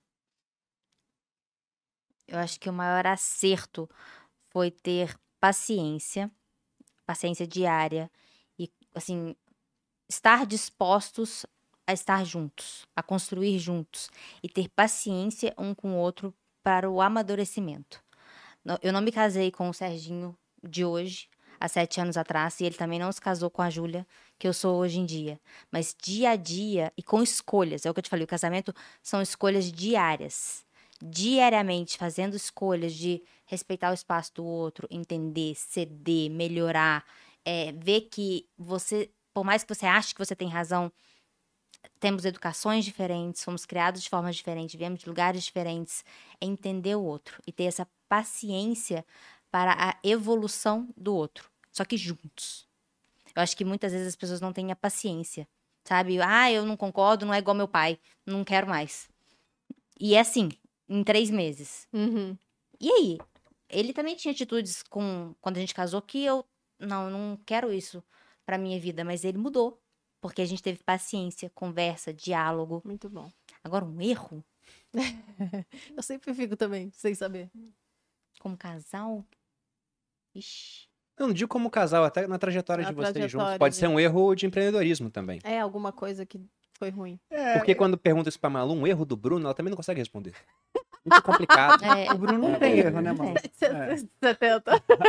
Eu acho que o maior acerto foi ter paciência diária e, assim, estar dispostos a estar juntos, a construir juntos e ter paciência um com o outro para o amadurecimento. Eu não me casei com o Serginho de hoje, há 7 anos atrás, e ele também não se casou com a Júlia, que eu sou hoje em dia. Mas dia a dia e com escolhas, é o que eu te falei, o casamento são escolhas diárias. Diariamente fazendo escolhas de respeitar o espaço do outro, entender, ceder, melhorar, ver que você, por mais que você ache que você tem razão, temos educações diferentes, fomos criados de formas diferentes, viemos de lugares diferentes, entender o outro e ter essa paciência para a evolução do outro, só que juntos. Eu acho que muitas vezes as pessoas não têm a paciência, sabe? Eu não concordo, não é igual meu pai, não quero mais. E é assim, em 3 meses. E aí? Ele também tinha atitudes quando a gente casou que eu não quero isso pra minha vida, mas ele mudou. Porque a gente teve paciência, conversa, diálogo. Muito bom. Agora, um erro? Eu sempre fico também, sem saber. Como casal? Ixi. Eu não digo como casal, até na trajetória de vocês juntos. Pode ser um erro de empreendedorismo também. Alguma coisa que foi ruim. Porque quando pergunta isso pra Malu, um erro do Bruno, ela também não consegue responder. Muito complicado. O Bruno não tem erro, né, Malu? Você tenta.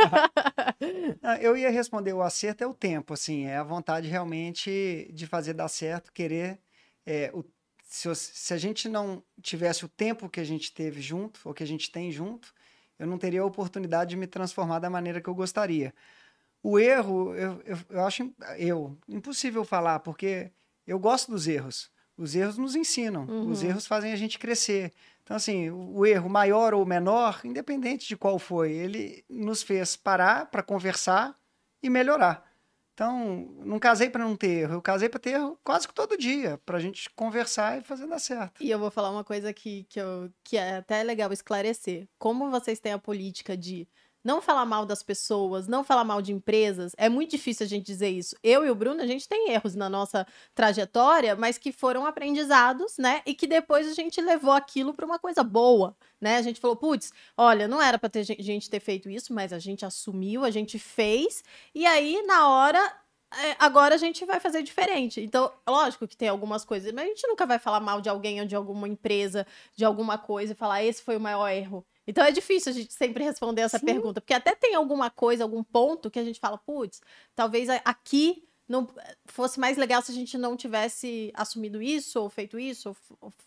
Eu ia responder, o acerto é o tempo, assim, é a vontade realmente de fazer dar certo, querer. Se a gente não tivesse o tempo que a gente teve junto, ou que a gente tem junto, eu não teria a oportunidade de me transformar da maneira que eu gostaria. O erro, eu acho impossível falar, porque eu gosto dos erros. Os erros nos ensinam, os erros fazem a gente crescer. Então, assim, o erro maior ou menor, independente de qual foi, ele nos fez parar para conversar e melhorar. Então, não casei para não ter erro, eu casei para ter erro quase que todo dia, para a gente conversar e fazer dar certo. E eu vou falar uma coisa que é até legal esclarecer. Como vocês têm a política de não falar mal das pessoas, não falar mal de empresas, é muito difícil a gente dizer isso. Eu e o Bruno, a gente tem erros na nossa trajetória, mas que foram aprendizados, né? E que depois a gente levou aquilo para uma coisa boa, né? A gente falou, putz, olha, não era para gente ter feito isso, mas a gente assumiu, a gente fez, e aí, na hora, agora a gente vai fazer diferente. Então, lógico que tem algumas coisas, mas a gente nunca vai falar mal de alguém ou de alguma empresa, de alguma coisa, e falar, esse foi o maior erro. Então é difícil a gente sempre responder essa pergunta, porque até tem alguma coisa, algum ponto que a gente fala, putz, talvez aqui não fosse mais legal se a gente não tivesse assumido isso, ou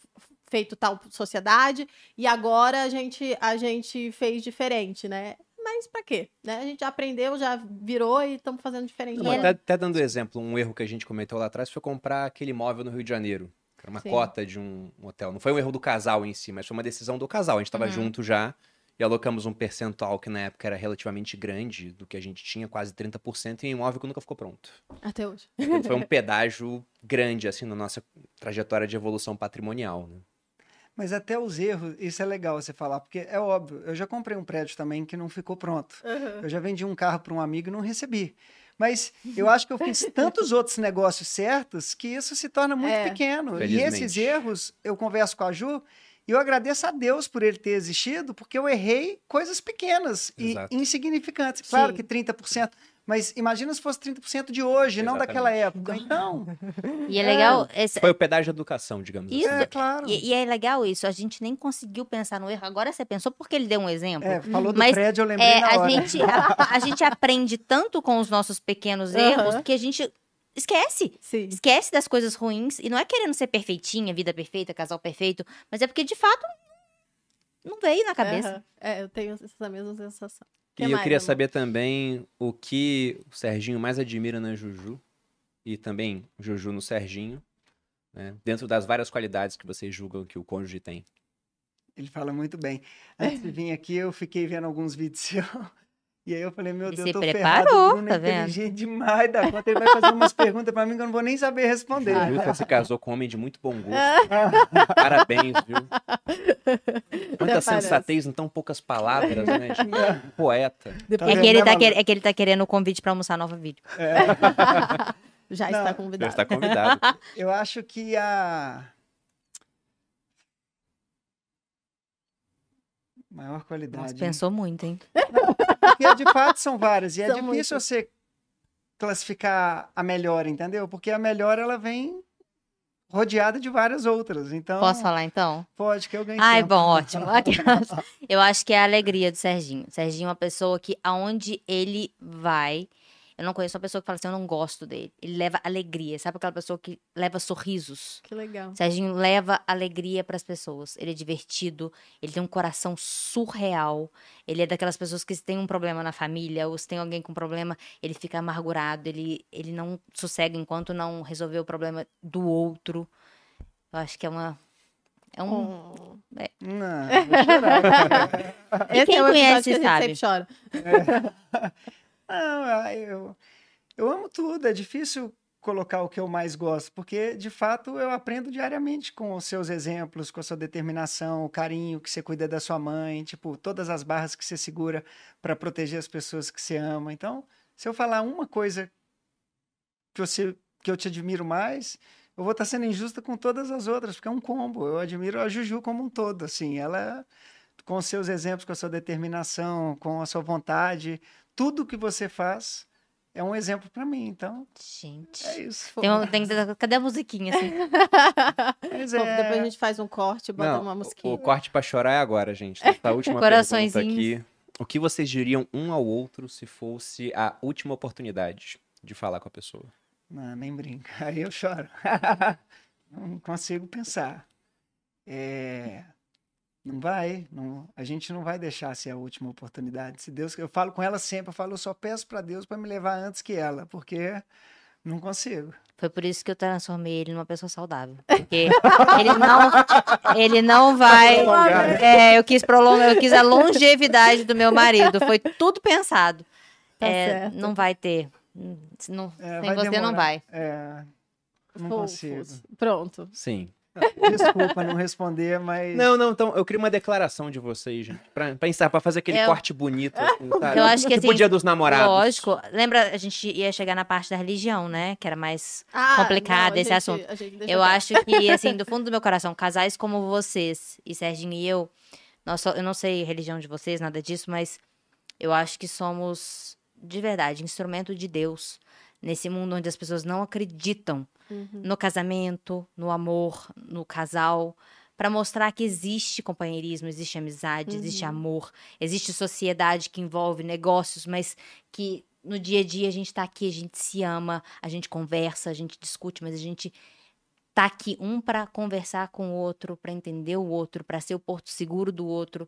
feito tal sociedade, e agora a gente fez diferente, né? mas pra quê? Né? A gente já aprendeu, já virou e estamos fazendo diferente. Até dando exemplo, um erro que a gente cometeu lá atrás foi comprar aquele imóvel no Rio de Janeiro. Que era uma cota de um hotel. Não foi um erro do casal em si, mas foi uma decisão do casal. A gente estava junto já e alocamos um percentual que na época era relativamente grande do que a gente tinha, quase 30%, em um imóvel que nunca ficou pronto. Até hoje. Foi um pedágio grande, assim, na nossa trajetória de evolução patrimonial, né? Mas até os erros, isso é legal você falar, porque é óbvio, eu já comprei um prédio também que não ficou pronto. Eu já vendi um carro para um amigo e não recebi. Mas eu acho que eu fiz tantos outros negócios certos que isso se torna muito pequeno. E esses erros, eu converso com a Ju e eu agradeço a Deus por ele ter existido, porque eu errei coisas pequenas e insignificantes. Claro que 30%. Mas imagina se fosse 30% de hoje, não daquela época. Então. E é legal. Foi o pedágio da educação, digamos isso, assim. Claro. E é legal isso. A gente nem conseguiu pensar no erro. Agora você pensou porque ele deu um exemplo. Falou do prédio, eu lembrei na hora. A gente aprende tanto com os nossos pequenos erros que a gente esquece. Sim. Esquece das coisas ruins. E não é querendo ser perfeitinha, vida perfeita, casal perfeito. Mas é porque, de fato, não veio na cabeça. Eu tenho essa mesma sensação. E eu queria saber também o que o Serginho mais admira na Juju e também Juju no Serginho, né? Dentro das várias qualidades que vocês julgam que o cônjuge tem. Ele fala muito bem. Antes de vir aqui, eu fiquei vendo alguns vídeos seus. E aí eu falei, meu Deus, eu tô ferrado. O Bruno é inteligente demais da conta. Ele vai fazer umas perguntas pra mim que eu não vou nem saber responder. Juju se casou com um homem de muito bom gosto. Parabéns, viu? Quanta sensatez em tão poucas palavras, né? De um poeta. É que ele tá querendo o convite pra almoçar nova vídeo. Já está convidado. Já está convidado. Eu acho que a maior qualidade. Nossa, pensou muito, hein? Porque de fato são várias. E é difícil você classificar a melhor, entendeu? Porque a melhor, ela vem rodeada de várias outras. Então, posso falar, então? Pode, que eu ganhei Ai, tempo. bom, ótimo. Eu acho que é a alegria do Serginho. Serginho é uma pessoa que, aonde ele vai... Eu não conheço uma pessoa que fala assim, eu não gosto dele. Ele leva alegria. Sabe aquela pessoa que leva sorrisos? Que legal. Serginho leva alegria para as pessoas. Ele é divertido, ele tem um coração surreal. Ele é daquelas pessoas que se tem um problema na família, ou se tem alguém com problema, ele fica amargurado. Ele não sossega enquanto não resolver o problema do outro. Eu acho que é uma... Não, vou chorar. E quem conhece que sabe. Sempre chora. Não, eu amo tudo. É difícil colocar o que eu mais gosto, porque, de fato, eu aprendo diariamente com os seus exemplos, com a sua determinação, o carinho que você cuida da sua mãe, tipo, todas as barras que você segura para proteger as pessoas que você ama. Então, se eu falar uma coisa que eu te admiro mais, eu vou estar sendo injusta com todas as outras, porque é um combo. Eu admiro a Juju como um todo, assim, ela, com os seus exemplos, com a sua determinação, com a sua vontade, tudo que você faz é um exemplo para mim, então. Gente. É isso. Cadê a musiquinha assim? Mas Depois a gente faz um corte, bota uma musiquinha. O corte para chorar é agora, gente. Essa última pergunta aqui. O que vocês diriam um ao outro se fosse a última oportunidade de falar com a pessoa? Não, nem brinca. Aí eu choro. Não consigo pensar. A gente não vai deixar ser a última oportunidade. Se Deus, eu falo com ela sempre, eu só peço para Deus para me levar antes que ela, porque não consigo. Foi por isso que eu transformei ele numa pessoa saudável. Porque ele não vai. Eu quis a longevidade do meu marido. Foi tudo pensado. Certo. Não vai ter. Sem você não vai. Não consigo. Pronto. Sim. Desculpa não responder, mas... Não, então, eu queria uma declaração de vocês, gente, pra fazer aquele corte bonito, assim, sabe? Eu acho que, tipo o Dia dos Namorados. Lógico. Lembra, a gente ia chegar na parte da religião, né? Que era mais complicada esse assunto. Eu acho que, assim, do fundo do meu coração, casais como vocês e Serginho e eu não sei a religião de vocês, nada disso, mas eu acho que somos, de verdade, instrumento de Deus nesse mundo onde as pessoas não acreditam no casamento, no amor, no casal, para mostrar que existe companheirismo, existe amizade, existe amor, existe sociedade que envolve negócios, mas que no dia a dia a gente tá aqui, a gente se ama, a gente conversa, a gente discute, mas a gente tá aqui para conversar com o outro, para entender o outro, para ser o porto seguro do outro.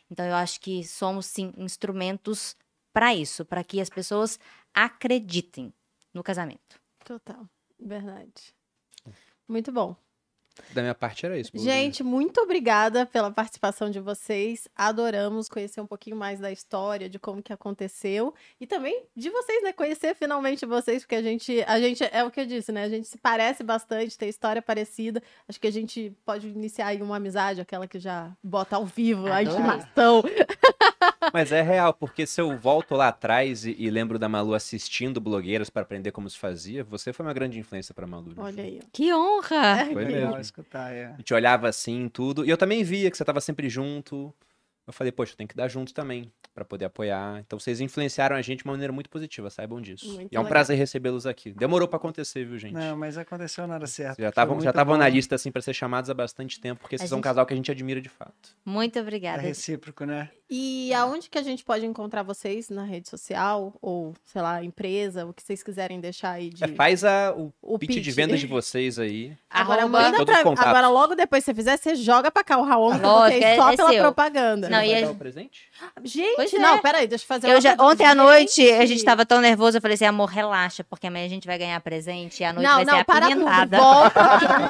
Então, eu acho que somos, sim, instrumentos para isso, para que as pessoas acreditem no casamento. Total, verdade. Muito bom. Da minha parte era isso. Gente, muito obrigada pela participação de vocês. Adoramos conhecer um pouquinho mais da história, de como que aconteceu. E também de vocês, né? Conhecer finalmente vocês, porque a gente é o que eu disse, né? A gente se parece bastante, tem história parecida. Acho que a gente pode iniciar aí uma amizade, aquela que já bota ao vivo a intimação. Mas é real, porque se eu volto lá atrás e lembro da Malu assistindo blogueiras para aprender como se fazia, você foi uma grande influência para Malu. Olha aí. Que honra! Foi mesmo. Escutar, A gente olhava assim, tudo. E eu também via que você estava sempre junto. Eu falei, poxa, tem que dar junto também, para poder apoiar. Então vocês influenciaram a gente de uma maneira muito positiva, saibam disso. Muito e é um legal. prazer recebê-los aqui. Demorou para acontecer, viu, gente? Não, mas aconteceu na hora certa. Já Foi muito estavam bom. na lista, assim, para ser chamados há bastante tempo, porque vocês são um casal que a gente admira de fato. Muito É obrigada. recíproco, né? E aonde que a gente pode encontrar vocês? Na rede social? Ou, sei lá, empresa? O que vocês quiserem deixar aí de... Faz o pitch de pitch. venda de vocês aí. Agora, Arroba- manda Todos os pra... contatos. Agora, logo depois que você fizer, você joga pra cá o Raon, Lógico, porque só é pela seu. propaganda. Não, Vai e dar a- o presente? Gente, Pois é. não, peraí, deixa eu fazer Eu já, outra- ontem à noite a Gente! gente tava tão nervoso, eu falei assim, amor, relaxa, porque amanhã a gente vai ganhar presente e a noite Não, vai ser não, para tudo, apimentada. volta.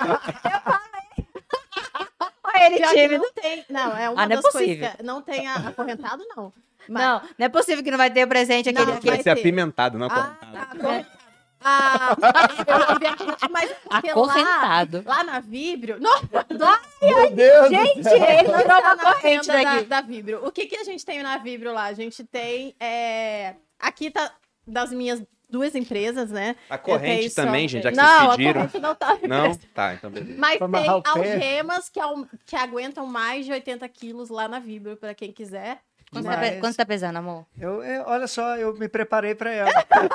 Olha ele Pior que tímido. não tem, não, é uma Ah, não é das coisas possível. que não tem acorrentado, não. Mas- Não, não é possível que não vai ter o presente Não, aquele vai aqui. Vai ser ter. apimentado, não Ah, acorrentado. tá, acorrentado. Ah, eu vi aqui, mas porque Acorrentado. Lá na Vibrio... Nossa, Meu Deus! Gente, ele ele não tirou está uma na corrente venda daqui. da Vibrio. O que que a gente tem na Vibrio lá? A gente tem... Aqui tá das minhas 2 empresas, né? A Eu corrente tenho só- também, gente, já que não, vocês pediram. a corrente não tá. Não? Tá, então beleza. Mas Pra tem amarrar o pé. algemas que aguentam mais de 80 quilos lá na Vibrio, pra quem quiser. Quanto Demais. quanto você tá pesando, amor? Olha só, eu me preparei pra ela.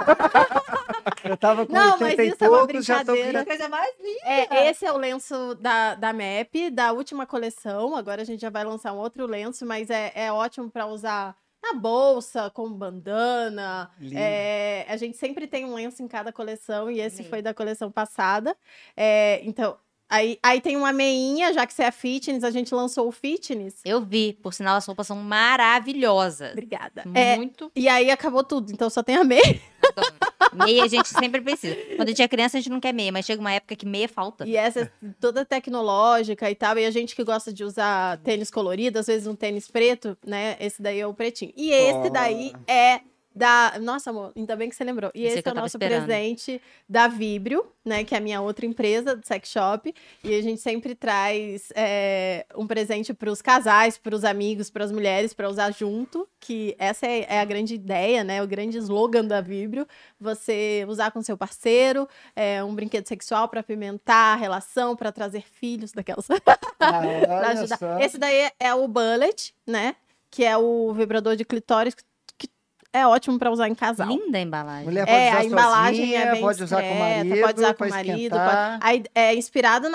Eu tava com Não, mas 80 e isso é uma poucos, já tô brincadeira. aqui. Coisa mais linda. Esse é o lenço da MEP, da última coleção. Agora a gente já vai lançar um outro lenço, mas é ótimo para usar na bolsa, como bandana. Lindo. A gente sempre tem um lenço em cada coleção, e esse Amei. foi da coleção passada. Então, aí tem uma meinha, já que você é fitness, a gente lançou o fitness. Eu vi, por sinal, as roupas são maravilhosas. Obrigada. Muito. E aí acabou tudo, então só tem a meia. Meia a gente sempre precisa. Quando a gente é criança, a gente não quer meia, mas chega uma época que meia falta. E essa é toda tecnológica e tal. E a gente que gosta de usar tênis colorido, às vezes um tênis preto, né? Esse daí é o pretinho. E esse daí é da... Nossa, amor, ainda bem que você lembrou. E Esse esse que é eu o tava nosso esperando. presente da Vibrio, né? Que é a minha outra empresa do sex shop. E a gente sempre traz um presente para os casais, para os amigos, para as mulheres, para usar junto. Que essa é a grande ideia, né? O grande slogan da Vibrio. Você usar com seu parceiro, um brinquedo sexual para apimentar a relação, para trazer filhos daquelas. Pra Olha ajudar. só. Esse daí é o Bullet, né? Que é o vibrador de clitóris, que é ótimo para usar em casal. Linda a embalagem. Mulher pode usar A embalagem sozinha, é bem pode usar com o discreta, marido, pode usar com pra o marido. esquentar. Aí, é inspirado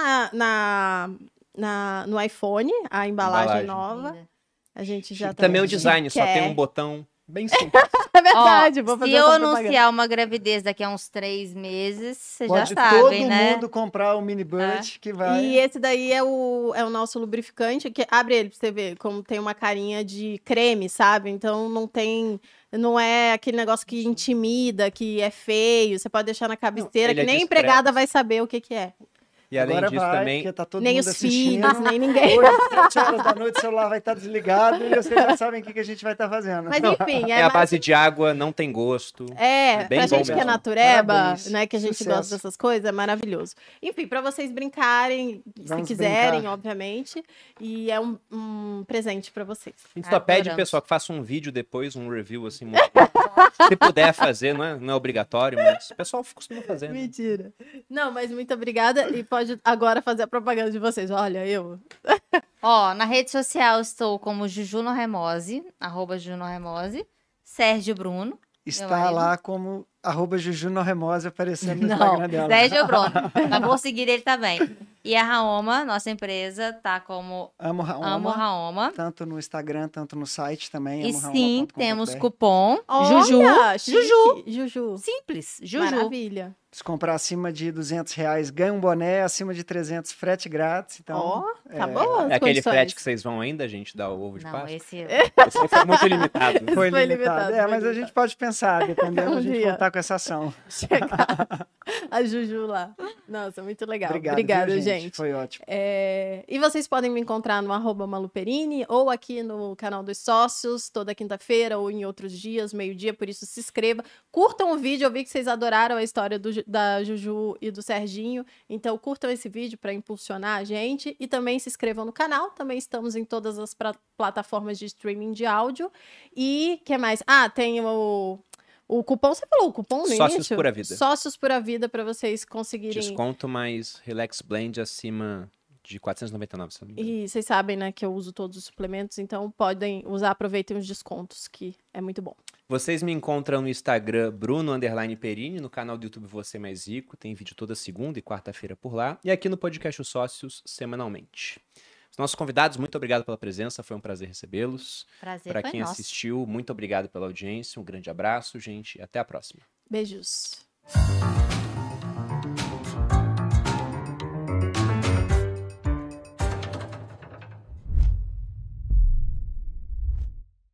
no iPhone, a embalagem Embalagem. nova. Linda. A gente já Também o tá- design, só quer. tem um botão bem simples. É verdade, Ó, vou fazer se eu essa propaganda. anunciar uma gravidez daqui a uns 3 meses, vocês Pode já sabem, todo né? mundo comprar o mini bullet que vai. E esse daí é o nosso lubrificante, que abre ele pra você ver como tem uma carinha de creme, sabe? Então não é aquele negócio que intimida, que é feio. Você pode deixar na cabeceira, ele que é nem a discreto. empregada vai saber o que que é. E além Agora disso vai, também, porque tá todo Nem mundo os assistindo. filhos, nem ninguém. Hoje, 7 horas da noite, o celular vai estar desligado e vocês já sabem o que a gente vai estar fazendo. Mas enfim, é a base de água, não tem gosto. bem pra bom gente que é mesmo. natureba, Parabéns. né, que a gente Sucesso. gosta dessas coisas, é maravilhoso. Enfim, pra vocês brincarem, se Vamos quiserem, brincar. obviamente, e é um presente pra vocês. A gente só pede, Adoramos. pessoal, que faça um vídeo depois, um review, assim, se puder fazer, não é obrigatório, mas o pessoal costuma fazer, né? Mentira. Não, mas muito obrigada, e pode agora fazer a propaganda de vocês. Olha, Ó, na rede social estou como Juju no Remose, @Juju no Remose, Sérgio Bruno. Está marido. lá como @Juju no Remose aparecendo no Não, Instagram dela. Sérgio Bruno. Mas vou seguir ele também. E a Raoma, nossa empresa, tá como Amo Raoma. Amo Raoma. Tanto no Instagram, tanto no site também. E sim, temos .com.br. cupom Olha, Juju. Juju. Simples, Juju. Maravilha. Se comprar acima de R$200, ganha um boné, acima de 300, frete grátis. Então, Tá bom. É aquele frete que vocês vão ainda, gente, dar o ovo de Não, Páscoa? esse... Esse aí foi muito limitado. Foi foi limitado. limitado, Mas a gente pode pensar, dependendo, a gente dia. voltar com essa ação. Chegar a Juju lá. Nossa, muito legal. Obrigado, Obrigada, viu, gente. Foi ótimo. E vocês podem me encontrar no @maluperini ou aqui no canal dos sócios, toda quinta-feira ou em outros dias, meio-dia, por isso se inscreva. Curtam o vídeo, eu vi que vocês adoraram a história da Juju e do Serginho, então curtam esse vídeo para impulsionar a gente e também se inscrevam no canal, também estamos em todas as plataformas de streaming de áudio. E, que mais? Tem o cupom, você falou o cupom no Sócios início? Pura Vida. Sócios Pura Vida, para vocês conseguirem... Desconto mais Relax Blend acima de 499, se não me engano. E vocês sabem, né, que eu uso todos os suplementos, então podem usar, aproveitem os descontos, que é muito bom. Vocês me encontram no Instagram Bruno_Perini, no canal do YouTube Você Mais Rico, tem vídeo toda segunda e quarta-feira por lá, e aqui no podcast Os Sócios, semanalmente. Os nossos convidados, muito obrigado pela presença, foi um prazer recebê-los. Prazer Para foi quem nosso. assistiu, muito obrigado pela audiência, um grande abraço, gente, e até a próxima. Beijos.